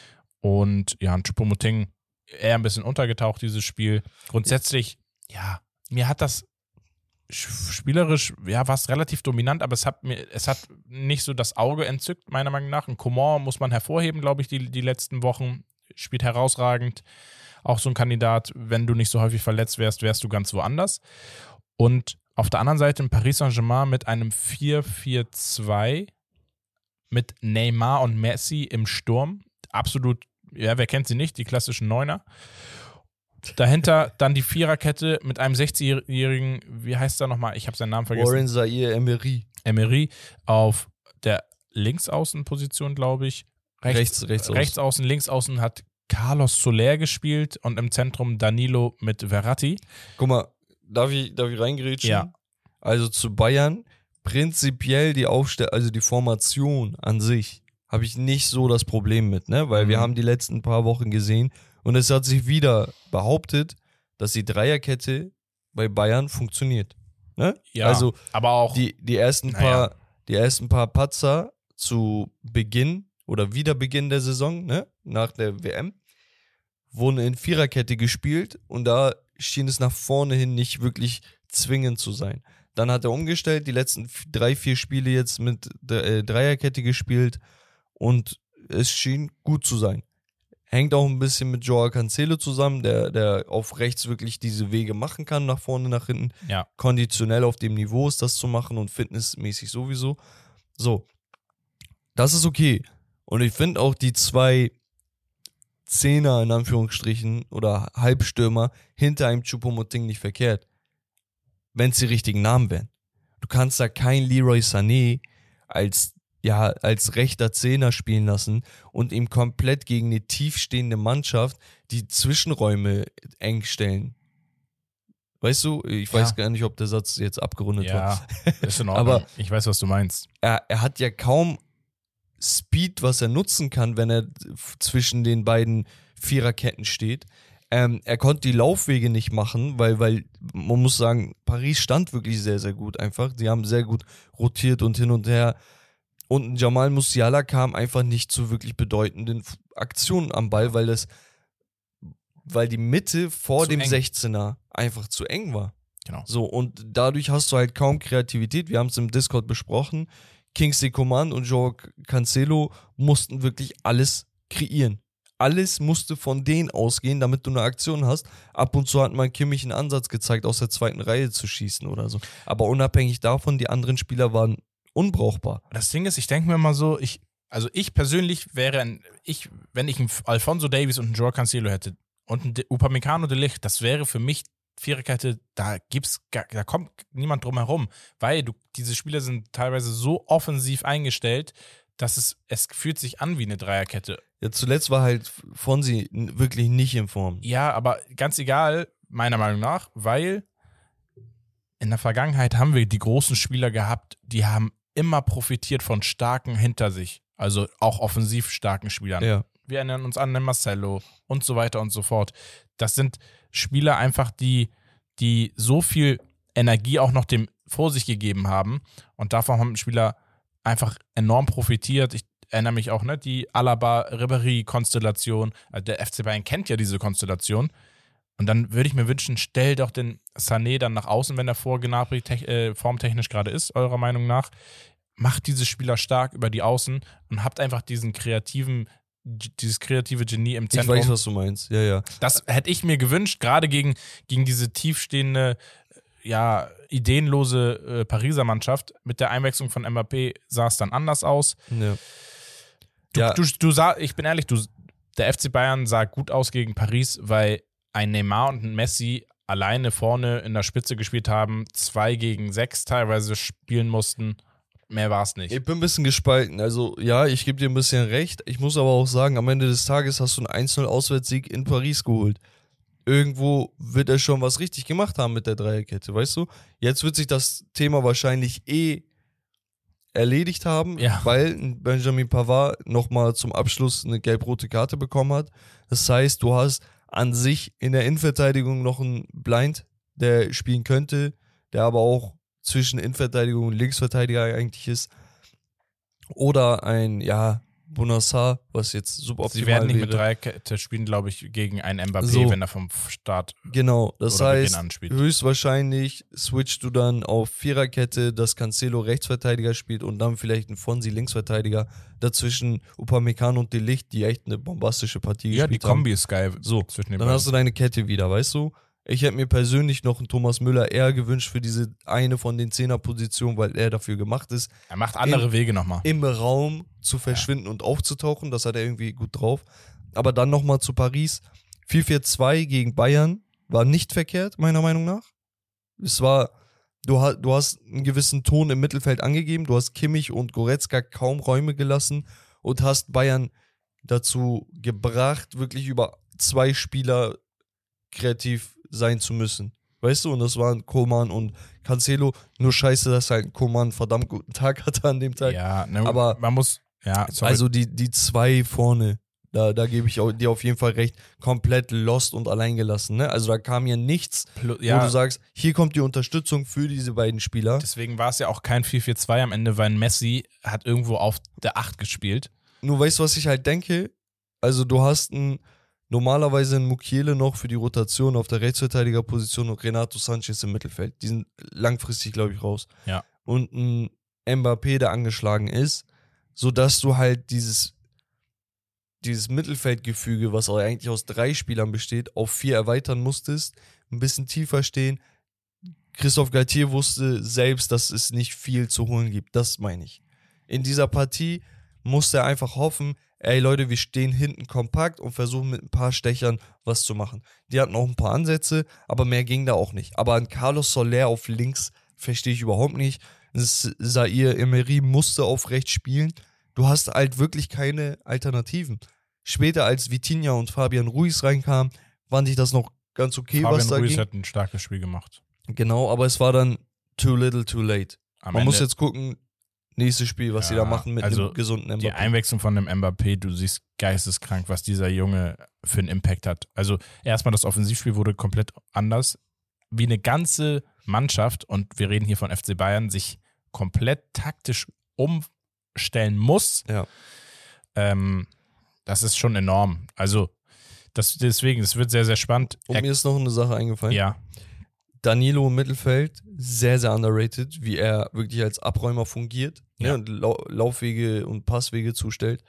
Und ja, ein Choupo-Moting eher ein bisschen untergetaucht, dieses Spiel. Grundsätzlich, ja, mir hat das spielerisch, ja, war es relativ dominant, aber es hat mir, es hat nicht so das Auge entzückt, meiner Meinung nach. Ein Coman muss man hervorheben, glaube ich, die, die letzten Wochen. Spielt herausragend. Auch so ein Kandidat, wenn du nicht so häufig verletzt wärst, wärst du ganz woanders. Und auf der anderen Seite in Paris Saint-Germain mit einem vier vier zwei mit Neymar und Messi im Sturm. Absolut, ja, wer kennt sie nicht, die klassischen Neuner. Dahinter dann die Viererkette mit einem sechzigjährigen, wie heißt er nochmal? Ich habe seinen Namen vergessen. Warren Zaire Emery. Emery auf der Linksaußenposition, glaube ich. Rechts, Rechts, rechts, rechts außen, links außen hat Carlos Soler gespielt und im Zentrum Danilo mit Verratti. Guck mal, darf ich, darf ich reingerätschen? Ja. Also zu Bayern, prinzipiell die Aufstell also die Formation an sich, habe ich nicht so das Problem mit, ne? Weil Mhm. wir haben die letzten paar Wochen gesehen und es hat sich wieder behauptet, dass die Dreierkette bei Bayern funktioniert. Ne? Ja, also aber auch die, die ersten naja. paar, die ersten paar Patzer zu Beginn oder Wiederbeginn der Saison, ne? Nach der W M, wurden in Viererkette gespielt und da schien es nach vorne hin nicht wirklich zwingend zu sein. Dann hat er umgestellt, die letzten drei, vier Spiele jetzt mit äh, Dreierkette gespielt und es schien gut zu sein. Hängt auch ein bisschen mit Joao Cancelo zusammen, der, der auf rechts wirklich diese Wege machen kann, nach vorne, nach hinten. Ja. Konditionell auf dem Niveau ist das zu machen und fitnessmäßig sowieso. So, das ist okay. Und ich finde auch die zwei Zehner in Anführungsstrichen oder Halbstürmer hinter einem Choupo-Moting nicht verkehrt, wenn es die richtigen Namen wären. Du kannst da kein Leroy Sané als, ja, als rechter Zehner spielen lassen und ihm komplett gegen eine tiefstehende Mannschaft die Zwischenräume eng stellen. Weißt du, ich Ja. weiß gar nicht, ob der Satz jetzt abgerundet war. Ja, ist in Ordnung. Aber ich weiß, was du meinst. er, er hat ja kaum Speed, was er nutzen kann, wenn er f- zwischen den beiden Viererketten steht. Ähm, er konnte die Laufwege nicht machen, weil, weil man muss sagen, Paris stand wirklich sehr, sehr gut einfach. Die haben sehr gut rotiert und hin und her. Und Jamal Musiala kam einfach nicht zu wirklich bedeutenden F- Aktionen am Ball, weil das, weil die Mitte vor Zu dem eng. sechzehner einfach zu eng war. Genau. So, und dadurch hast du halt kaum Kreativität. Wir haben es im Discord besprochen. Kingsley Coman und Joao Cancelo mussten wirklich alles kreieren. Alles musste von denen ausgehen, damit du eine Aktion hast. Ab und zu hat man Kimmich einen Ansatz gezeigt, aus der zweiten Reihe zu schießen oder so. Aber unabhängig davon, die anderen Spieler waren unbrauchbar. Das Ding ist, ich denke mir mal so, ich, also ich persönlich wäre, ein, ich, wenn ich einen Alphonso Davies und einen Joao Cancelo hätte und einen De- Upamecano de Ligt, das wäre für mich Viererkette, da gibt's, gar- da kommt niemand drum herum, weil du, diese Spieler sind teilweise so offensiv eingestellt, dass es, es fühlt sich an wie eine Dreierkette. Ja, zuletzt war halt Fonsi n- wirklich nicht in Form. Ja, aber ganz egal, meiner Meinung nach, weil in der Vergangenheit haben wir die großen Spieler gehabt, die haben immer profitiert von starken hinter sich, also auch offensiv starken Spielern. Ja. Wir erinnern uns an den Marcelo und so weiter und so fort. Das sind Spieler einfach, die, die so viel Energie auch noch dem vor sich gegeben haben und davon haben Spieler einfach enorm profitiert. Ich erinnere mich auch, ne, die Alaba-Ribéry-Konstellation, also der F C Bayern kennt ja diese Konstellation und dann würde ich mir wünschen, stell doch den Sané dann nach außen, wenn er vor Gnabry tech- äh, formtechnisch gerade ist, eurer Meinung nach. Macht diese Spieler stark über die Außen und habt einfach diesen kreativen dieses kreative Genie im Ich Zentrum. weiß, was du meinst. Ja, ja. Das hätte ich mir gewünscht, gerade gegen, gegen diese tiefstehende, ja, ideenlose äh, Pariser Mannschaft. Mit der Einwechslung von Mbappé sah es dann anders aus. ja. Du, Ja. du, du sah, ich bin ehrlich, du, der F C Bayern sah gut aus gegen Paris, weil ein Neymar und ein Messi alleine vorne in der Spitze gespielt haben, zwei gegen sechs teilweise spielen mussten. Mehr war es nicht. Ich bin ein bisschen gespalten. Also, ja, ich gebe dir ein bisschen recht. Ich muss aber auch sagen, am Ende des Tages hast du einen eins null Auswärtssieg in Paris geholt. Irgendwo wird er schon was richtig gemacht haben mit der Dreierkette, weißt du? Jetzt wird sich das Thema wahrscheinlich eh erledigt haben, Ja. weil Benjamin Pavard nochmal zum Abschluss eine gelb-rote Karte bekommen hat. Das heißt, du hast an sich in der Innenverteidigung noch einen Blind, der spielen könnte, der aber auch zwischen Innenverteidigung und Linksverteidiger eigentlich ist. Oder ein, ja, Bonassar, was jetzt suboptimal Sie werden nicht wäre. mit Dreierkette spielen, glaube ich, gegen einen Mbappé, So. wenn er vom Start Genau, das oder Beginn heißt, an spielt. höchstwahrscheinlich switchst du dann auf Viererkette, dass Cancelo Rechtsverteidiger spielt und dann vielleicht ein Fonsi Linksverteidiger. Dazwischen Upamecano und De Ligt, die echt eine bombastische Partie Ja, die gespielt haben. Kombi ist geil. So, zwischen den Dann beiden. hast du deine Kette wieder, weißt du? Ich hätte mir persönlich noch einen Thomas Müller eher gewünscht für diese eine von den Zehnerpositionen, weil er dafür gemacht ist, Er macht andere in- Wege nochmal. im Raum zu verschwinden und aufzutauchen. Das hat er irgendwie gut drauf. Aber dann nochmal zu Paris. vier vier zwei gegen Bayern war nicht verkehrt, meiner Meinung nach. Es war, du, ha- du hast einen gewissen Ton im Mittelfeld angegeben. Du hast Kimmich und Goretzka kaum Räume gelassen und hast Bayern dazu gebracht, wirklich über zwei Spieler kreativ sein zu müssen. Weißt du, und das waren Koman und Cancelo. Nur scheiße, dass halt Koman einen verdammt guten Tag hatte an dem Tag. Ja, ne, aber- man muss, ja, sorry. Also die, die zwei vorne, da, da gebe ich auch, dir auf jeden Fall recht, komplett lost und alleingelassen. Ne? Also da kam ja nichts, Plu- wo ja, du sagst, hier kommt die Unterstützung für diese beiden Spieler. deswegen war es ja auch kein vier vier zwei am Ende, weil Messi hat irgendwo auf der acht gespielt. Nur weißt du, was ich halt denke? Also du hast ein, normalerweise einen Mukiele noch für die Rotation auf der Rechtsverteidigerposition und Renato Sanchez im Mittelfeld. Die sind langfristig, glaube ich, raus. Ja. Und ein Mbappé, der angeschlagen ist, sodass du halt dieses, dieses Mittelfeldgefüge, was auch eigentlich aus drei Spielern besteht, auf vier erweitern musstest, ein bisschen tiefer stehen. Christophe Galtier wusste selbst, dass es nicht viel zu holen gibt. Das meine ich. In dieser Partie musste er einfach hoffen, ey Leute, wir stehen hinten kompakt und versuchen mit ein paar Stechern was zu machen. Die hatten auch ein paar Ansätze, aber mehr ging da auch nicht. Aber an Carlos Soler auf links verstehe ich überhaupt nicht. Zaire Emery musste auf rechts spielen. Du hast halt wirklich keine Alternativen. Später, als Vitinha und Fabian Ruiz reinkamen, fand ich das noch ganz okay, Fabian was da Ruiz ging. hat ein starkes Spiel gemacht. Genau, aber es war dann too little, too late. Am Man Ende, muss jetzt gucken, nächstes Spiel, was Ja, sie da machen mit also einem gesunden die Mbappé. Einwechslung von dem Mbappé, du siehst geisteskrank, was dieser Junge für einen Impact hat. Also erstmal das Offensivspiel wurde komplett anders, wie eine ganze Mannschaft, und wir reden hier von F C Bayern, sich komplett taktisch umstellen muss. Ja. Ähm, das ist schon enorm. Also das, deswegen, es wird sehr, sehr spannend. Und mir ist noch eine Sache eingefallen. Ja, Danilo im Mittelfeld, sehr, sehr underrated, wie er wirklich als Abräumer fungiert, Ja. ne, und Lau Laufwege und Passwege zustellt.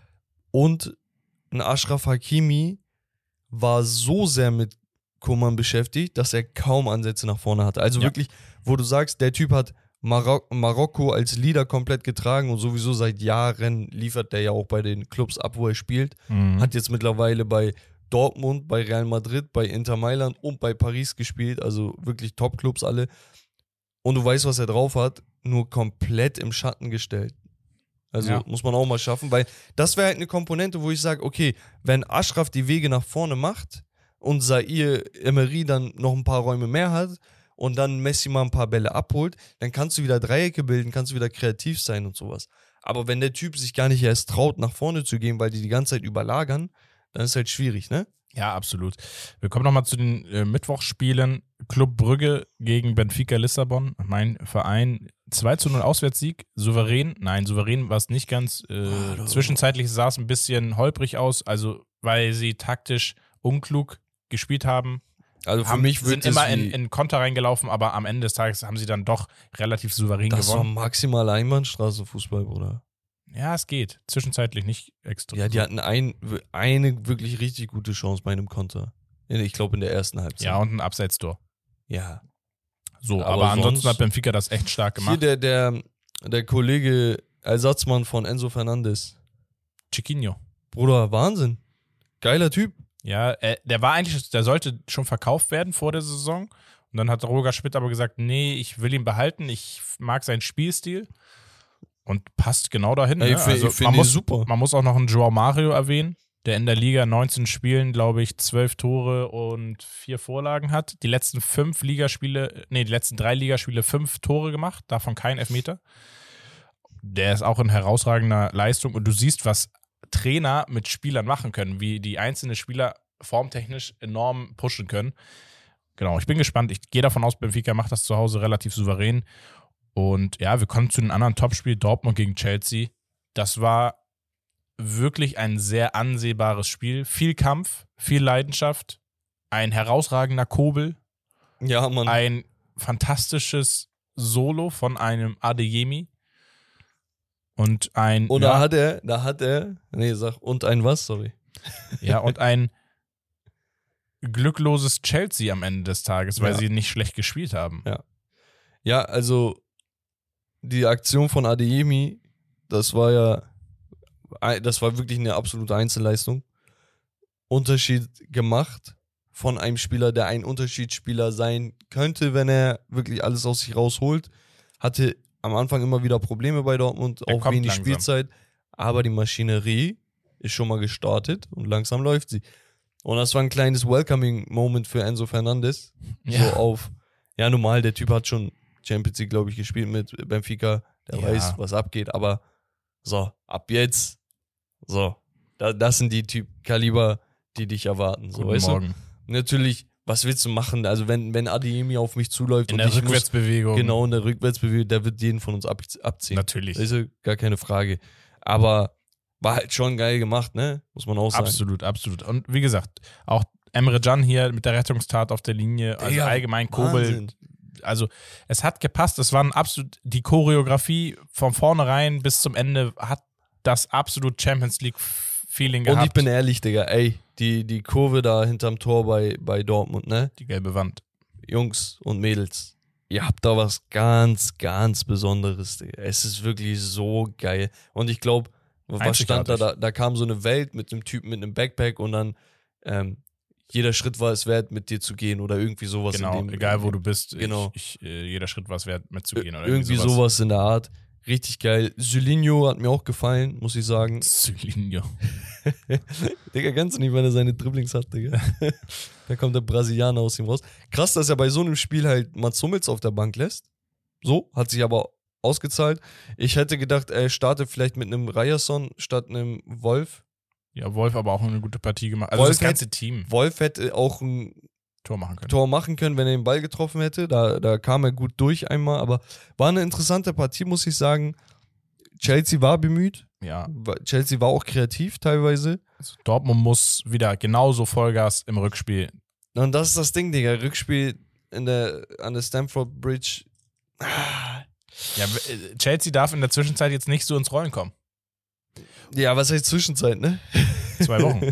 Und ein Achraf Hakimi war so sehr mit Koman beschäftigt, dass er kaum Ansätze nach vorne hatte. Also Ja. wirklich, wo du sagst, der Typ hat Marok Marokko als Leader komplett getragen und sowieso seit Jahren liefert der ja auch bei den Clubs ab, wo er spielt. mhm. Hat jetzt mittlerweile bei Dortmund, bei Real Madrid, bei Inter Mailand und bei Paris gespielt, also wirklich Top-Clubs alle. Und du weißt, was er drauf hat, nur komplett im Schatten gestellt. Also Ja. muss man auch mal schaffen, weil das wäre halt eine Komponente, wo ich sage, okay, wenn Achraf die Wege nach vorne macht und Zaire Emery dann noch ein paar Räume mehr hat und dann Messi mal ein paar Bälle abholt, dann kannst du wieder Dreiecke bilden, kannst du wieder kreativ sein und sowas. Aber wenn der Typ sich gar nicht erst traut, nach vorne zu gehen, weil die die ganze Zeit überlagern, dann ist halt schwierig, ne? Ja, absolut. Wir kommen nochmal zu den äh, Mittwochsspielen. Club Brügge gegen Benfica Lissabon. Mein Verein. zwei zu null Auswärtssieg. Souverän. Nein, souverän war es nicht ganz. Äh, Oh, zwischenzeitlich sah es ein bisschen holprig aus. Also, weil sie taktisch unklug gespielt haben. Also für haben mich sind wird immer es in, wie, in Konter reingelaufen, aber am Ende des Tages haben sie dann doch relativ souverän das war gewonnen. maximal Einbahnstraßenfußball, Bruder. Ja, es geht. Zwischenzeitlich nicht extra. Ja, die hatten ein, eine wirklich richtig gute Chance bei einem Konter. Ich glaube in der ersten Halbzeit. Ja, und ein Abseitstor. Ja. So, aber, Aber ansonsten sonst- hat Benfica das echt stark Hier gemacht. der, der, der Kollege, Ersatzmann von Enzo Fernandes. Chiquinho. Bruder, Wahnsinn. Geiler Typ. Ja, äh, der war eigentlich, der sollte schon verkauft werden vor der Saison. Und dann hat Roger Schmidt aber gesagt, nee, ich will ihn behalten, ich mag seinen Spielstil. Und passt genau dahin. Ey, Ne? ich find- Also ich find man, ihn muss, super. man muss auch noch einen Joao Mario erwähnen, der in der Liga neunzehn Spielen, glaube ich, zwölf Tore und vier Vorlagen hat. Die letzten fünf Ligaspiele, nee, die letzten drei Ligaspiele fünf Tore gemacht, davon kein Elfmeter. Der ist auch in herausragender Leistung und du siehst, was Trainer mit Spielern machen können, wie die einzelnen Spieler formtechnisch enorm pushen können. Genau, ich bin gespannt. Ich gehe davon aus, Benfica macht das zu Hause relativ souverän. Und ja, wir kommen zu den anderen Topspiel, Dortmund gegen Chelsea. Das war wirklich ein sehr ansehbares Spiel. Viel Kampf, viel Leidenschaft, ein herausragender Kobel, Ja, Mann. ein fantastisches Solo von einem Adeyemi und ein Und ja, da hat er, da hat er, nee, sag, und ein was, sorry. ja, und ein glückloses Chelsea am Ende des Tages, weil Ja. sie nicht schlecht gespielt haben. Ja. Ja, also die Aktion von Adeyemi, das war ja, das war wirklich eine absolute Einzelleistung. Unterschied gemacht von einem Spieler, der ein Unterschiedsspieler sein könnte, wenn er wirklich alles aus sich rausholt. Hatte am Anfang immer wieder Probleme bei Dortmund, Er auch kommt wenig langsam. Spielzeit, aber die Maschinerie ist schon mal gestartet und langsam läuft sie. Und das war ein kleines Welcoming-Moment für Enzo Fernandes. Ja. So auf, ja normal, der Typ hat schon Champions League, glaube ich, gespielt mit Benfica, der Ja. weiß, was abgeht, aber so, ab jetzt, so, da, das sind die Typ Kaliber, die dich erwarten, so, Guten weißt Morgen. du? Natürlich, was willst du machen? Also wenn, wenn Adeyemi auf mich zuläuft In und der ich muss, Rückwärtsbewegung. genau in der Rückwärtsbewegung, der wird jeden von uns ab, abziehen. Natürlich. Weißt du? Gar keine Frage. Aber war halt schon geil gemacht, ne? Muss man auch sagen. Absolut, absolut. Und wie gesagt, auch Emre Can hier mit der Rettungstat auf der Linie, also Digga, allgemein Kobel. Wahnsinn. Also es hat gepasst, es war ein absolut, die Choreografie von vornherein bis zum Ende hat das absolut Champions League Feeling gehabt. Und ich bin ehrlich, Digga, ey, die, die Kurve da hinterm Tor bei, bei Dortmund, ne? die gelbe Wand. Jungs und Mädels, ihr habt da was ganz, ganz Besonderes, Digga. Es ist wirklich so geil. Und ich glaube, was stand da, Einzigartig. da? Da kam so eine Welt mit einem Typen mit einem Backpack und dann ähm, jeder Schritt war es wert, mit dir zu gehen oder irgendwie sowas. Genau, in dem, egal wo in du bist, genau. ich, ich, äh, jeder Schritt war es wert, mitzugehen. Oder irgendwie sowas. sowas in der Art. Richtig geil. Sylinho hat mir auch gefallen, muss ich sagen. Sylinho. Digga, kannst du nicht, wenn er seine Dribblings hat, Digga. Da kommt der Brasilianer aus ihm raus. Krass, dass er bei so einem Spiel halt Mats Hummels auf der Bank lässt. So, hat sich aber ausgezahlt. Ich hätte gedacht, er startet vielleicht mit einem Ryerson statt einem Wolf. Ja, Wolf aber auch eine gute Partie gemacht. Also Wolf das ganze hätte, Team. Wolf hätte auch ein Tor machen können. Tor machen können, wenn er den Ball getroffen hätte. Da, da kam er gut durch einmal. Aber war eine interessante Partie, muss ich sagen. Chelsea war bemüht. Ja. Chelsea war auch kreativ teilweise. Also Dortmund muss wieder genauso Vollgas im Rückspiel. Und das ist das Ding, Digga. Rückspiel in der, an der Stamford Bridge. Ja, Chelsea darf in der Zwischenzeit jetzt nicht so ins Rollen kommen. Ja, was heißt Zwischenzeit, ne? Zwei Wochen.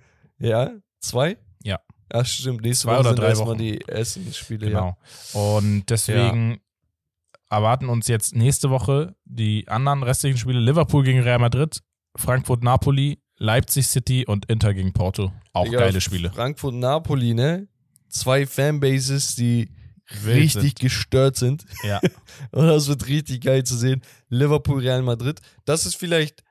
Ja, zwei? Ja. Ja, stimmt. Nächste Zwei Woche oder sind drei erstmal Wochen. die ersten Spiele. Genau. Und deswegen erwarten uns jetzt nächste Woche die anderen restlichen Spiele. Liverpool gegen Real Madrid, Frankfurt-Napoli, Leipzig-City und Inter gegen Porto. Auch Digga, geile Spiele. Frankfurt-Napoli, ne? Zwei Fanbases, die Wild richtig sind. gestört sind. Ja. Und das wird richtig geil zu sehen. Liverpool, Real Madrid. Das ist vielleicht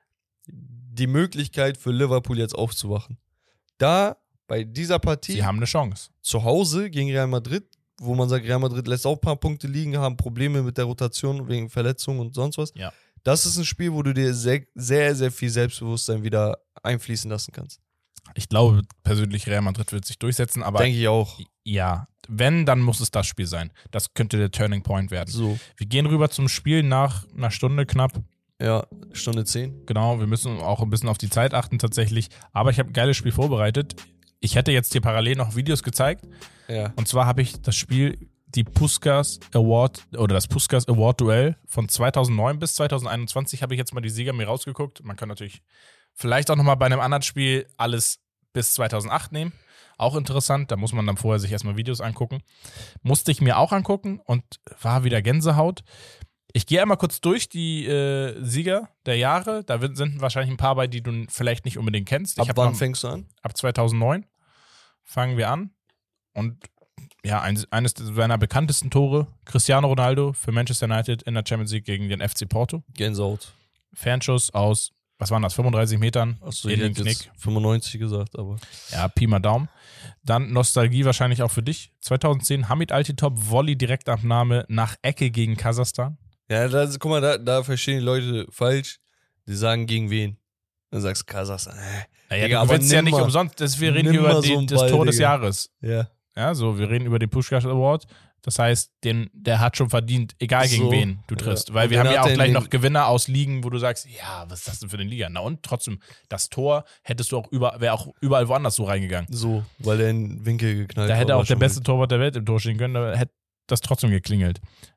die Möglichkeit für Liverpool jetzt aufzuwachen. Da, bei dieser Partie, Sie haben eine Chance. zu Hause gegen Real Madrid, wo man sagt, Real Madrid lässt auch ein paar Punkte liegen, haben Probleme mit der Rotation wegen Verletzungen und sonst was. Ja. Das ist ein Spiel, wo du dir sehr, sehr, sehr viel Selbstbewusstsein wieder einfließen lassen kannst. Ich glaube persönlich, Real Madrid wird sich durchsetzen, aber Denke ich auch. ja, wenn, dann muss es das Spiel sein. Das könnte der Turning Point werden. So, Wir gehen rüber zum Spiel nach einer Stunde knapp. ja, Stunde zehn. Genau, wir müssen auch ein bisschen auf die Zeit achten tatsächlich. Aber ich habe ein geiles Spiel vorbereitet. Ich hätte jetzt dir parallel noch Videos gezeigt. Ja. Und zwar habe ich das Spiel, die Puskás Award oder das Puskás Award Duell von zweitausendneun bis zweitausendeinundzwanzig habe ich jetzt mal die Sieger mir rausgeguckt. Man kann natürlich vielleicht auch nochmal bei einem anderen Spiel alles bis zweitausendacht nehmen. Auch interessant, da muss man dann vorher sich erstmal Videos angucken. Musste ich mir auch angucken und war wieder Gänsehaut. Ich gehe einmal kurz durch die äh, Sieger der Jahre. Da sind wahrscheinlich ein paar bei, die du vielleicht nicht unbedingt kennst. Ich Ab wann fängst du an? Ab zweitausendneun fangen wir an. Und ja, ein, eines seiner bekanntesten Tore, Cristiano Ronaldo für Manchester United in der Champions League gegen den F C Porto. Gänsehaut. Fernschuss aus, was waren das, fünfunddreißig Metern Achso, in ich den hätte Knick. jetzt fünfundneunzig gesagt, aber. Ja, Pi mal Daumen. Dann Nostalgie wahrscheinlich auch für dich. zweitausendzehn Hamid Altintop, Volley Direktabnahme nach Ecke gegen Kasachstan. Ja, da, guck mal, da, da verstehen die Leute falsch. Die sagen gegen wen? Dann sagst du Kasachstan. Äh. Ja, Digga, du aber gewinnst ja nimm nicht mal- umsonst, das, wir reden nimm über mal die, so einen das Ball, Tor des Digga. Jahres. Ja. Ja, so, wir reden über den Puskás Award. Das heißt, den, der hat schon verdient, egal gegen So, wen du triffst. ja. Weil Und wir den haben ja hat auch er in gleich den- noch Gewinner aus Ligen, wo du sagst, ja, was ist das denn für eine Liga? Na und trotzdem, das Tor hättest du auch über, wäre auch überall woanders so reingegangen. So, weil er in den Winkel geknallt Da war, hätte war auch der schon beste wild. Torwart der Welt im Tor stehen können, da hätte das trotzdem geklingelt.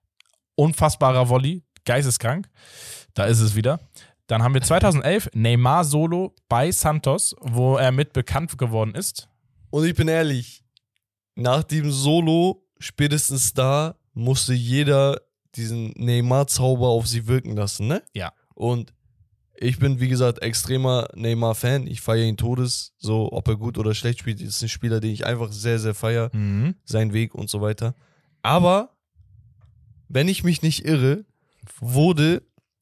Unfassbarer Volley, geisteskrank. Da ist es wieder. Dann haben wir zweitausendelf Neymar Solo bei Santos, wo er mit bekannt geworden ist. Und ich bin ehrlich, nach dem Solo, spätestens da, musste jeder diesen Neymar-Zauber auf sie wirken lassen, ne? Ja. Und ich bin, wie gesagt, extremer Neymar-Fan. Ich feiere ihn todes. So, ob er gut oder schlecht spielt, ist ein Spieler, den ich einfach sehr, sehr feiere. Mhm. Sein Weg und so weiter. Aber, wenn ich mich nicht irre, wurde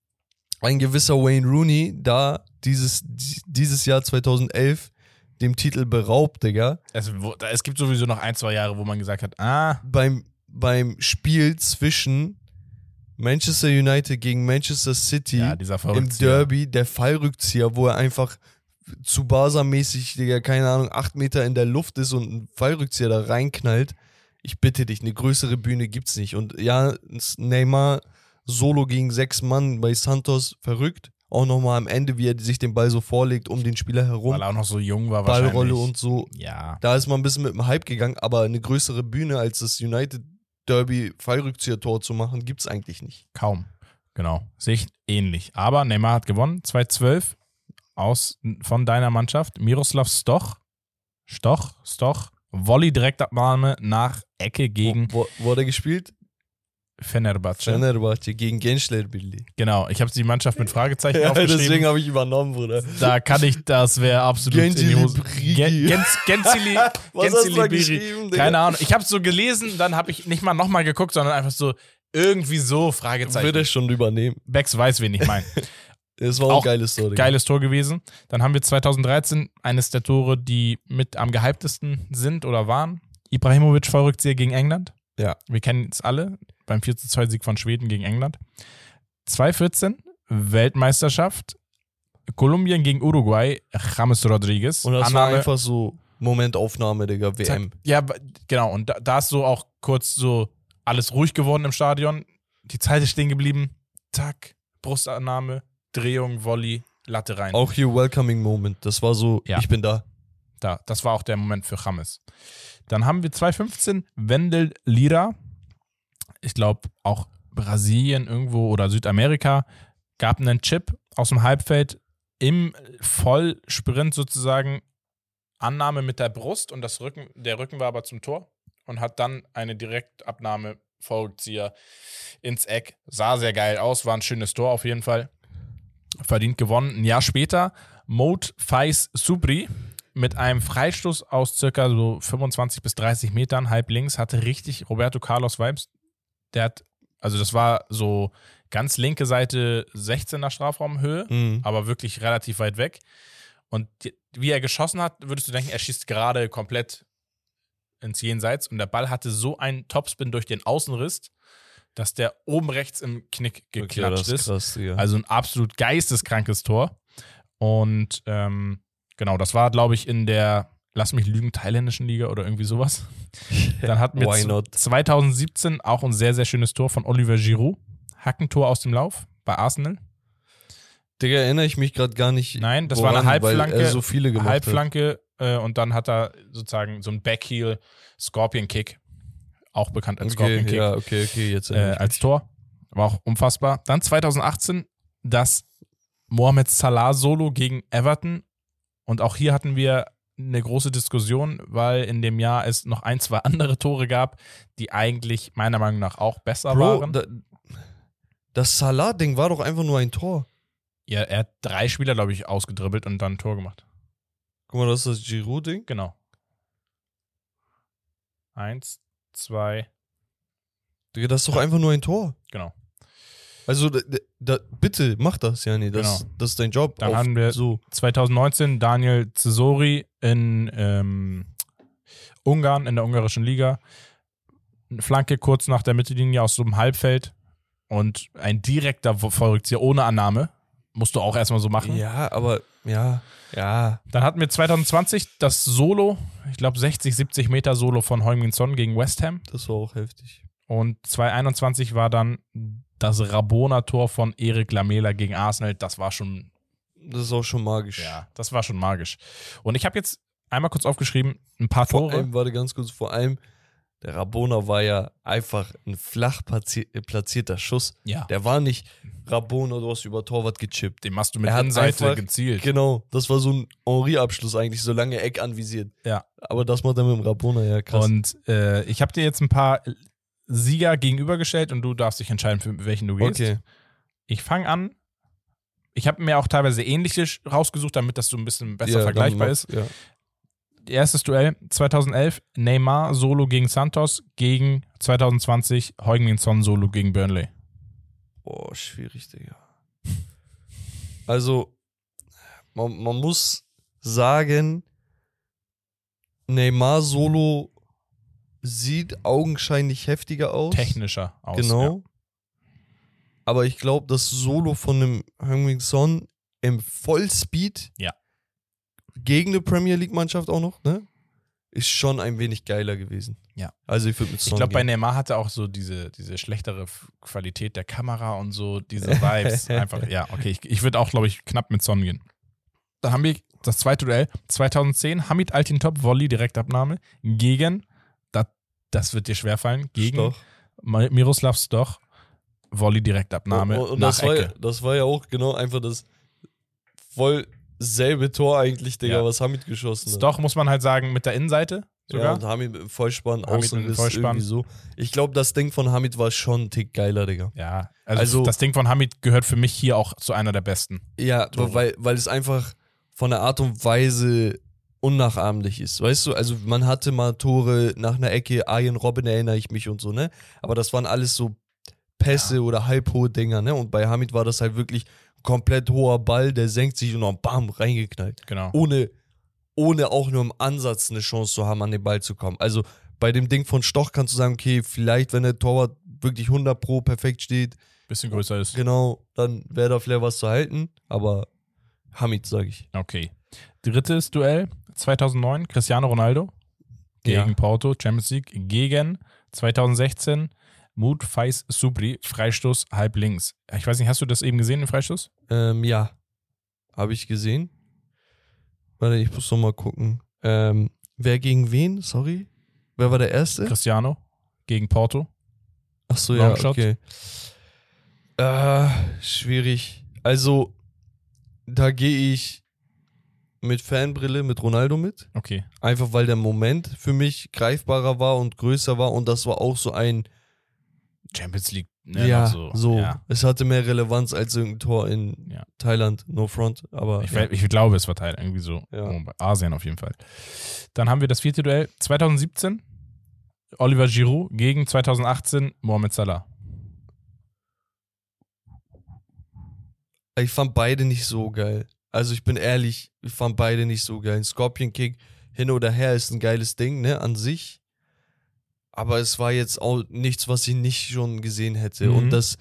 ein gewisser Wayne Rooney da dieses, dieses Jahr zweitausendelf dem Titel beraubt, Digga. Es, wo, da, es gibt sowieso noch ein, zwei Jahre, wo man gesagt hat, ah, Beim, beim Spiel zwischen Manchester United gegen Manchester City ja, dieser im Verrücktzieher. Derby, der Fallrückzieher, wo er einfach zu Barca-mäßig, Digga, keine Ahnung, acht Meter in der Luft ist und einen Fallrückzieher da reinknallt. Ich bitte dich, eine größere Bühne gibt's nicht. Und ja, Neymar Solo gegen sechs Mann bei Santos, verrückt. Auch nochmal am Ende, wie er sich den Ball so vorlegt, um den Spieler herum. Weil er auch noch so jung war wahrscheinlich. Ballrolle und so. Ja. Da ist man ein bisschen mit dem Hype gegangen, aber eine größere Bühne als das United Derby Fallrückzieher-Tor zu machen, gibt's eigentlich nicht. Kaum. Genau. Sehe ich ähnlich. Aber Neymar hat gewonnen. zweitausendzwölf aus, von deiner Mannschaft. Miroslav Stoch. Stoch, Stoch. Volley Direktabnahme nach Ecke gegen Wo, wo, wo hat er gespielt? Fenerbahce. Fenerbahce gegen Gençlerbirliği. Genau, ich habe die Mannschaft mit Fragezeichen Ja, aufgeschrieben. deswegen habe ich übernommen, Bruder. Da kann ich, das wäre absolut in die Hose. Gençlerbirliği. Gens, Genzili, Was hast du da Genzili Biri. geschrieben, Digga? Keine Ahnung. Ich habe so gelesen, dann habe ich nicht mal nochmal geguckt, sondern einfach so irgendwie so Fragezeichen. Würde schon übernehmen. Bex weiß, wen ich meine. Das war auch ein geiles Tor. Digga. Geiles Tor gewesen. Dann haben wir zweitausenddreizehn eines der Tore, die mit am gehyptesten sind oder waren. Ibrahimovic Vollrückzieher gegen England. Ja. Wir kennen es alle beim vier zu zwei Sieg von Schweden gegen England. zweitausendvierzehn Weltmeisterschaft. Kolumbien gegen Uruguay. James Rodriguez. Und das Annahme, war einfach so Momentaufnahme, Digga, W M. Ja, genau. Und da, da ist so auch kurz so alles ruhig geworden im Stadion. Die Zeit ist stehen geblieben. Zack, Brustannahme, Drehung, Volley, Latte rein. Auch hier Welcoming Moment. Das war so, Ja. ich bin da. Da, das war auch der Moment für James. Dann haben wir zweitausendfünfzehn Wendel Lira. Ich glaube auch Brasilien irgendwo oder Südamerika gab einen Chip aus dem Halbfeld im Vollsprint sozusagen, Annahme mit der Brust und das Rücken, der Rücken war aber zum Tor und hat dann eine Direktabnahme, Vollzieher ins Eck. Sah sehr geil aus, war ein schönes Tor auf jeden Fall. Verdient gewonnen. Ein Jahr später Mout Faiz Subri mit einem Freistoß aus circa so fünfundzwanzig bis dreißig Metern, halb links, hatte richtig Roberto Carlos Vibes. Der hat, also das war so ganz linke Seite sechzehner Strafraumhöhe, Mhm. aber wirklich relativ weit weg. Und die, wie er geschossen hat, würdest du denken, er schießt gerade komplett ins Jenseits und der Ball hatte so einen Topspin durch den Außenriss, dass der oben rechts im Knick Okay, geklatscht das ist ist. krass, Digga. Also ein absolut geisteskrankes Tor. Und ähm, genau, das war, glaube ich, in der, lass mich lügen, thailändischen Liga oder irgendwie sowas. Dann hatten wir Why z- not? zweitausendsiebzehn auch ein sehr, sehr schönes Tor von Oliver Giroud. Hackentor aus dem Lauf bei Arsenal. Digga, erinnere ich mich gerade gar nicht. Nein, das war eine woran, Halbflanke, Weil er so viele gemacht Halbflanke äh, und dann hat er sozusagen so ein Backheel Scorpion Kick, auch bekannt hat. als Okay, Scorpion Kick, ja, okay, okay, jetzt äh, erinnere ich als mich. Tor. War auch unfassbar. Dann zweitausendachtzehn das Mohamed Salah Solo gegen Everton. Und auch hier hatten wir eine große Diskussion, weil in dem Jahr es noch ein, zwei andere Tore gab, die eigentlich meiner Meinung nach auch besser Bro, waren. da, das Salah-Ding war doch einfach nur ein Tor. Ja, er hat drei Spieler, glaube ich, ausgedribbelt und dann ein Tor gemacht. Guck mal, das ist das Giroud-Ding. Genau. Eins, zwei, Digga, das ist doch einfach nur ein Tor. genau. Also, da, da, bitte, mach das, Jani. Das, Genau. das ist dein Job. Dann Auf- haben wir so. zweitausendneunzehn Daniel Cesori in ähm, Ungarn, in der ungarischen Liga. Eine Flanke kurz nach der Mittellinie aus so einem Halbfeld und ein direkter Vollrückzieher ohne Annahme. Musst du auch erstmal so machen. Ja, aber, ja, ja. Dann hatten wir zweitausendzwanzig das Solo, ich glaube sechzig, siebzig Meter Solo von Heung-Min Son gegen West Ham. Das war auch heftig. Und zweitausendeinundzwanzig war dann das Rabona-Tor von Erik Lamela gegen Arsenal. Das war schon, Das ist auch schon magisch. ja, das war schon magisch. Und ich habe jetzt einmal kurz aufgeschrieben, ein paar Vor Tore. allem, warte ganz kurz, vor allem, der Rabona war ja einfach ein flach platzi- platzierter Schuss. Ja, Der war nicht Rabona, du hast über Torwart gechippt. den machst du mit Er hat Innenseite einfach- gezielt. Genau, das war so ein Henri-Abschluss eigentlich, so lange Eck anvisiert. Ja. Aber das macht er mit dem Rabona, ja krass. Und äh, ich habe dir jetzt ein paar Sieger gegenübergestellt und du darfst dich entscheiden, für welchen du gehst. okay. Ich fange an. Ich habe mir auch teilweise ähnliche rausgesucht, damit das so ein bisschen besser Ja, vergleichbar dann ist. mach- Ja. Erstes Duell zweitausendelf, Neymar Solo gegen Santos gegen zweitausendzwanzig Heung-Min Son Solo gegen Burnley. Boah, schwierig, Digga. Also, man, man muss sagen, Neymar Solo sieht augenscheinlich heftiger aus. Technischer aus. Genau. Aber ich glaube, das Solo von dem Heung-Min Son im Vollspeed Ja. gegen eine Premier League-Mannschaft auch noch, ne? Ist schon ein wenig geiler gewesen. Ja. Also ich würde mit Ich Son glaube, bei gehen. Neymar hatte auch so diese, diese schlechtere F- Qualität der Kamera und so, diese Vibes. Einfach, ja, okay. Ich, ich würde auch, glaube ich, knapp mit Son gehen. Dann haben wir das zweite Duell. zweitausendzehn, Hamid Altintop, Volley, Direktabnahme gegen, das, das wird dir schwerfallen, gegen Stoch. Mi- Miroslav Stoch, Volley, Direktabnahme Und, und nach das, war, ja- Ecke. das war ja auch genau einfach das voll selbe Tor eigentlich, Digga, Ja. was Hamid geschossen hat. Stoch muss man halt sagen, mit der Innenseite, sogar. Ja, und Hamid im Vollspann, Hamid Außenriss, im Vollspann. irgendwie so. Ich glaube, das Ding von Hamid war schon ein Tick geiler, Digga. Ja, also, Also- das Ding von Hamid gehört für mich hier auch zu einer der besten. Ja, Tore. weil, weil es einfach von der Art und Weise unnachahmlich ist, weißt du? Also man hatte mal Tore nach einer Ecke, Arjen Robben erinnere ich mich und so, ne? Aber das waren alles so Pässe Ja. oder halbhohe Dinger, ne? Und bei Hamid war das halt wirklich komplett hoher Ball, der senkt sich und dann bam, reingeknallt. Genau. Ohne, ohne auch nur im Ansatz eine Chance zu haben, an den Ball zu kommen. Also bei dem Ding von Stoch kannst du sagen, okay, vielleicht, wenn der Torwart wirklich hundert pro perfekt steht, Bisschen größer ist. genau, dann wäre da vielleicht was zu halten, aber Hamid, sage ich. Okay. Drittes Duell, zweitausendneun, Cristiano Ronaldo gegen Ja. Porto, Champions League, gegen zweitausendsechzehn, Moud Faiz Subri, Freistoß halb links. Ich weiß nicht, hast du das eben gesehen, den Freistoß? Ähm, ja, habe ich gesehen. Warte, ich muss noch mal gucken. Ähm, wer gegen wen? Sorry. Wer war der Erste? Cristiano gegen Porto. Ach so, ja, Longshot. okay. Äh, schwierig. Also, da gehe ich mit Fanbrille, mit Ronaldo mit. Okay. Einfach weil der Moment für mich greifbarer war und größer war und das war auch so ein, Champions League. Ne, ja, noch so. Ja. Es hatte mehr Relevanz als irgendein Tor in Ja. Thailand, no front, aber Ich, ja. ich glaube, es war Teil irgendwie so. Ja. Oh, bei Asien auf jeden Fall. Dann haben wir das vierte Duell, zweitausendsiebzehn, Oliver Giroud gegen zweitausendachtzehn, Mohamed Salah. Ich fand beide nicht so geil. Also ich bin ehrlich, ich fand beide nicht so geil. Ein Scorpion Kick hin oder her ist ein geiles Ding, ne, an sich. Aber es war jetzt auch nichts, was ich nicht schon gesehen hätte. Mhm. Und das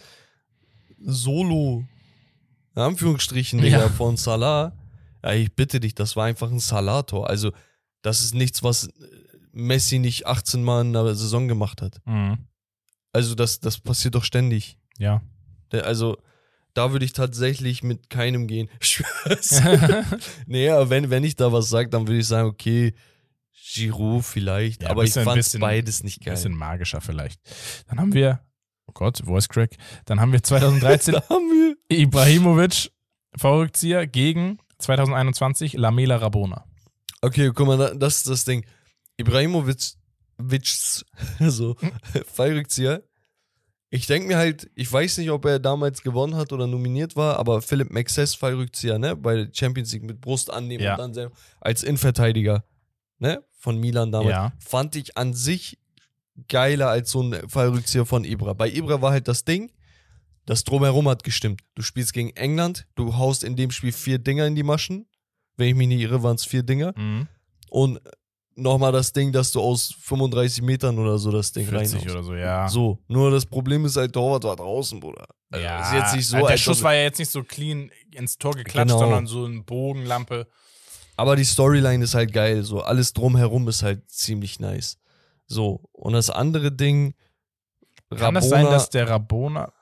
Solo, in Anführungsstrichen, Digga, Ja. von Salah, ja, ich bitte dich, das war einfach ein Salah-Tor. Also das ist nichts, was Messi nicht achtzehn Mal in einer Saison gemacht hat. Mhm. Also das, das passiert doch ständig. Ja. Der, also, da würde ich tatsächlich mit keinem gehen. Ich schwör's. nee, aber wenn, wenn ich da was sage, dann würde ich sagen, okay, Giroud vielleicht, Ja, aber bisschen- ich fand bisschen- beides nicht Ein geil. bisschen magischer vielleicht. Dann haben wir, oh Gott, Voice Crack. Dann haben wir zweitausenddreizehn Da haben wir. Ibrahimovic, V-Rückzieher gegen zweitausendeinundzwanzig, Lamela Rabona. Okay, guck mal, da- das ist das Ding. Ibrahimovic, Witschs, so, Fallrückzieher. Ich denke mir halt, ich weiß nicht, ob er damals gewonnen hat oder nominiert war, aber Philipp Maxess Fallrückzieher, ne, bei der Champions League mit Brust annehmen Ja. und dann selber als Innenverteidiger, ne, von Milan damals, Ja. fand ich an sich geiler als so ein Fallrückzieher von Ibra. Bei Ibra war halt das Ding, das Drumherum hat gestimmt. Du spielst gegen England, du haust in dem Spiel vier Dinger in die Maschen. Wenn ich mich nicht irre, waren es vier Dinger. Mhm. Und nochmal das Ding, dass du aus fünfunddreißig Metern oder so das Ding vierzig reinhaust. oder so, ja. So, nur das Problem ist halt, Torwart war draußen, Bruder. Also ja. ist jetzt nicht so, der als Schuss ob- war ja jetzt nicht so clean ins Tor geklatscht, Genau. sondern so eine Bogenlampe. aber die Storyline ist halt geil. So, alles drumherum ist halt ziemlich nice. So, und das andere Ding, Kann Rabona, es sein, dass der Rabona,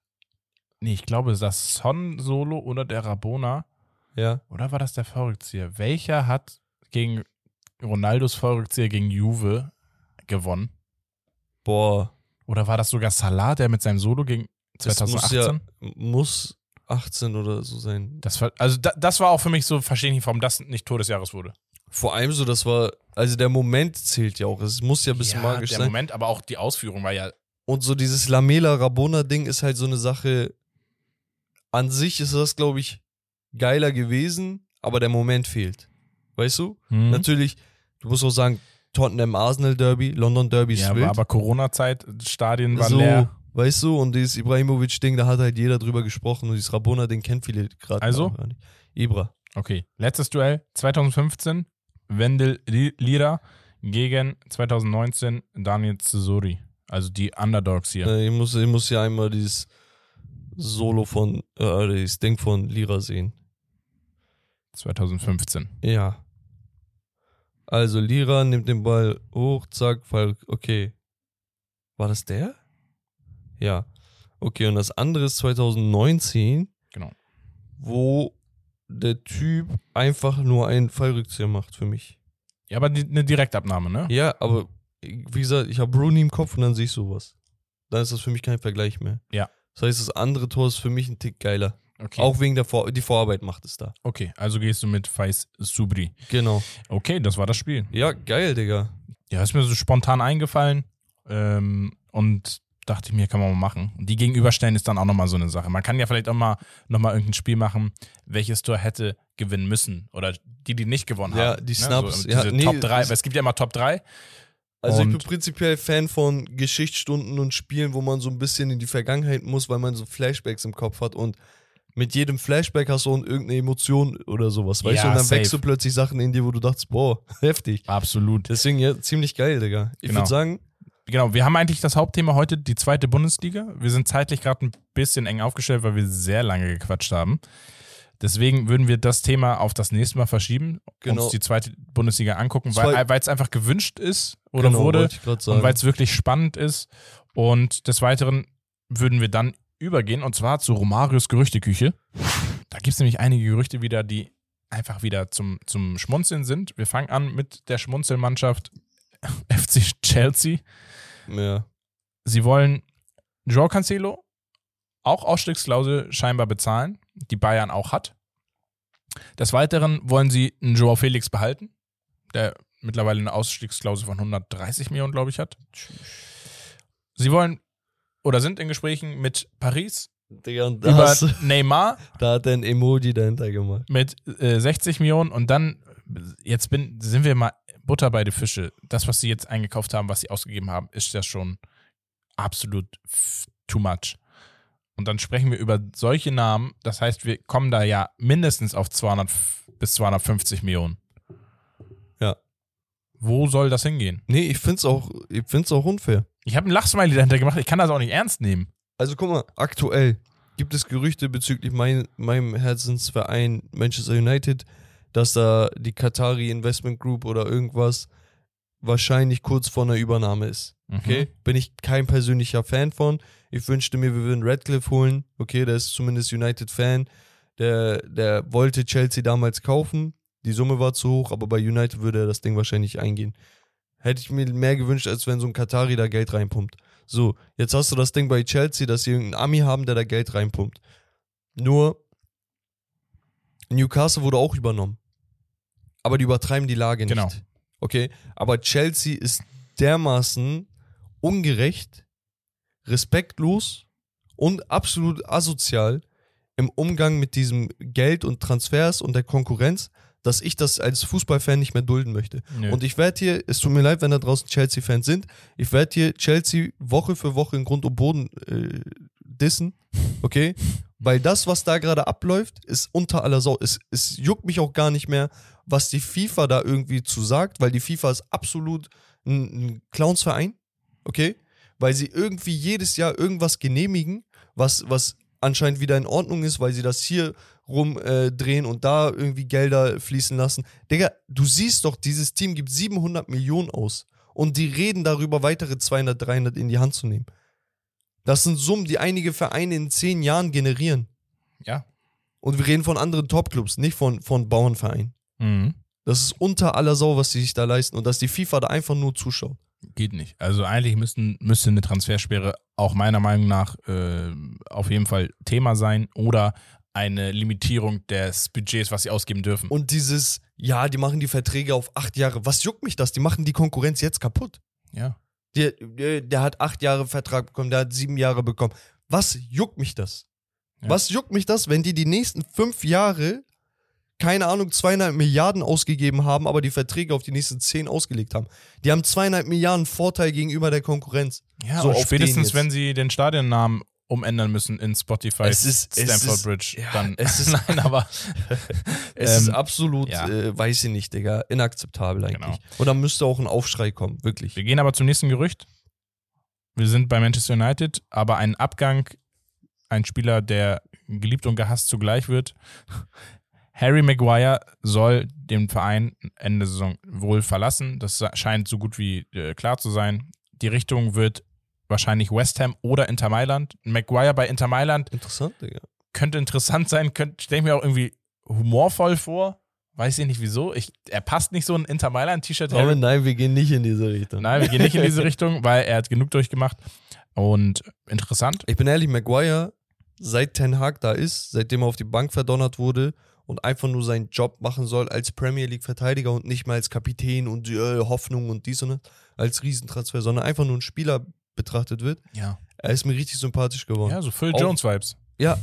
nee, ich glaube, das Son-Solo oder der Rabona, ja, oder war das der V-Rückzieher? Welcher hat gegen Ronaldos V-Rückzieher gegen Juve gewonnen? boah, Oder war das sogar Salah, der mit seinem Solo gegen das muss zweitausendachtzehn? ja, muss achtzehn oder so sein. Das war, also da, das war auch für mich so, verstehe ich nicht, warum das nicht Tor des Jahres wurde. Vor allem so, das war, also der Moment zählt ja auch. Es muss ja ein bisschen magisch der sein. Moment, aber auch die Ausführung war ja, Und so dieses Lamela-Rabona-Ding ist halt so eine Sache, an sich ist das, glaube ich, geiler gewesen, aber der Moment fehlt. Weißt du? hm, Natürlich, du musst auch sagen, Tottenham-Arsenal-Derby, London-Derby ist ja, wild. aber, aber Corona-Zeit, Stadien war so, leer. weißt du, und dieses Ibrahimovic-Ding, da hat halt jeder drüber gesprochen und dieses Rabona-Ding kennt viele gerade Also? auch gar nicht. Ibra. Okay, letztes Duell, zweitausendfünfzehn, Wendel Li- Lira gegen zweitausendneunzehn, Daniel Cesori. Also die Underdogs hier. Äh, ich, muss, ich muss ja einmal dieses Solo von, äh, dieses Ding von Lira sehen. zweitausendfünfzehn. Ja. Also Lira nimmt den Ball hoch, zack, Fall, okay. War das der? Ja. Okay, und das andere ist zweitausendneunzehn, Genau. wo der Typ einfach nur einen Fallrückzieher macht für mich. Ja, aber die, eine Direktabnahme, ne? Ja, aber wie gesagt, ich habe Rooney im Kopf und dann sehe ich sowas. Dann ist das für mich kein Vergleich mehr. Ja. Das heißt, das andere Tor ist für mich ein Tick geiler. Okay. Auch wegen der Vor die Vorarbeit macht es da. Okay, also gehst du mit Faiz Subri. Genau. Okay, das war das Spiel. Ja, geil, Digga. Ja, ist mir so spontan eingefallen ähm, und dachte ich mir, kann man mal machen. Und die gegenüberstellen ist dann auch nochmal so eine Sache. Man kann ja vielleicht auch mal nochmal irgendein Spiel machen, welches Tor hätte gewinnen müssen oder die, die nicht gewonnen Ja, haben. die Ne? Snaps. So, Ja, diese nee, Top drei, das- weil es gibt ja immer Top drei. Also ich Und- bin prinzipiell Fan von Geschichtsstunden und Spielen, wo man so ein bisschen in die Vergangenheit muss, weil man so Flashbacks im Kopf hat und mit jedem Flashback hast du irgendeine Emotion oder sowas, weißt Ja, du? Und dann safe. wächst du plötzlich Sachen in dir, wo du dachtest, boah, heftig. Absolut. Deswegen ja, ziemlich geil, Digga. Ich Genau. würde sagen, Genau, wir haben eigentlich das Hauptthema heute, die zweite Bundesliga. Wir sind zeitlich gerade ein bisschen eng aufgestellt, weil wir sehr lange gequatscht haben. Deswegen würden wir das Thema auf das nächste Mal verschieben, Genau. uns die zweite Bundesliga angucken, Zwei- weil weil es einfach gewünscht ist oder genau, wurde wollte ich grad sagen. und weil es wirklich spannend ist. Und des Weiteren würden wir dann übergehen, und zwar zu Romarios Gerüchteküche. Da gibt es nämlich einige Gerüchte wieder, die einfach wieder zum, zum Schmunzeln sind. Wir fangen an mit der Schmunzelmannschaft F C Chelsea. Ja. Sie wollen Joao Cancelo, auch Ausstiegsklausel scheinbar bezahlen, die Bayern auch hat. Des Weiteren wollen sie einen Joao Felix behalten, der mittlerweile eine Ausstiegsklausel von hundertdreißig Millionen, glaube ich, hat. Sie wollen oder sind in Gesprächen mit Paris Digga, und da, über hast, du- Neymar da hat er ein Emoji dahinter gemacht. mit äh, sechzig Millionen und dann, jetzt bin, sind wir mal Butter bei die Fische. Das, was sie jetzt eingekauft haben, was sie ausgegeben haben, ist ja schon absolut f- too much. Und dann sprechen wir über solche Namen, das heißt, wir kommen da ja mindestens auf zweihundert bis zweihundertfünfzig Millionen. Ja. Wo soll das hingehen? Nee, ich find's auch, ich find's auch unfair. Ich habe einen Lachsmiley dahinter gemacht, ich kann das auch nicht ernst nehmen. Also guck mal, aktuell gibt es Gerüchte bezüglich mein, meinem Herzensverein Manchester United, dass da die Qatari Investment Group oder irgendwas wahrscheinlich kurz vor einer Übernahme ist. Okay? Mhm. Bin ich kein persönlicher Fan von. Ich wünschte mir, wir würden Radcliffe holen. Okay, der ist zumindest United-Fan. Der, der wollte Chelsea damals kaufen. Die Summe war zu hoch, aber bei United würde er das Ding wahrscheinlich eingehen. Hätte ich mir mehr gewünscht, als wenn so ein Qatari da Geld reinpumpt. So, jetzt hast du das Ding bei Chelsea, dass sie irgendeinen Ami haben, der da Geld reinpumpt. Nur, Newcastle wurde auch übernommen. Aber die übertreiben die Lage nicht. Genau. Okay, aber Chelsea ist dermaßen ungerecht, respektlos und absolut asozial im Umgang mit diesem Geld und Transfers und der Konkurrenz, dass ich das als Fußballfan nicht mehr dulden möchte. Nö. Und ich werde hier, es tut mir leid, wenn da draußen Chelsea-Fans sind, ich werde hier Chelsea Woche für Woche in Grund und Boden äh, dissen, okay? Weil das, was da gerade abläuft, ist unter aller Sau. Es, es juckt mich auch gar nicht mehr, was die FIFA da irgendwie zu sagt, weil die FIFA ist absolut ein, ein Clownsverein, okay? Weil sie irgendwie jedes Jahr irgendwas genehmigen, was, was anscheinend wieder in Ordnung ist, weil sie das hier rumdrehen äh, drehen und da irgendwie Gelder fließen lassen. Digga, du siehst doch, dieses Team gibt siebenhundert Millionen aus und die reden darüber, weitere zweihundert, dreihundert in die Hand zu nehmen. Das sind Summen, die einige Vereine in zehn Jahren generieren. Ja. Und wir reden von anderen Topclubs, nicht von, von Bauernvereinen. Mhm. Das ist unter aller Sau, was sie sich da leisten und dass die FIFA da einfach nur zuschaut. Geht nicht. Also eigentlich müssten, müsste eine Transfersperre auch meiner Meinung nach äh, auf jeden Fall Thema sein oder eine Limitierung des Budgets, was sie ausgeben dürfen. Und dieses, ja, die machen die Verträge auf acht Jahre. Was juckt mich das? Die machen die Konkurrenz jetzt kaputt. Ja. Der, der, der hat acht Jahre Vertrag bekommen, der hat sieben Jahre bekommen. Was juckt mich das? Ja. Was juckt mich das, wenn die die nächsten fünf Jahre, keine Ahnung, zweieinhalb Milliarden ausgegeben haben, aber die Verträge auf die nächsten zehn ausgelegt haben? Die haben zweieinhalb Milliarden Vorteil gegenüber der Konkurrenz. Ja, So aber auf den spätestens, jetzt. wenn sie den Stadionnamen umändern müssen in Spotify Es ist- es Stamford ist- Bridge, ja, dann es ist- nein, aber Es Ähm, ist absolut, ja. äh, weiß ich nicht, Digga, inakzeptabel eigentlich. Genau. Und da müsste auch ein Aufschrei kommen, wirklich. wir gehen aber zum nächsten Gerücht. Wir sind bei Manchester United, aber ein Abgang, ein Spieler, der geliebt und gehasst zugleich wird. Harry Maguire soll den Verein Ende Saison wohl verlassen. Das scheint so gut wie äh, klar zu sein. Die Richtung wird wahrscheinlich West Ham oder Inter Mailand. Maguire bei Inter Mailand Interessant, Digga. könnte interessant sein, stelle ich mir auch irgendwie humorvoll vor. Weiß ich nicht wieso. Ich, er passt nicht so ein Inter Mailand-T-Shirt. Aber Harry. nein, wir gehen nicht in diese Richtung. Nein, wir gehen nicht in diese Richtung, weil er hat genug durchgemacht. Und interessant. Ich bin ehrlich, Maguire, seit Ten Hag da ist, seitdem er auf die Bank verdonnert wurde und einfach nur seinen Job machen soll als Premier League-Verteidiger und nicht mal als Kapitän und äh, Hoffnung und dies und das, als Riesentransfer, sondern einfach nur ein Spieler betrachtet wird. Ja. Er ist mir richtig sympathisch geworden. Ja, so Phil Auch- Jones-Vibes. Ja,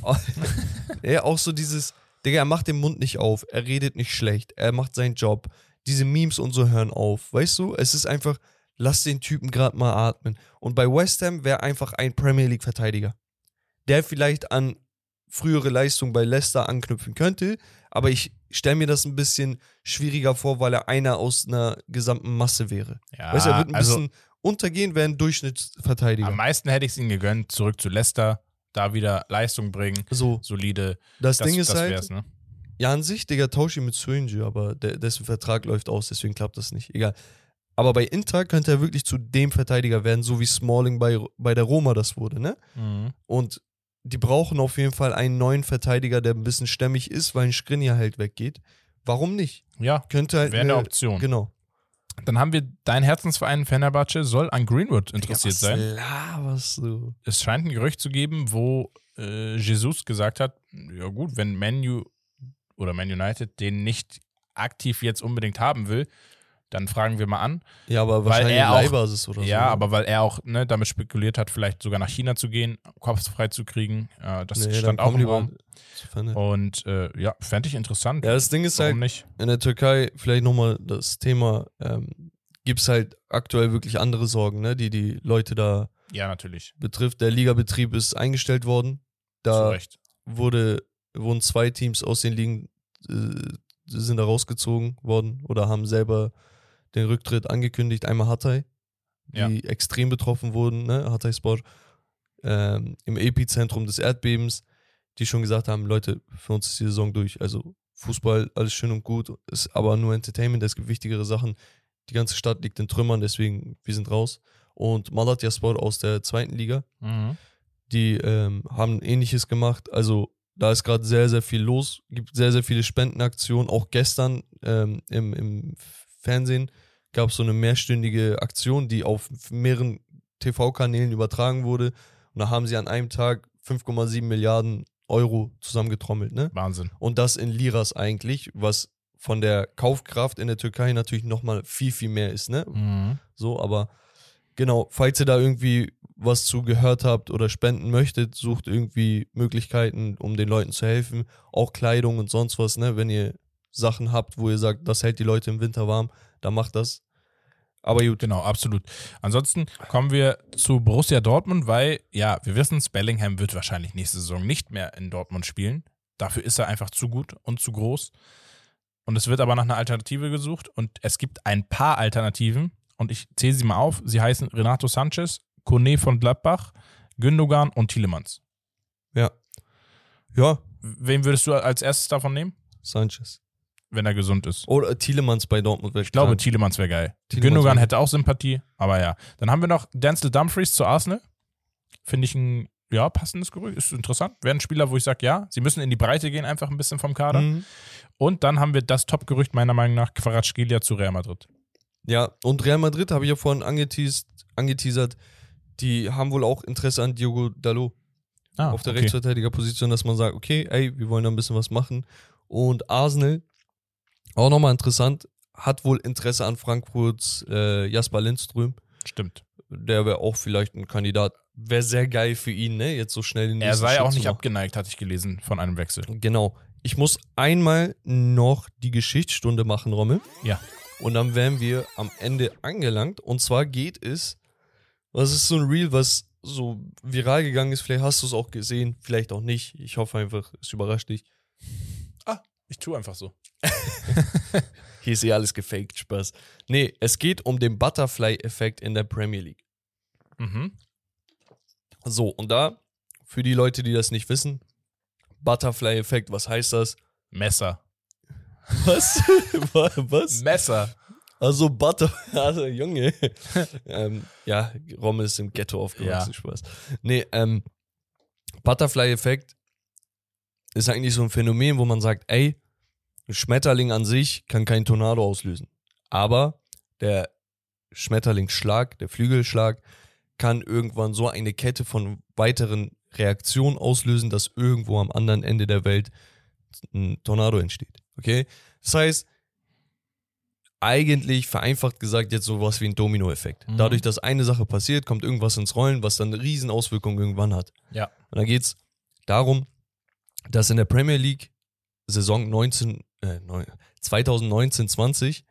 ja, auch so dieses, Digga, er macht den Mund nicht auf, er redet nicht schlecht, er macht seinen Job. Diese Memes und so hören auf, weißt du? Es ist einfach, lass den Typen gerade mal atmen. Und bei West Ham wäre einfach ein Premier League-Verteidiger, der vielleicht an frühere Leistungen bei Leicester anknüpfen könnte, aber ich stelle mir das ein bisschen schwieriger vor, weil er einer aus einer gesamten Masse wäre. Ja, weißt du, er wird ein also bisschen untergehen, wäre ein Durchschnittsverteidiger. am meisten hätte ich es ihm gegönnt, zurück zu Leicester, da wieder Leistung bringen, So, solide. das, Das, Ding ist das halt, wär's, ne? ja, an sich, Digga, tausche ihn mit Swingy, aber der, dessen Vertrag läuft aus, deswegen klappt das nicht. Egal. Aber bei Inter könnte er wirklich zu dem Verteidiger werden, so wie Smalling bei, bei der Roma das wurde, ne? Mhm. Und die brauchen auf jeden Fall einen neuen Verteidiger, der ein bisschen stämmig ist, weil ein Skriniar halt weggeht. Warum nicht? Ja, Könnte halt wäre eine Option. Genau. Dann haben wir dein Herzensverein Fenerbahce, soll an Greenwood interessiert Digga, was sein. laberst du? Es scheint ein Gerücht zu geben, wo äh, Jesus gesagt hat, ja gut, wenn Man U oder Man United den nicht aktiv jetzt unbedingt haben will, dann fragen wir mal an. Ja, aber Weil wahrscheinlich er auch- Leihbasis oder so. Ja, ne? aber weil er auch ne, damit spekuliert hat, vielleicht sogar nach China zu gehen, Kopf frei zu kriegen. Äh, das Nee, stand dann auch komm im lieber Raum. zu Fener. Und äh, ja, fände ich interessant. Ja, das Ding ist Warum halt, nicht? in der Türkei, vielleicht nochmal das Thema, ähm, gibt es halt aktuell wirklich andere Sorgen, ne, die die Leute da Ja, natürlich. betrifft. Der Ligabetrieb ist eingestellt worden. Zu Da Recht. wurde, wurden zwei Teams aus den Ligen, äh, sind da rausgezogen worden oder haben selber den Rücktritt angekündigt. Einmal Hatay, die Ja. extrem betroffen wurden, ne? Hatay Sport, ähm, im Epizentrum des Erdbebens, die schon gesagt haben, Leute, für uns ist die Saison durch. Also Fußball, alles schön und gut, ist aber nur Entertainment, es gibt wichtigere Sachen. Die ganze Stadt liegt in Trümmern, deswegen, wir sind raus. Und Malatyaspor aus der zweiten Liga, Mhm. die ähm, haben Ähnliches gemacht. Also da ist gerade sehr, sehr viel los. Gibt sehr, sehr viele Spendenaktionen. Auch gestern ähm, im, im Fernsehen gab es so eine mehrstündige Aktion, die auf mehreren T V-Kanälen übertragen wurde. Und da haben sie an einem Tag fünf Komma sieben Milliarden Euro zusammengetrommelt. Ne? Wahnsinn. Und das in Liras eigentlich, was von der Kaufkraft in der Türkei natürlich nochmal viel, viel mehr ist. Ne? Mhm. So, aber genau, falls ihr da irgendwie was zu gehört habt oder spenden möchtet, sucht irgendwie Möglichkeiten, um den Leuten zu helfen. Auch Kleidung und sonst was, ne? Wenn ihr Sachen habt, wo ihr sagt, das hält die Leute im Winter warm, dann macht das. Aber gut. Genau, absolut. Ansonsten kommen wir zu Borussia Dortmund, weil, ja, wir wissen, Bellingham wird wahrscheinlich nächste Saison nicht mehr in Dortmund spielen. Dafür ist er einfach zu gut und zu groß. Und es wird aber nach einer Alternative gesucht. Und es gibt ein paar Alternativen. Und ich zähle sie mal auf. Sie heißen Renato Sanchez, Kone von Gladbach, Gündogan und Tielemans. Ja. Ja, Wen würdest du als erstes davon nehmen, Sanchez. wenn er gesund ist? Oder Tielemans bei Dortmund. Ich glaube, Tielemans wäre geil. Tielemans Gündogan wär- hätte auch Sympathie, aber ja. Dann haben wir noch Denzel Dumfries zu Arsenal. Finde ich ein, ja, passendes Gerücht. Ist interessant. Wäre ein Spieler, wo ich sage, ja, sie müssen in die Breite gehen, einfach ein bisschen vom Kader. Mhm. Und dann haben wir das Top-Gerücht meiner Meinung nach, Kvaratskhelia zu Real Madrid. Ja, und Real Madrid, habe ich ja vorhin angeteased, angeteasert, die haben wohl auch Interesse an Diogo Dalot. Ah, auf der okay. Rechtsverteidigerposition, dass man sagt, okay, ey, wir wollen da ein bisschen was machen. Und Arsenal, auch nochmal interessant, hat wohl Interesse an Frankfurts äh, Jasper Lindström. Stimmt. Der wäre auch vielleicht ein Kandidat. Wäre sehr geil für ihn, ne? Jetzt so schnell den Er nächsten sei Schritt auch zu nicht machen. abgeneigt, hatte ich gelesen, von einem Wechsel. Genau. Ich muss einmal noch die Geschichtsstunde machen, Rommel. Ja. Und dann wären wir am Ende angelangt. Und zwar geht es, was ist so ein Reel, was so viral gegangen ist. Vielleicht hast du es auch gesehen, vielleicht auch nicht. Ich hoffe einfach, es überrascht dich. Ich tue einfach so. Hier ist eh alles gefaked, Spaß. Nee, es geht um den Butterfly-Effekt in der Premier League. Mhm. So, und da, für die Leute, die das nicht wissen, Butterfly-Effekt, was heißt das? Messer. Was? Was? Messer. Also Butter, also Junge. ähm, ja, Rommel ist im Ghetto aufgewachsen, Ja. Spaß. Nee, ähm, Butterfly-Effekt ist eigentlich so ein Phänomen, wo man sagt, ey, ein Schmetterling an sich kann keinen Tornado auslösen. Aber der Schmetterlingsschlag, der Flügelschlag, kann irgendwann so eine Kette von weiteren Reaktionen auslösen, dass irgendwo am anderen Ende der Welt ein Tornado entsteht. Okay? Das heißt, eigentlich vereinfacht gesagt jetzt sowas wie ein Dominoeffekt. Mhm. Dadurch, dass eine Sache passiert, kommt irgendwas ins Rollen, was dann eine riesen Auswirkung irgendwann hat. Ja. Und dann geht es darum, dass in der Premier League Saison neunzehn, äh, zwanzig neunzehn zwanzig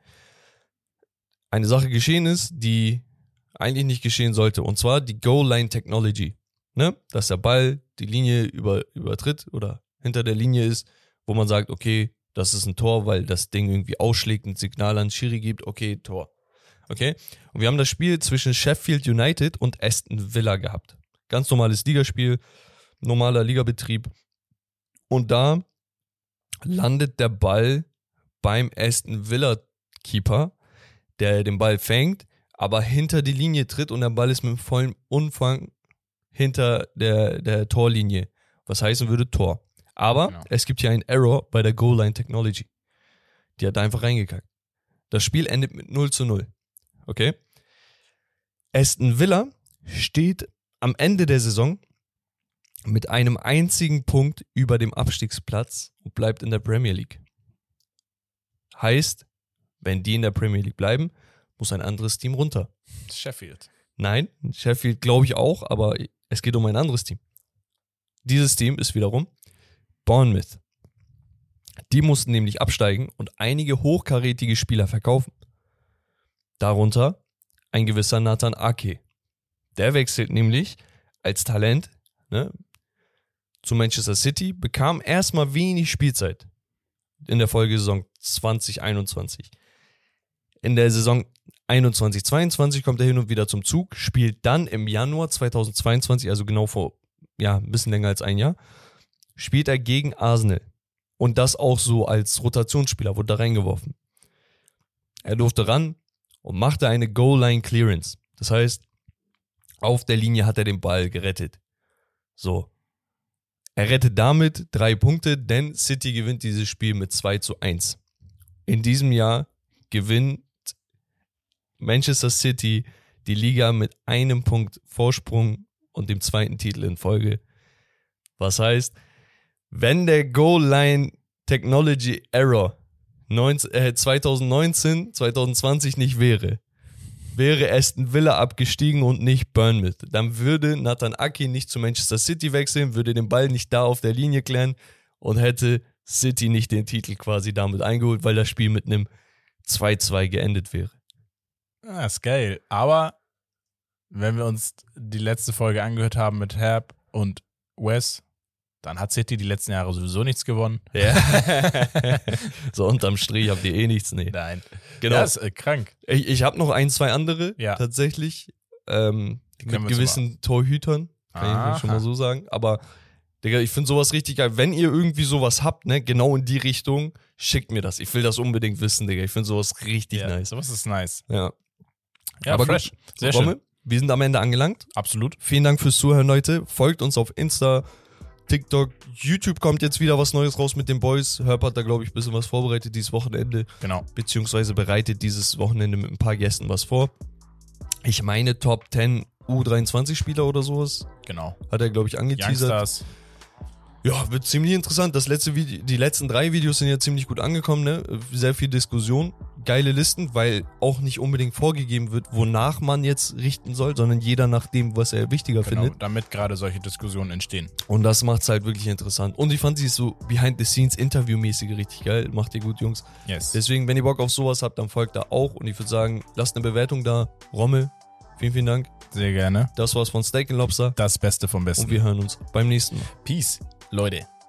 eine Sache geschehen ist, die eigentlich nicht geschehen sollte. Und zwar die Goal-Line-Technology. Ne? Dass der Ball die Linie über, übertritt oder hinter der Linie ist, wo man sagt, okay, das ist ein Tor, weil das Ding irgendwie ausschlägt, ein Signal an Schiri gibt, okay, Tor. Okay? Und wir haben das Spiel zwischen Sheffield United und Aston Villa gehabt. Ganz normales Ligaspiel, normaler Ligabetrieb. Und da landet der Ball beim Aston Villa Keeper, der den Ball fängt, aber hinter die Linie tritt und der Ball ist mit vollem Umfang hinter der, der Torlinie. Was heißen würde Tor. Aber genau. Es gibt hier einen Error bei der Goal-Line-Technology. Die hat einfach reingekackt. Das Spiel endet mit null zu null. Okay? Aston Villa steht am Ende der Saison mit einem einzigen Punkt über dem Abstiegsplatz und bleibt in der Premier League. Heißt, wenn die in der Premier League bleiben, muss ein anderes Team runter. Sheffield. Nein, Sheffield glaube ich auch, aber es geht um ein anderes Team. Dieses Team ist wiederum Bournemouth. Die mussten nämlich absteigen und einige hochkarätige Spieler verkaufen. Darunter ein gewisser Nathan Ake. Der wechselt nämlich als Talent ne, zu Manchester City, bekam erstmal wenig Spielzeit in der Folgesaison zwanzig einundzwanzig. In der Saison einundzwanzig zweiundzwanzig kommt er hin und wieder zum Zug, spielt dann im Januar zweitausendzweiundzwanzig, also genau vor ja, ein bisschen länger als ein Jahr, spielt er gegen Arsenal. Und das auch so als Rotationsspieler, wurde da reingeworfen. Er durfte ran und machte eine Goal-Line-Clearance. Das heißt, auf der Linie hat er den Ball gerettet. So. Er rettet damit drei Punkte, denn City gewinnt dieses Spiel mit zwei zu eins. In diesem Jahr gewinnt Manchester City die Liga mit einem Punkt Vorsprung und dem zweiten Titel in Folge. Was heißt, wenn der Goal-Line Technology Error neunzehn, äh, zwanzig neunzehn, zwanzig zwanzig nicht wäre, wäre Aston Villa abgestiegen und nicht Bournemouth. Dann würde Nathan Ake nicht zu Manchester City wechseln, würde den Ball nicht da auf der Linie klären und hätte City nicht den Titel quasi damit eingeholt, weil das Spiel mit einem zwei zwei geendet wäre. Ah, ist geil. Aber wenn wir uns die letzte Folge angehört haben mit Herb und Wes, dann hat City die letzten Jahre sowieso nichts gewonnen. Ja. So unterm Strich habt ihr eh nichts. Nee. Nein. Genau. Das ist äh, krank. Ich, ich habe noch ein, zwei andere ja. tatsächlich. Ähm, mit gewissen mal. Torhütern. Kann ich schon mal so sagen. Aber Digga, ich finde sowas richtig geil. Wenn ihr irgendwie sowas habt, ne, genau in die Richtung, schickt mir das. Ich will das unbedingt wissen, Digga. Ich finde sowas richtig ja, nice. Sowas ist nice. Ja. Ja, aber fresh. Gut. Sehr Rommel, schön. Wir sind am Ende angelangt. Absolut. Vielen Dank fürs Zuhören, Leute. Folgt uns auf Insta, TikTok, YouTube kommt jetzt wieder was Neues raus mit den Boys. Herb hat da, glaube ich, ein bisschen was vorbereitet dieses Wochenende. Genau. Beziehungsweise bereitet dieses Wochenende mit ein paar Gästen was vor. Ich meine Top zehn U dreiundzwanzig Spieler oder sowas. Genau. Hat er, glaube ich, angeteasert. Youngstars. Ja, wird ziemlich interessant. Das letzte Video, die letzten drei Videos sind ja ziemlich gut angekommen, ne? Sehr viel Diskussion, geile Listen, weil auch nicht unbedingt vorgegeben wird, wonach man jetzt richten soll, sondern jeder nach dem, was er wichtiger genau, findet. Damit gerade solche Diskussionen entstehen. Und das macht's halt wirklich interessant. Und ich fand sie so behind the scenes interviewmäßig richtig geil. Macht ihr gut, Jungs. Yes. Deswegen, wenn ihr Bock auf sowas habt, dann folgt da auch. Und ich würde sagen, lasst eine Bewertung da. Rommel, vielen, vielen Dank. Sehr gerne. Das war's von Steak and Lobster. Das Beste vom Besten. Und wir hören uns beim nächsten Mal. Peace, Leute.